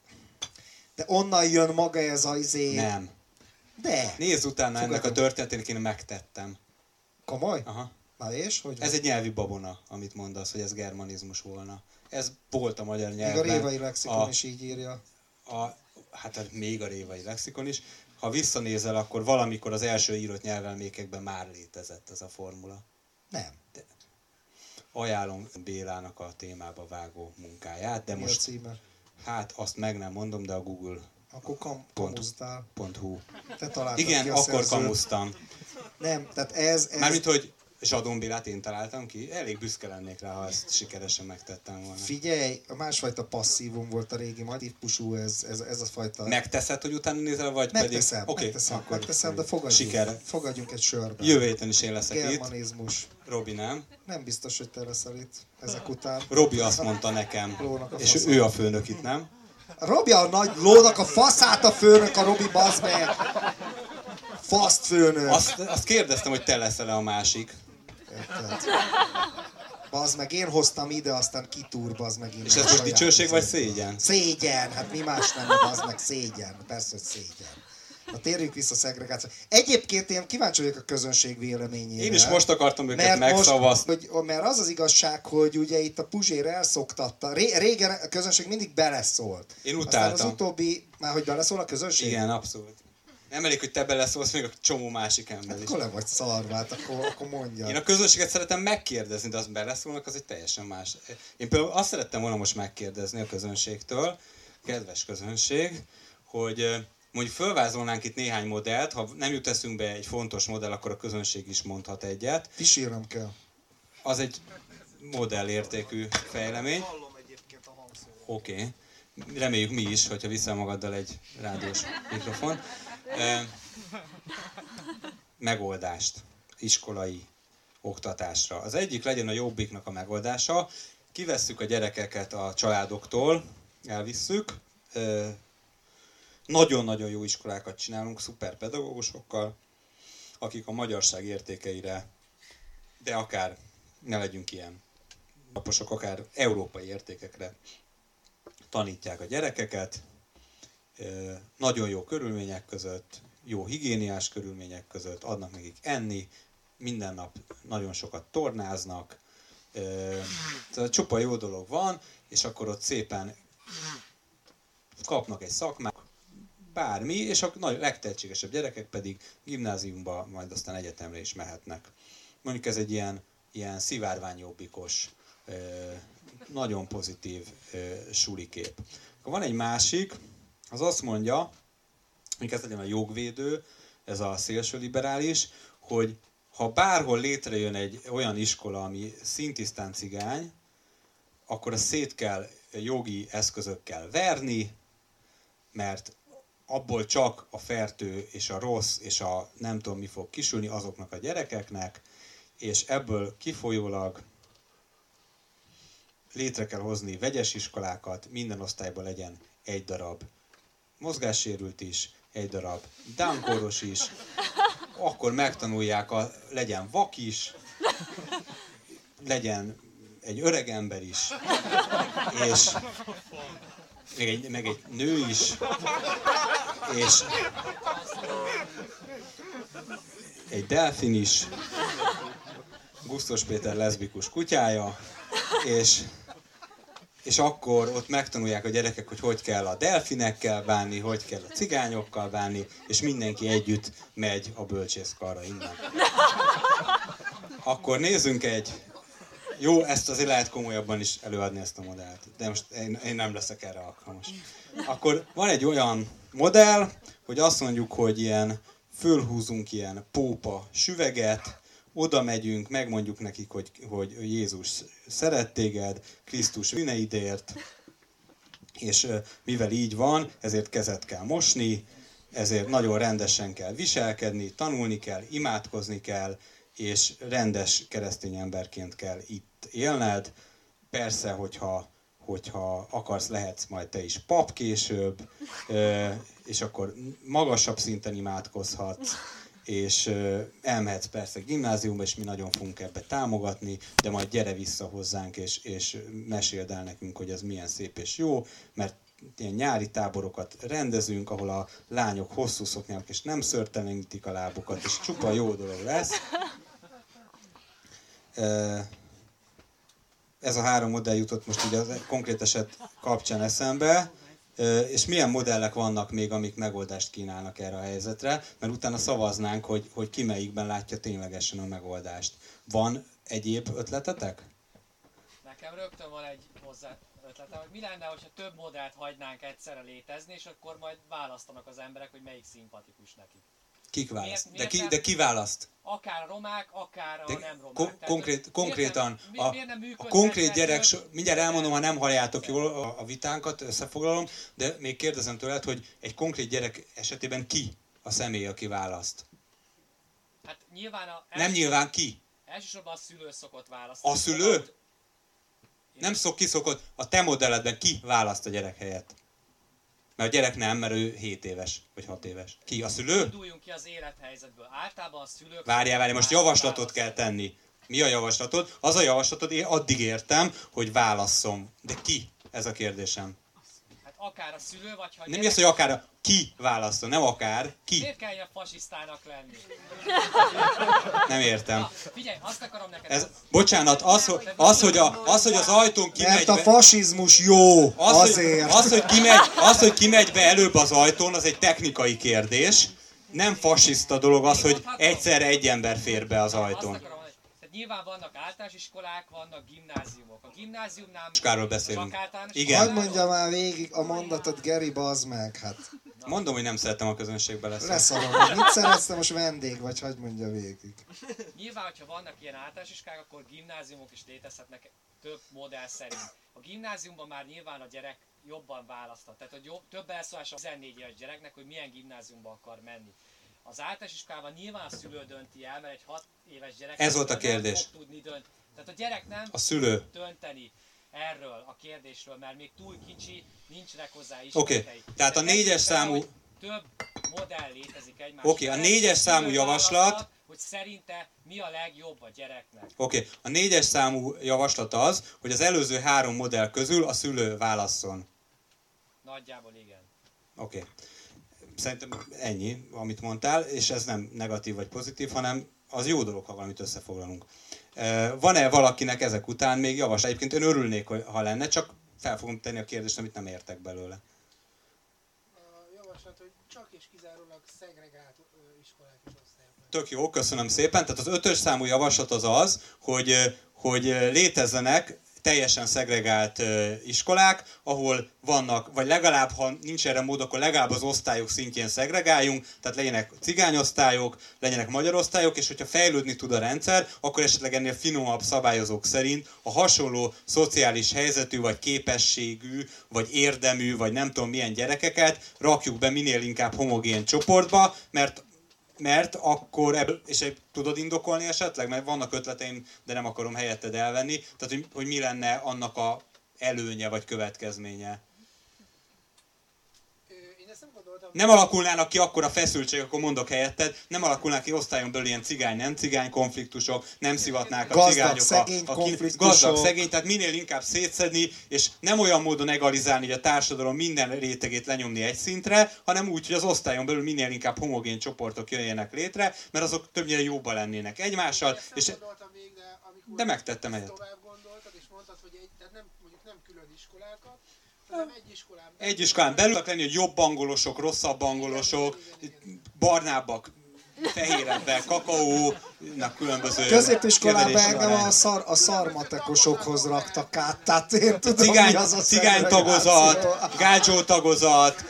De onnan jön maga ez a Nem. De. Nézz utána ennek a történetének, én megtettem. Komoly? Aha. Na és? Hogy ez egy nyelvi babona, amit mondasz, hogy ez germanizmus volna. Ez volt a magyar nyelvben. Még a révai lexikon is így írja. Hát még a révai lexikon is. Ha visszanézel, akkor valamikor az első írott nyelvelmékekben már létezett ez a formula. Nem. De ajánlom Bélának a témába vágó munkáját, de mi most... a címe? Hát azt meg nem mondom, de a Google. Akkor kamusztál. .hu. Te találtad igen, ki a akkor szerzőt. kamusztam. Nem, tehát ez... Mármint, hogy Zsadón Bélát én találtam ki, elég büszke lennék rá, ha ezt sikeresen megtettem volna. Figyelj, a másfajta passzívum volt a régi majd típusú, ez a fajta... Megteszed, hogy utána nézel, vagy megteszem, pedig... megteszem, de fogadjunk egy sörbe. Jövő héten is én leszek Germanizmus. Itt. Robi nem? Nem biztos, hogy te leszel itt ezek után. Robi azt mondta nekem, és ő a főnök itt, nem? Robi a nagy lónak a faszát a főnök, a Robi, bazd meg! Faszt főnök! Azt kérdeztem, hogy te leszel-e a másik. Érted? Bazd meg, én hoztam ide, aztán kitúr, bazd meg innen. És ez most dicsőség vagy szégyen? Szégyen, hát mi más lenne, bazd meg, szégyen. Persze, hogy szégyen. Na térjünk vissza a szegregáció. Egyébként én kíváncsi vagyok a közönség véleményére. Én is most akartam őket megszavazni. Mert az az igazság, hogy ugye itt a Puzsér elszoktatta. Régen a közönség mindig beleszólt. Én utáltam. Aztán az utóbbi, már hogy beleszól a közönség? Igen, abszolút. Nem elég, hogy te beleszólsz, még a csomó másik ember is. Akkor le vagy szarvát, akkor mondja. Én a közönséget szeretem megkérdezni, de azt beleszólnak, az egy teljesen más. Én például azt szerettem volna most megkérdezni a közönségtől, kedves közönség, hogy mondjuk fölvázolnánk itt néhány modellt, ha nem jut eszünkbe egy fontos modell, akkor a közönség is mondhat egyet. Kísérnem kell. Az egy modellértékű fejlemény. Oké. Reméljük mi is, hogyha viszel magaddal egy rádiós mikrofon. Megoldást iskolai oktatásra. Az egyik legyen a Jobbiknak a megoldása. Kivesszük a gyerekeket a családoktól, elvisszük. Nagyon-nagyon jó iskolákat csinálunk, szuper pedagógusokkal, akik a magyarság értékeire, de akár ne legyünk ilyen naposok, akár európai értékekre tanítják a gyerekeket, nagyon jó körülmények között, jó higiéniás körülmények között, adnak nekik enni, minden nap nagyon sokat tornáznak, tehát csupa jó dolog van, és akkor ott szépen kapnak egy szakmát, bármi, és a legtehetségesebb gyerekek pedig gimnáziumba, majd aztán egyetemre is mehetnek. Mondjuk ez egy ilyen szivárványjobbikos, nagyon pozitív sulikép. Akkor van egy másik, az azt mondja, hogy ez legyen a jogvédő, ez a szélsőliberális, hogy ha bárhol létrejön egy olyan iskola, ami szintisztán cigány, akkor azt szét kell jogi eszközökkel verni, mert abból csak a fertő és a rossz és a nem tudom mi fog kisülni azoknak a gyerekeknek, és ebből kifolyólag létre kell hozni vegyes iskolákat, minden osztályban legyen egy darab mozgássérült is, egy darab Down-kóros is, akkor megtanulják, legyen vak is, legyen egy öreg ember is, és meg egy nő is, és egy delfin is, Gusztus Péter leszbikus kutyája, és akkor ott megtanulják a gyerekek, hogy kell a delfinekkel bánni, hogy kell a cigányokkal bánni, és mindenki együtt megy a bölcsészkarra innen. Akkor nézzünk jó, ezt azért lehet komolyabban is előadni ezt a modellt, de most én nem leszek erre alkalmas. Akkor van egy olyan modell, hogy azt mondjuk, hogy fölhúzunk ilyen pópa süveget, oda megyünk, megmondjuk nekik, hogy Jézus szeret téged, Krisztus bűneidért, és mivel így van, ezért kezet kell mosni, ezért nagyon rendesen kell viselkedni, tanulni kell, imádkozni kell, és rendes keresztény emberként kell itt élned. Persze, hogyha akarsz, lehetsz majd te is pap később, és akkor magasabb szinten imádkozhatsz, és elmehetsz persze gimnáziumba, és mi nagyon fogunk ebbe támogatni, de majd gyere vissza hozzánk, és meséld el nekünk, hogy ez milyen szép és jó, mert ilyen nyári táborokat rendezünk, ahol a lányok hosszú szoknyák, és nem szörtelenítik a lábukat, és csupa jó dolog lesz. Ez a 3 modell jutott most ugye a konkrét eset kapcsán eszembe, és milyen modellek vannak még, amik megoldást kínálnak erre a helyzetre, mert utána szavaznánk, hogy ki melyikben látja ténylegesen a megoldást. Van egyéb ötletetek? Nekem rögtön van egy hozzá ötletem, hogy mi lenne, hogyha több modellt hagynánk egyszerre létezni, és akkor majd választanak az emberek, hogy melyik szimpatikus nekik. Kik választ? De ki választ? Akár a romák, akár a nem romák. Konkrétan a konkrét gyerek, mindjárt elmondom, ha nem halljátok jól a vitánkat, összefoglalom, de még kérdezem tőled, hogy egy konkrét gyerek esetében ki a személy, aki választ? Hát nyilván nem nyilván ki? Elsősorban a szülő szokott választani. A szülő? Nem kiszokott, a te modelledben ki választ a gyerek helyett? Mert a gyerek nem, mert ő 7 éves, vagy 6 éves. Ki? A szülő? Induljunk ki az élethelyzetből. Általában a szülők... Várjál, most javaslatot kell tenni. Mi a javaslatod? Az a javaslatod, én addig értem, hogy válasszom. De ki? Ez a kérdésem. Hát akár a szülő, vagy ha... Nem az, hogy akár ki választol, nem akár, ki. Miért kell ilyen fasisztának lenni? Nem értem. Na, figyelj, azt akarom neked... Ez, bocsánat, az, hogy az ajtón kimegy Mert a be, fasizmus jó, azért. az, hogy kimegy be előbb az ajtón, az egy technikai kérdés. Nem fasiszta dolog az, hogy egyszerre egy ember fér be az ajtón. Azt akarom mondani, tehát nyilván vannak általános iskolák, vannak gimnáziumok. A gimnáziumnál... Iskáról beszélünk. Csak általános Igen. Hadd mondja már végig a mondatot, Geri, bazd meg, hát. Mondom, hogy nem szeretem a közönségbe lesz. Leszarom, mit szeretsz, te most vendég vagy, hagyd mondja végig. Nyilván, hogyha vannak ilyen általános iskolák, akkor gimnáziumok is létezhetnek több modell szerint. A gimnáziumban már nyilván a gyerek jobban választhat. Tehát hogy több elszólás a 14 éves gyereknek, hogy milyen gimnáziumba akar menni. Az általános iskolában nyilván a szülő dönti el, mert egy 6 éves gyerek... Ez volt a kérdés. Fog tudni dönteni. Tehát a gyerek nem A szülő. dönteni erről a kérdésről, mert még túl kicsi, nincsenek hozzá Oké, tehát a 4-es számú... Több modell létezik egymás. Oké, a 4-es számú javaslat... Hogy szerinte mi a legjobb a gyereknek. Oké, a 4-es számú javaslat az, hogy az előző 3 modell közül a szülő válasszon. Nagyjából igen. Oké. Szerintem ennyi, amit mondtál, és ez nem negatív vagy pozitív, hanem az jó dolog, ha valamit összefoglalunk. Van-e valakinek ezek után még javaslat? Egyébként én örülnék, ha lenne, csak fel fogom tenni a kérdést, amit nem értek belőle. A javaslat, hogy csak és kizárólag szegregált iskolák és osztályok. Tök jó, köszönöm szépen. Tehát az 5-ös számú javaslat az, hogy létezzenek teljesen szegregált iskolák, ahol vannak, vagy legalább, ha nincs erre mód, akkor legalább az osztályok szintjén szegregáljunk, tehát legyenek cigányosztályok, legyenek magyar osztályok, és hogyha fejlődni tud a rendszer, akkor esetleg ennél finomabb szabályozók szerint a hasonló szociális helyzetű, vagy képességű, vagy érdemű, vagy nem tudom milyen gyerekeket rakjuk be minél inkább homogén csoportba, mert akkor ebből, és tudod indokolni esetleg? Mert vannak ötleteim, de nem akarom helyetted elvenni. Tehát, hogy mi lenne annak a előnye vagy következménye? Én ezt nem gondoltam. Nem alakulnának ki akkora feszültség, akkor mondok helyetted, nem alakulnának ki osztályon belül ilyen cigány-nem cigány konfliktusok, nem szivatnák a Gazdag, cigányok szegény konfliktusok. gazdag, szegény, tehát minél inkább szétszedni, és nem olyan módon egalizálni, hogy a társadalom minden rétegét lenyomni egy szintre, hanem úgy, hogy az osztályon belül minél inkább homogén csoportok jöjjenek létre, mert azok többnyire jobban lennének egymással, Ezt és nem gondoltam még, amikor de megtettem helyet. tovább gondoltad, és mondtad, hogy tehát nem, mondjuk nem külön iskolákat, hanem egy iskolán belül lenni, hogy jobb angolosok, rosszabb angolosok, barnábbak, fehérebbek, kakaónak különböző Középiskolában keverési engem arányok. a szarmatekosokhoz raktak át, tehát én tudom, mi az a Cigány tagozat, gácsó tagozat,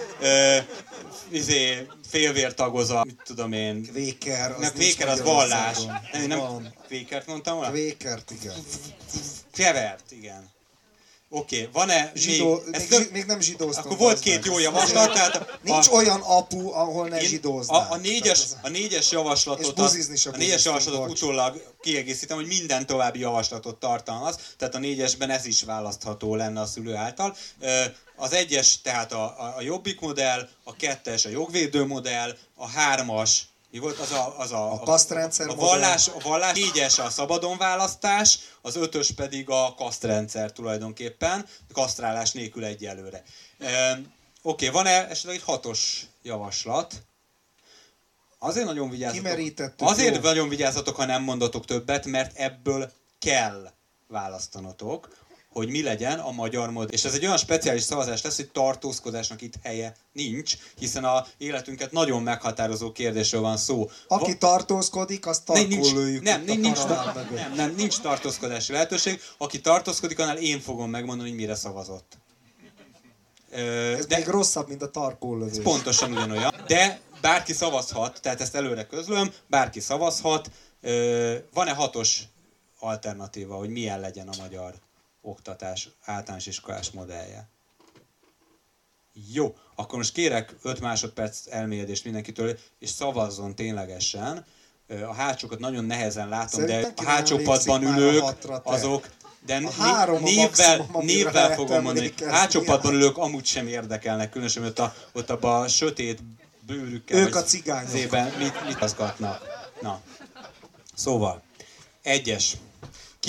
félvér tagozat, mit tudom én. Kvéker, az Kvéker az vallás. Nem kvékert mondtam volna? Kvékert, igen. Kevert, igen. Oké, van-e Zsidó, még... még nem zsidóztunk. Akkor volt 2 jó javaslat, tehát... Nincs olyan apu, ahol ne zsidóznál. A négyes javaslatot utólag kiegészítem, hogy minden további javaslatot tartalmaz, tehát a 4-esben ez is választható lenne a szülő által. Az 1-es tehát a jobbik modell, a 2-es a jogvédő modell, a 3-as mi volt a kasztrendszer a vallás, 4-es a szabadon választás, az 5-ös pedig a kasztrendszer tulajdonképpen, kasztrálás nélkül egyelőre. Oké, van-e esetleg egy 6-os javaslat? Azért nagyon vigyázzatok, ha nem mondatok többet, mert ebből kell választanotok, hogy mi legyen a magyar modell. És ez egy olyan speciális szavazás lesz, hogy tartózkodásnak itt helye nincs, hiszen a életünket nagyon meghatározó kérdésről van szó. Aki tartózkodik, azt tarkul lőjük. Nincs tartózkodási lehetőség. Aki tartózkodik, annál én fogom megmondani, hogy mire szavazott. Ez még rosszabb, mint a tarkóllövés. Pontosan ugyanolyan. De bárki szavazhat, tehát ezt előre közlöm, bárki szavazhat. Van-e 6-os alternatíva, hogy milyen legyen a magyar oktatás általános iskolás modellje? Jó, akkor most kérek 5 másodperc elmélyedést mindenkitől, és szavazzon ténylegesen. A hátsókat nagyon nehezen látom, de a hátsó padban ülők, azok, de névvel fogom mondani, hátsó padban ülők amúgy sem érdekelnek, különösen ott abban a sötét bőrükkel. Ők a cigányok. Mit azgatnak? Na, szóval, 1-es.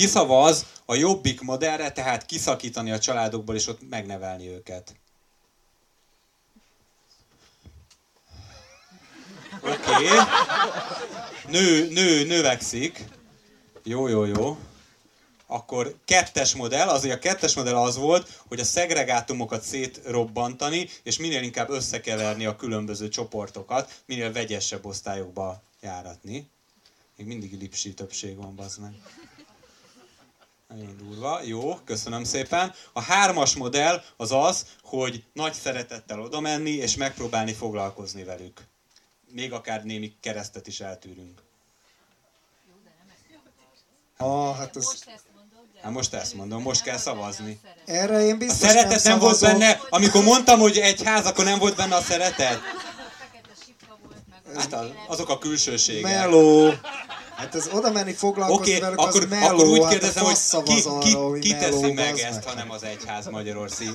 Kiszavaz a jobbik modellre, tehát kiszakítani a családokból és ott megnevelni őket. Oké. Növekszik. Jó. Akkor kettes modell, azért a kettes modell az volt, hogy a szegregátumokat szétrobbantani, és minél inkább összekeverni a különböző csoportokat, minél vegyesebb osztályokba járatni. Még mindig lipsi többség van, bazd meg. Nagyon durva. Jó, köszönöm szépen. A 3-as modell az az, hogy nagy szeretettel oda menni, és megpróbálni foglalkozni velük. Még akár némi keresztet is eltűrünk. Hát ez... Most ezt mondom, most kell szavazni. Erre én A biztos szeretet nem volt szavazok. benne, amikor mondtam, hogy egy ház, akkor nem volt benne a szeretet. Hát azok a külsőségek. Meló. Hát ez oda menni foglalkozni Oké, velük, akkor az meló. úgy hát kérdezem, a hogy fasz szavaz arra, hogy ki teszi meló, meg bazd ezt, meg. ha nem az egyház Magyarország.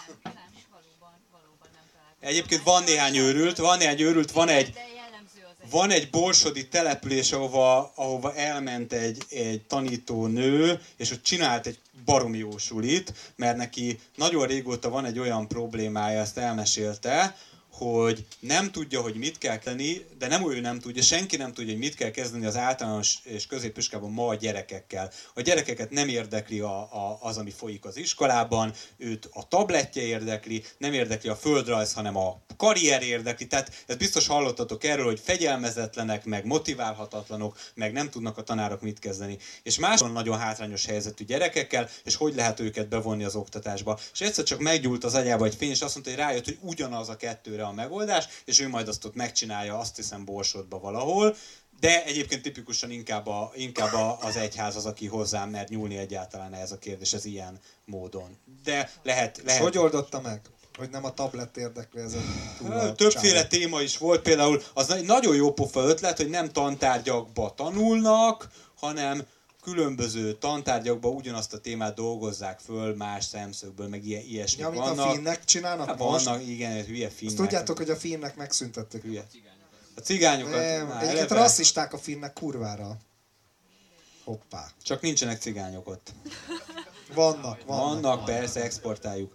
Egyébként van néhány őrült, van egy borsodi település, ahova elment egy tanító nő, és ott csinált egy baromi jó sulit, mert neki nagyon régóta van egy olyan problémája, ezt elmesélte, hogy nem tudja, hogy mit kell tenni, de nem ő nem tudja, senki nem tudja, hogy mit kell kezdeni az általános és középiskolában ma a gyerekekkel. A gyerekeket nem érdekli az, ami folyik az iskolában, őt a tabletje érdekli, nem érdekli a földrajz, hanem a karrier érdekli. Tehát ezt biztos hallottatok erről, hogy fegyelmezetlenek, meg motiválhatatlanok, meg nem tudnak a tanárok mit kezdeni. És máson nagyon hátrányos helyzetű gyerekekkel, és hogy lehet őket bevonni az oktatásba. És egyszer csak meggyúlt az agyába egy fény, és azt mondta, hogy rájött, hogy ugyanaz a kettőre a megoldás, és ő majd azt ott megcsinálja, azt hiszem Borsodba valahol, de egyébként tipikusan inkább az egyház az, aki hozzám mer nyúlni egyáltalán ez a kérdés, ez ilyen módon. De lehet... És hogy oldotta meg? Hogy nem a tablet érdekli ez a Többféle téma is volt, például az egy nagyon jó pofa ötlet, hogy nem tantárgyakba tanulnak, hanem különböző tantárgyakban ugyanazt a témát dolgozzák föl más szemszögből, meg ilyesmik vannak. vannak. A finnek csinálnak Hát most? vannak, igen, hülye finnek. Azt tudjátok, hogy a finnek megszüntették. Hülye. A cigányokat... Nem, egyébként rasszisták a finnek kurvára. Hoppá. Csak nincsenek cigányok ott. Vannak. Persze, exportáljuk.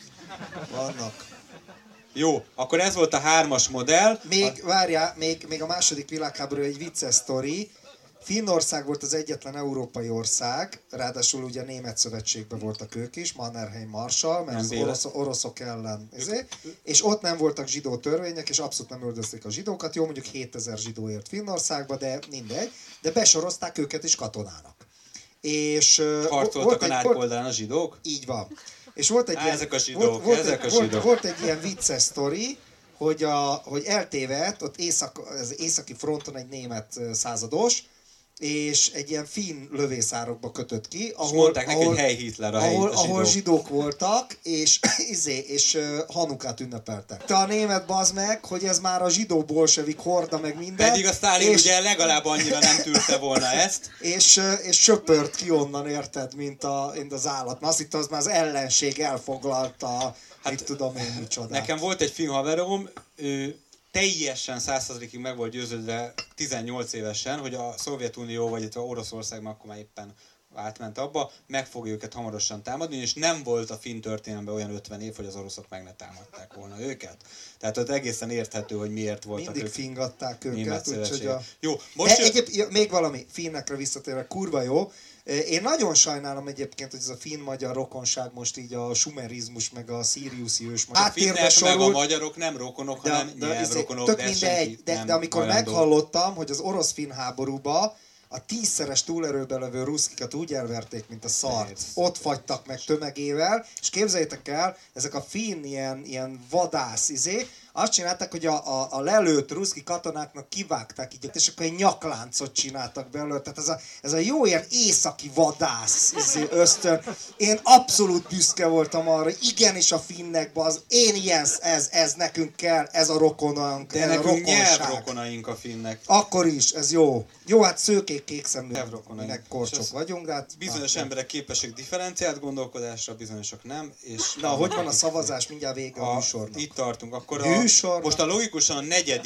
Vannak. Jó, akkor ez volt a 3-as modell. Várjál, még a második világháború egy vicces sztori. Finnország volt az egyetlen európai ország, ráadásul ugye Német Szövetségben voltak ők is, Mannerheim Marshall, mert az oroszok ellen. És ott nem voltak zsidó törvények, és abszolút nem üldözték a zsidókat. Jó, mondjuk 7000 zsidó ért Finnországba, de mindegy. De besorozták őket is katonának. És harcoltak a nárk oldalán a zsidók? Így van. És volt egy ilyen, ezek a zsidók, volt egy ilyen vicces sztori, hogy eltévedt ott az északi fronton egy német százados, és egy ilyen finn lövészárokba kötött ki, ahol hely Hitler a helyi ahol zsidók voltak, és Hanukát ünnepeltek. Te a német bazd meg, hogy ez már a zsidó bolsevik horda, meg minden. Pedig a Sztálin ugye legalább annyira nem tűrte volna ezt. És söpört ki onnan, érted, mint az állat. Azt hittem, az már az ellenség elfoglalta, mit tudom én micsoda. Nekem volt egy finn haverom, ő teljesen 100%-ig meg volt győződve 18 évesen, hogy a Szovjetunió, vagy a Oroszország, már akkor már éppen átment abba, meg fogja őket hamarosan támadni, és nem volt a finn történelemben olyan 50 év, hogy az oroszok meg ne támadták volna őket. Tehát ott egészen érthető, hogy miért voltak mindig ők. fingatták őket, úgyhogy Jó, most még valami, finnekre visszatérve, kurva jó. Én nagyon sajnálom egyébként, hogy ez a finn-magyar rokonság most így a sumerizmus, meg a szíriuszi ős. A finnek meg a magyarok nem rokonok, hanem nyelvrokonok. Tök mindegy, de amikor meghallottam, hogy az orosz-finn háborúba a 10-szeres túlerőben levő ruszkikat úgy elverték, mint a szart. Ott fagytak meg tömegével, és képzeljétek el, ezek a finn ilyen vadász azt csinálták, hogy a lelőtt ruszki katonáknak kivágták így, és akkor egy nyakláncot csináltak belőle. Tehát ez a jó ilyen északi vadász ösztön. Én abszolút büszke voltam arra, hogy igenis a finnekben az én ilyen, ez nekünk kell, ez a rokonunk. De nekünk nyelvrokonaink a finnek. Akkor is, ez jó. Jó, hát szőkék, kékszemű, minek korcsok vagyunk, de hát... Bizonyos emberek képesek differenciált gondolkodásra, bizonyosok nem. És na, hogy van a szavazás, mindjárt vége a műsornak. Itt tartunk. Akkor most a logikusan a 4.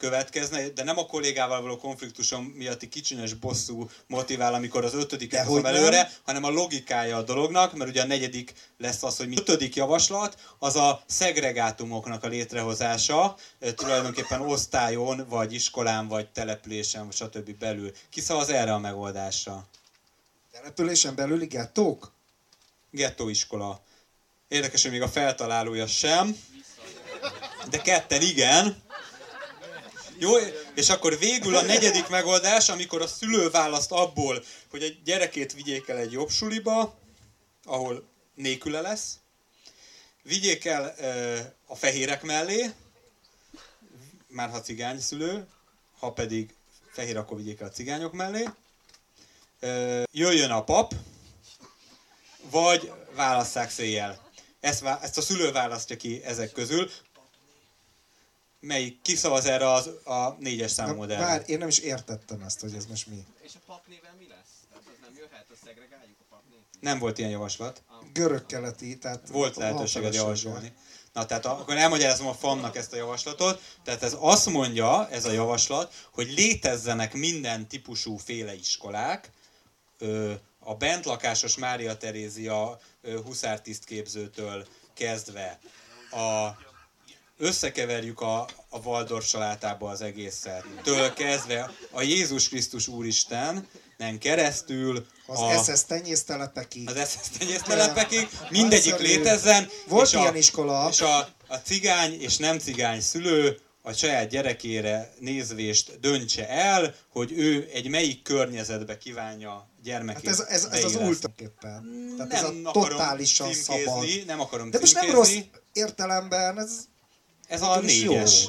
következne, de nem a kollégával való konfliktusom miatti kicsinyes bosszú motivál, amikor az 5-et hozom előre, hanem a logikája a dolognak, mert ugye a 4. lesz az, hogy mi 5. javaslat, az a szegregátumoknak a létrehozása, tulajdonképpen osztályon, vagy iskolán, vagy településen, vagy stb. Belül. Ki szavaz erre a megoldásra? Településen belüli gettók? Gettóiskola. Érdekes, hogy még a feltalálója sem, de ketten igen. Jó, és akkor végül a 4. megoldás, amikor a szülő választ abból, hogy egy gyerekét vigyék el egy jobb suliba, ahol nélküle lesz, vigyék el a fehérek mellé, már ha cigány szülő, ha pedig fehér, akkor vigyék el a cigányok mellé, jöjjön a pap, vagy válasszák széjjel. Ezt a szülő választja ki ezek közül. Melyik kiszavaz erre a 4-es számú modellre? Várj, én nem is értettem ezt, hogy ez most mi. És a papnéven mi lesz? Tehát az nem jöhet, a szegregáljuk a papnévt? Nem volt ilyen javaslat. Görög-keleti, tehát... Volt lehetőséged javasolni. Na, tehát akkor elmagyarázom a FAM-nak ezt a javaslatot. Tehát ez azt mondja, ez a javaslat, hogy létezzenek minden típusú féle iskolák, a bentlakásos Mária Terézia huszártisztképzőtől kezdve összekeverjük a Waldorf salátába az egészet. Től kezdve a Jézus Krisztus Úristen, nem keresztül az SS tenyésztelepekig. Az SS tenyésztelepekig, mindegyik létezzen. Volt ilyen iskola. És a cigány és nem cigány szülő a saját gyerekére nézvést döntse el, hogy ő egy melyik környezetbe kívánja gyermekét hát ez az ultraképpen. Tehát ez a totálisan szabad. Nem akarom de most nem rossz értelemben, ez a 4-es.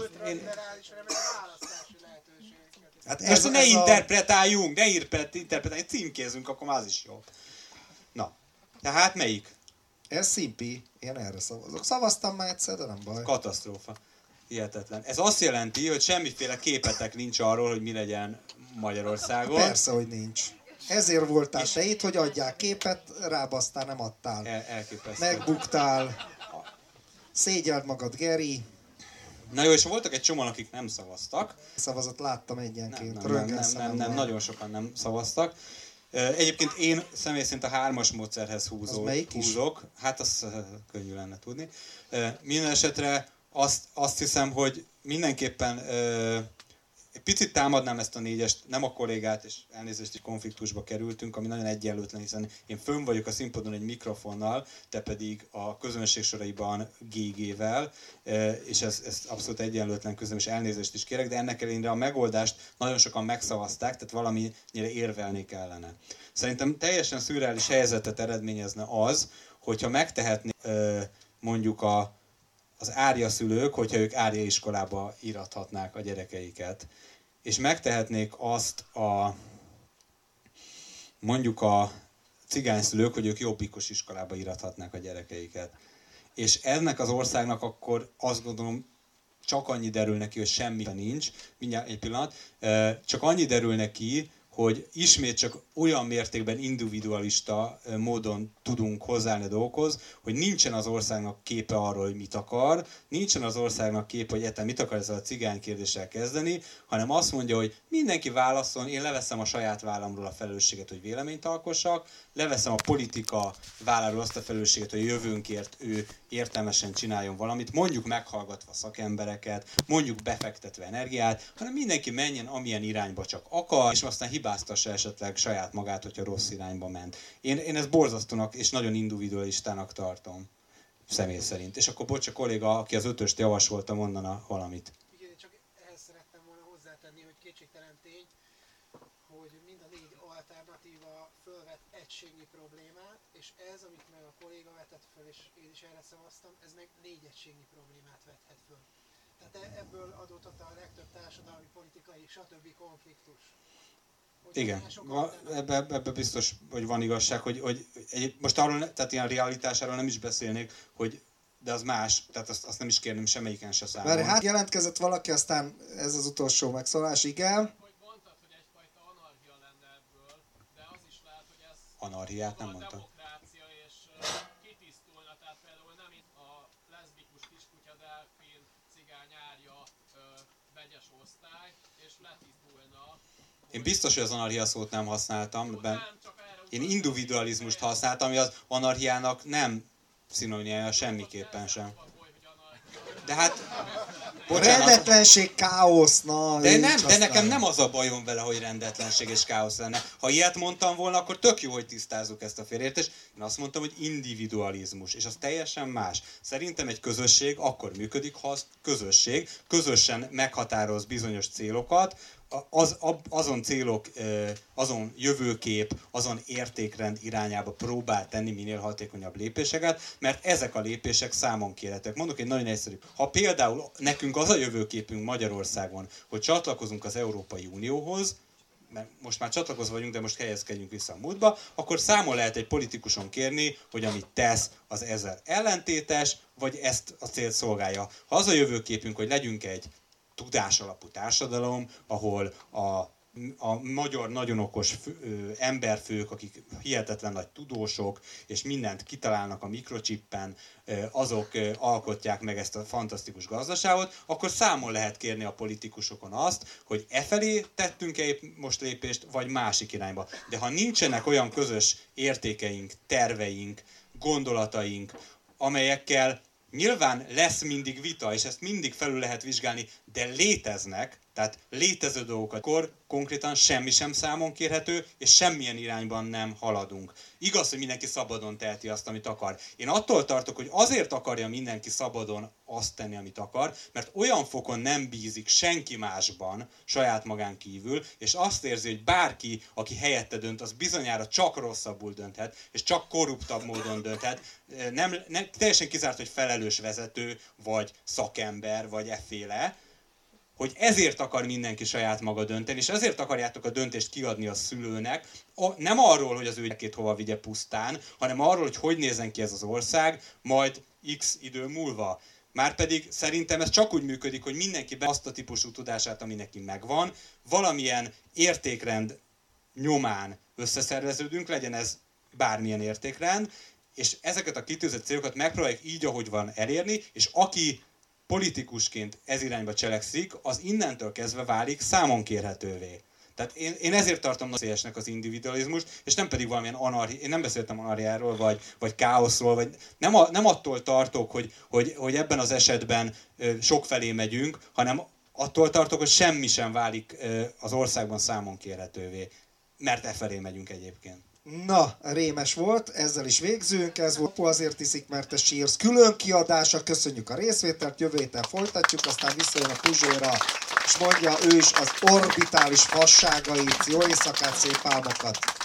Hát most ne interpretáljunk, címkézzünk, akkor az is jó. Na, tehát melyik? Ez szimpi, én erre szavazok. Szavaztam már egyszer, de nem baj. Katasztrófa. Hihetetlen. Ez azt jelenti, hogy semmiféle képetek nincs arról, hogy mi legyen Magyarországon. Persze, hogy nincs. Ezért voltál te itt, hogy adják képet, rábasztál, nem adtál. Elképesztő. Megbugtál. Szégyeld magad, Geri. Na jó, és voltak egy csomóan, akik nem szavaztak. Szavazat láttam egyenként. Nem, nagyon sokan nem szavaztak. Egyébként én személy szerint a 3-as módszerhez húzok. Hát az könnyű lenne tudni. Minden esetre azt hiszem, hogy mindenképpen egy picit támadnám ezt a 4-est, nem a kollégát, és elnézést, hogy konfliktusba kerültünk, ami nagyon egyenlőtlen, hiszen én fönn vagyok a színpadon egy mikrofonnal, te pedig a közönség soraiban GG-vel, és ez abszolút egyenlőtlen közöm, és elnézést is kérek, de ennek ellenére a megoldást nagyon sokan megszavazták, tehát valamennyire érvelni kellene. Szerintem teljesen szürreális helyzetet eredményezne az, hogyha megtehetné mondjuk az árja szülők, hogyha ők árja iskolába írathatnák a gyerekeiket. És megtehetnék azt mondjuk a cigányszülők, hogy ők jobbikos iskolába írathatnák a gyerekeiket. És ennek az országnak akkor azt gondolom, csak annyi derül neki, hogy semmi nincs, mindjárt egy pillanat, csak annyi derül neki, hogy ismét csak olyan mértékben individualista módon tudunk hozzáállni a dolgokhoz, hogy nincsen az országnak képe arról, hogy mit akar, nincsen az országnak képe, hogy egyáltalán mit akar ezzel a cigány kérdéssel kezdeni, hanem azt mondja, hogy mindenki válaszol, én leveszem a saját vállamról a felelősséget, hogy véleményt alkossak, leveszem a politika válláról azt a felelősséget, hogy a jövőnkért ő értelmesen csináljon valamit, mondjuk meghallgatva szakembereket, mondjuk befektetve energiát, hanem mindenki menjen amilyen irányba csak akar, és aztán hibáztassa esetleg saját magát, hogyha rossz irányba ment. Én ezt borzasztónak és nagyon individualistának tartom, személy szerint. És akkor bocs, a kolléga, aki az 5-öst javasolta, mondana valamit. Igen, csak ehhez szerettem volna hozzátenni, hogy kétségtelen tény, hogy mind a 4 alternatíva fölvet egységnyi problémát, és ez, amit meg a kolléga vetett föl, és én is erre szavaztam, ez meg 4 egységnyi problémát vethet föl. Tehát ebből adódhat a legtöbb társadalmi, politikai, stb. Konfliktus. Igen, ebbe biztos, hogy van igazság, hogy most arról, tehát ilyen realitásáról nem is beszélnék, hogy de az más, tehát azt nem is kérném semmelyiken se számon. Várj, hát jelentkezett valaki, aztán ez az utolsó megszólás, igen. Hogy mondtad, hogy egyfajta anarchia lenne ebből, de az is lehet, hogy ez anarchiát nem mondtam. demokrácia és kitisztulna, tehát például nem itt a leszbikus kiskutya, delfin, cigány árja vegyes osztály, és letisztulna. Én biztos, hogy az anarchia szót nem használtam, Nem, csak erre én individualizmust használtam, ami az anarchiának nem szinonimája semmiképpen sem. De hát, bocsánat, Rendetlenség, káosz, na... de nekem nem az a bajom vele, hogy rendetlenség és káosz lenne. Ha ilyet mondtam volna, akkor tök jó, hogy tisztázzuk ezt a félreértést. Én azt mondtam, hogy individualizmus, és az teljesen más. Szerintem egy közösség akkor működik, ha az közösség közösen meghatároz bizonyos célokat, azon célok, azon jövőkép, azon értékrend irányába próbál tenni minél hatékonyabb lépéseket, mert ezek a lépések számon kérhetők. Mondok egy nagyon egyszerű. Ha például nekünk az a jövőképünk Magyarországon, hogy csatlakozunk az Európai Unióhoz, mert most már csatlakozva vagyunk, de most helyezkedjünk vissza a múltba, akkor számon lehet egy politikuson kérni, hogy amit tesz, az ezzel ellentétes, vagy ezt a célt szolgálja. Ha az a jövőképünk, hogy legyünk egy tudásalapú társadalom, ahol a magyar nagyon okos emberfők, akik hihetetlen nagy tudósok, és mindent kitalálnak a mikrocsippen, azok alkotják meg ezt a fantasztikus gazdaságot, akkor számon lehet kérni a politikusokon azt, hogy efelé tettünk-e most lépést, vagy másik irányba. De ha nincsenek olyan közös értékeink, terveink, gondolataink, amelyekkel nyilván lesz mindig vita, és ezt mindig felül lehet vizsgálni, de léteznek, tehát létező dolgokat, akkor konkrétan semmi sem számon kérhető, és semmilyen irányban nem haladunk. Igaz, hogy mindenki szabadon teheti azt, amit akar. Én attól tartok, hogy azért akarja mindenki szabadon azt tenni, amit akar, mert olyan fokon nem bízik senki másban, saját magán kívül, és azt érzi, hogy bárki, aki helyette dönt, az bizonyára csak rosszabbul dönthet, és csak korruptabb módon dönthet. Nem, teljesen kizárt, hogy felelős vezető, vagy szakember, vagy efféle, hogy ezért akar mindenki saját maga dönteni, és ezért akarjátok a döntést kiadni a szülőnek, nem arról, hogy az ő gyerekét hova vigye pusztán, hanem arról, hogy nézzen ki ez az ország, majd x idő múlva. Márpedig szerintem ez csak úgy működik, hogy mindenki be azt a típusú tudását, ami neki megvan, valamilyen értékrend nyomán összeszerveződünk, legyen ez bármilyen értékrend, és ezeket a kitűzött célokat megpróbáljuk így, ahogy van elérni, és aki politikusként ez irányba cselekszik, az innentől kezdve válik számon kérhetővé. Tehát én ezért tartom nagy szélesnek az individualizmust, és nem pedig valamilyen én nem beszéltem anarchiáról, vagy káoszról, vagy nem attól tartok, hogy ebben az esetben sokfelé megyünk, hanem attól tartok, hogy semmi sem válik az országban számon kérhetővé, mert efelé megyünk egyébként. Na, rémes volt, ezzel is végzünk, ez volt Azért iszik, mert ez Cheers külön kiadása, köszönjük a részvételt, jövő héten folytatjuk, aztán visszajön a Puzsóra, és mondja ő is az orbitális fasságait, jó éjszakát, szép álmokat!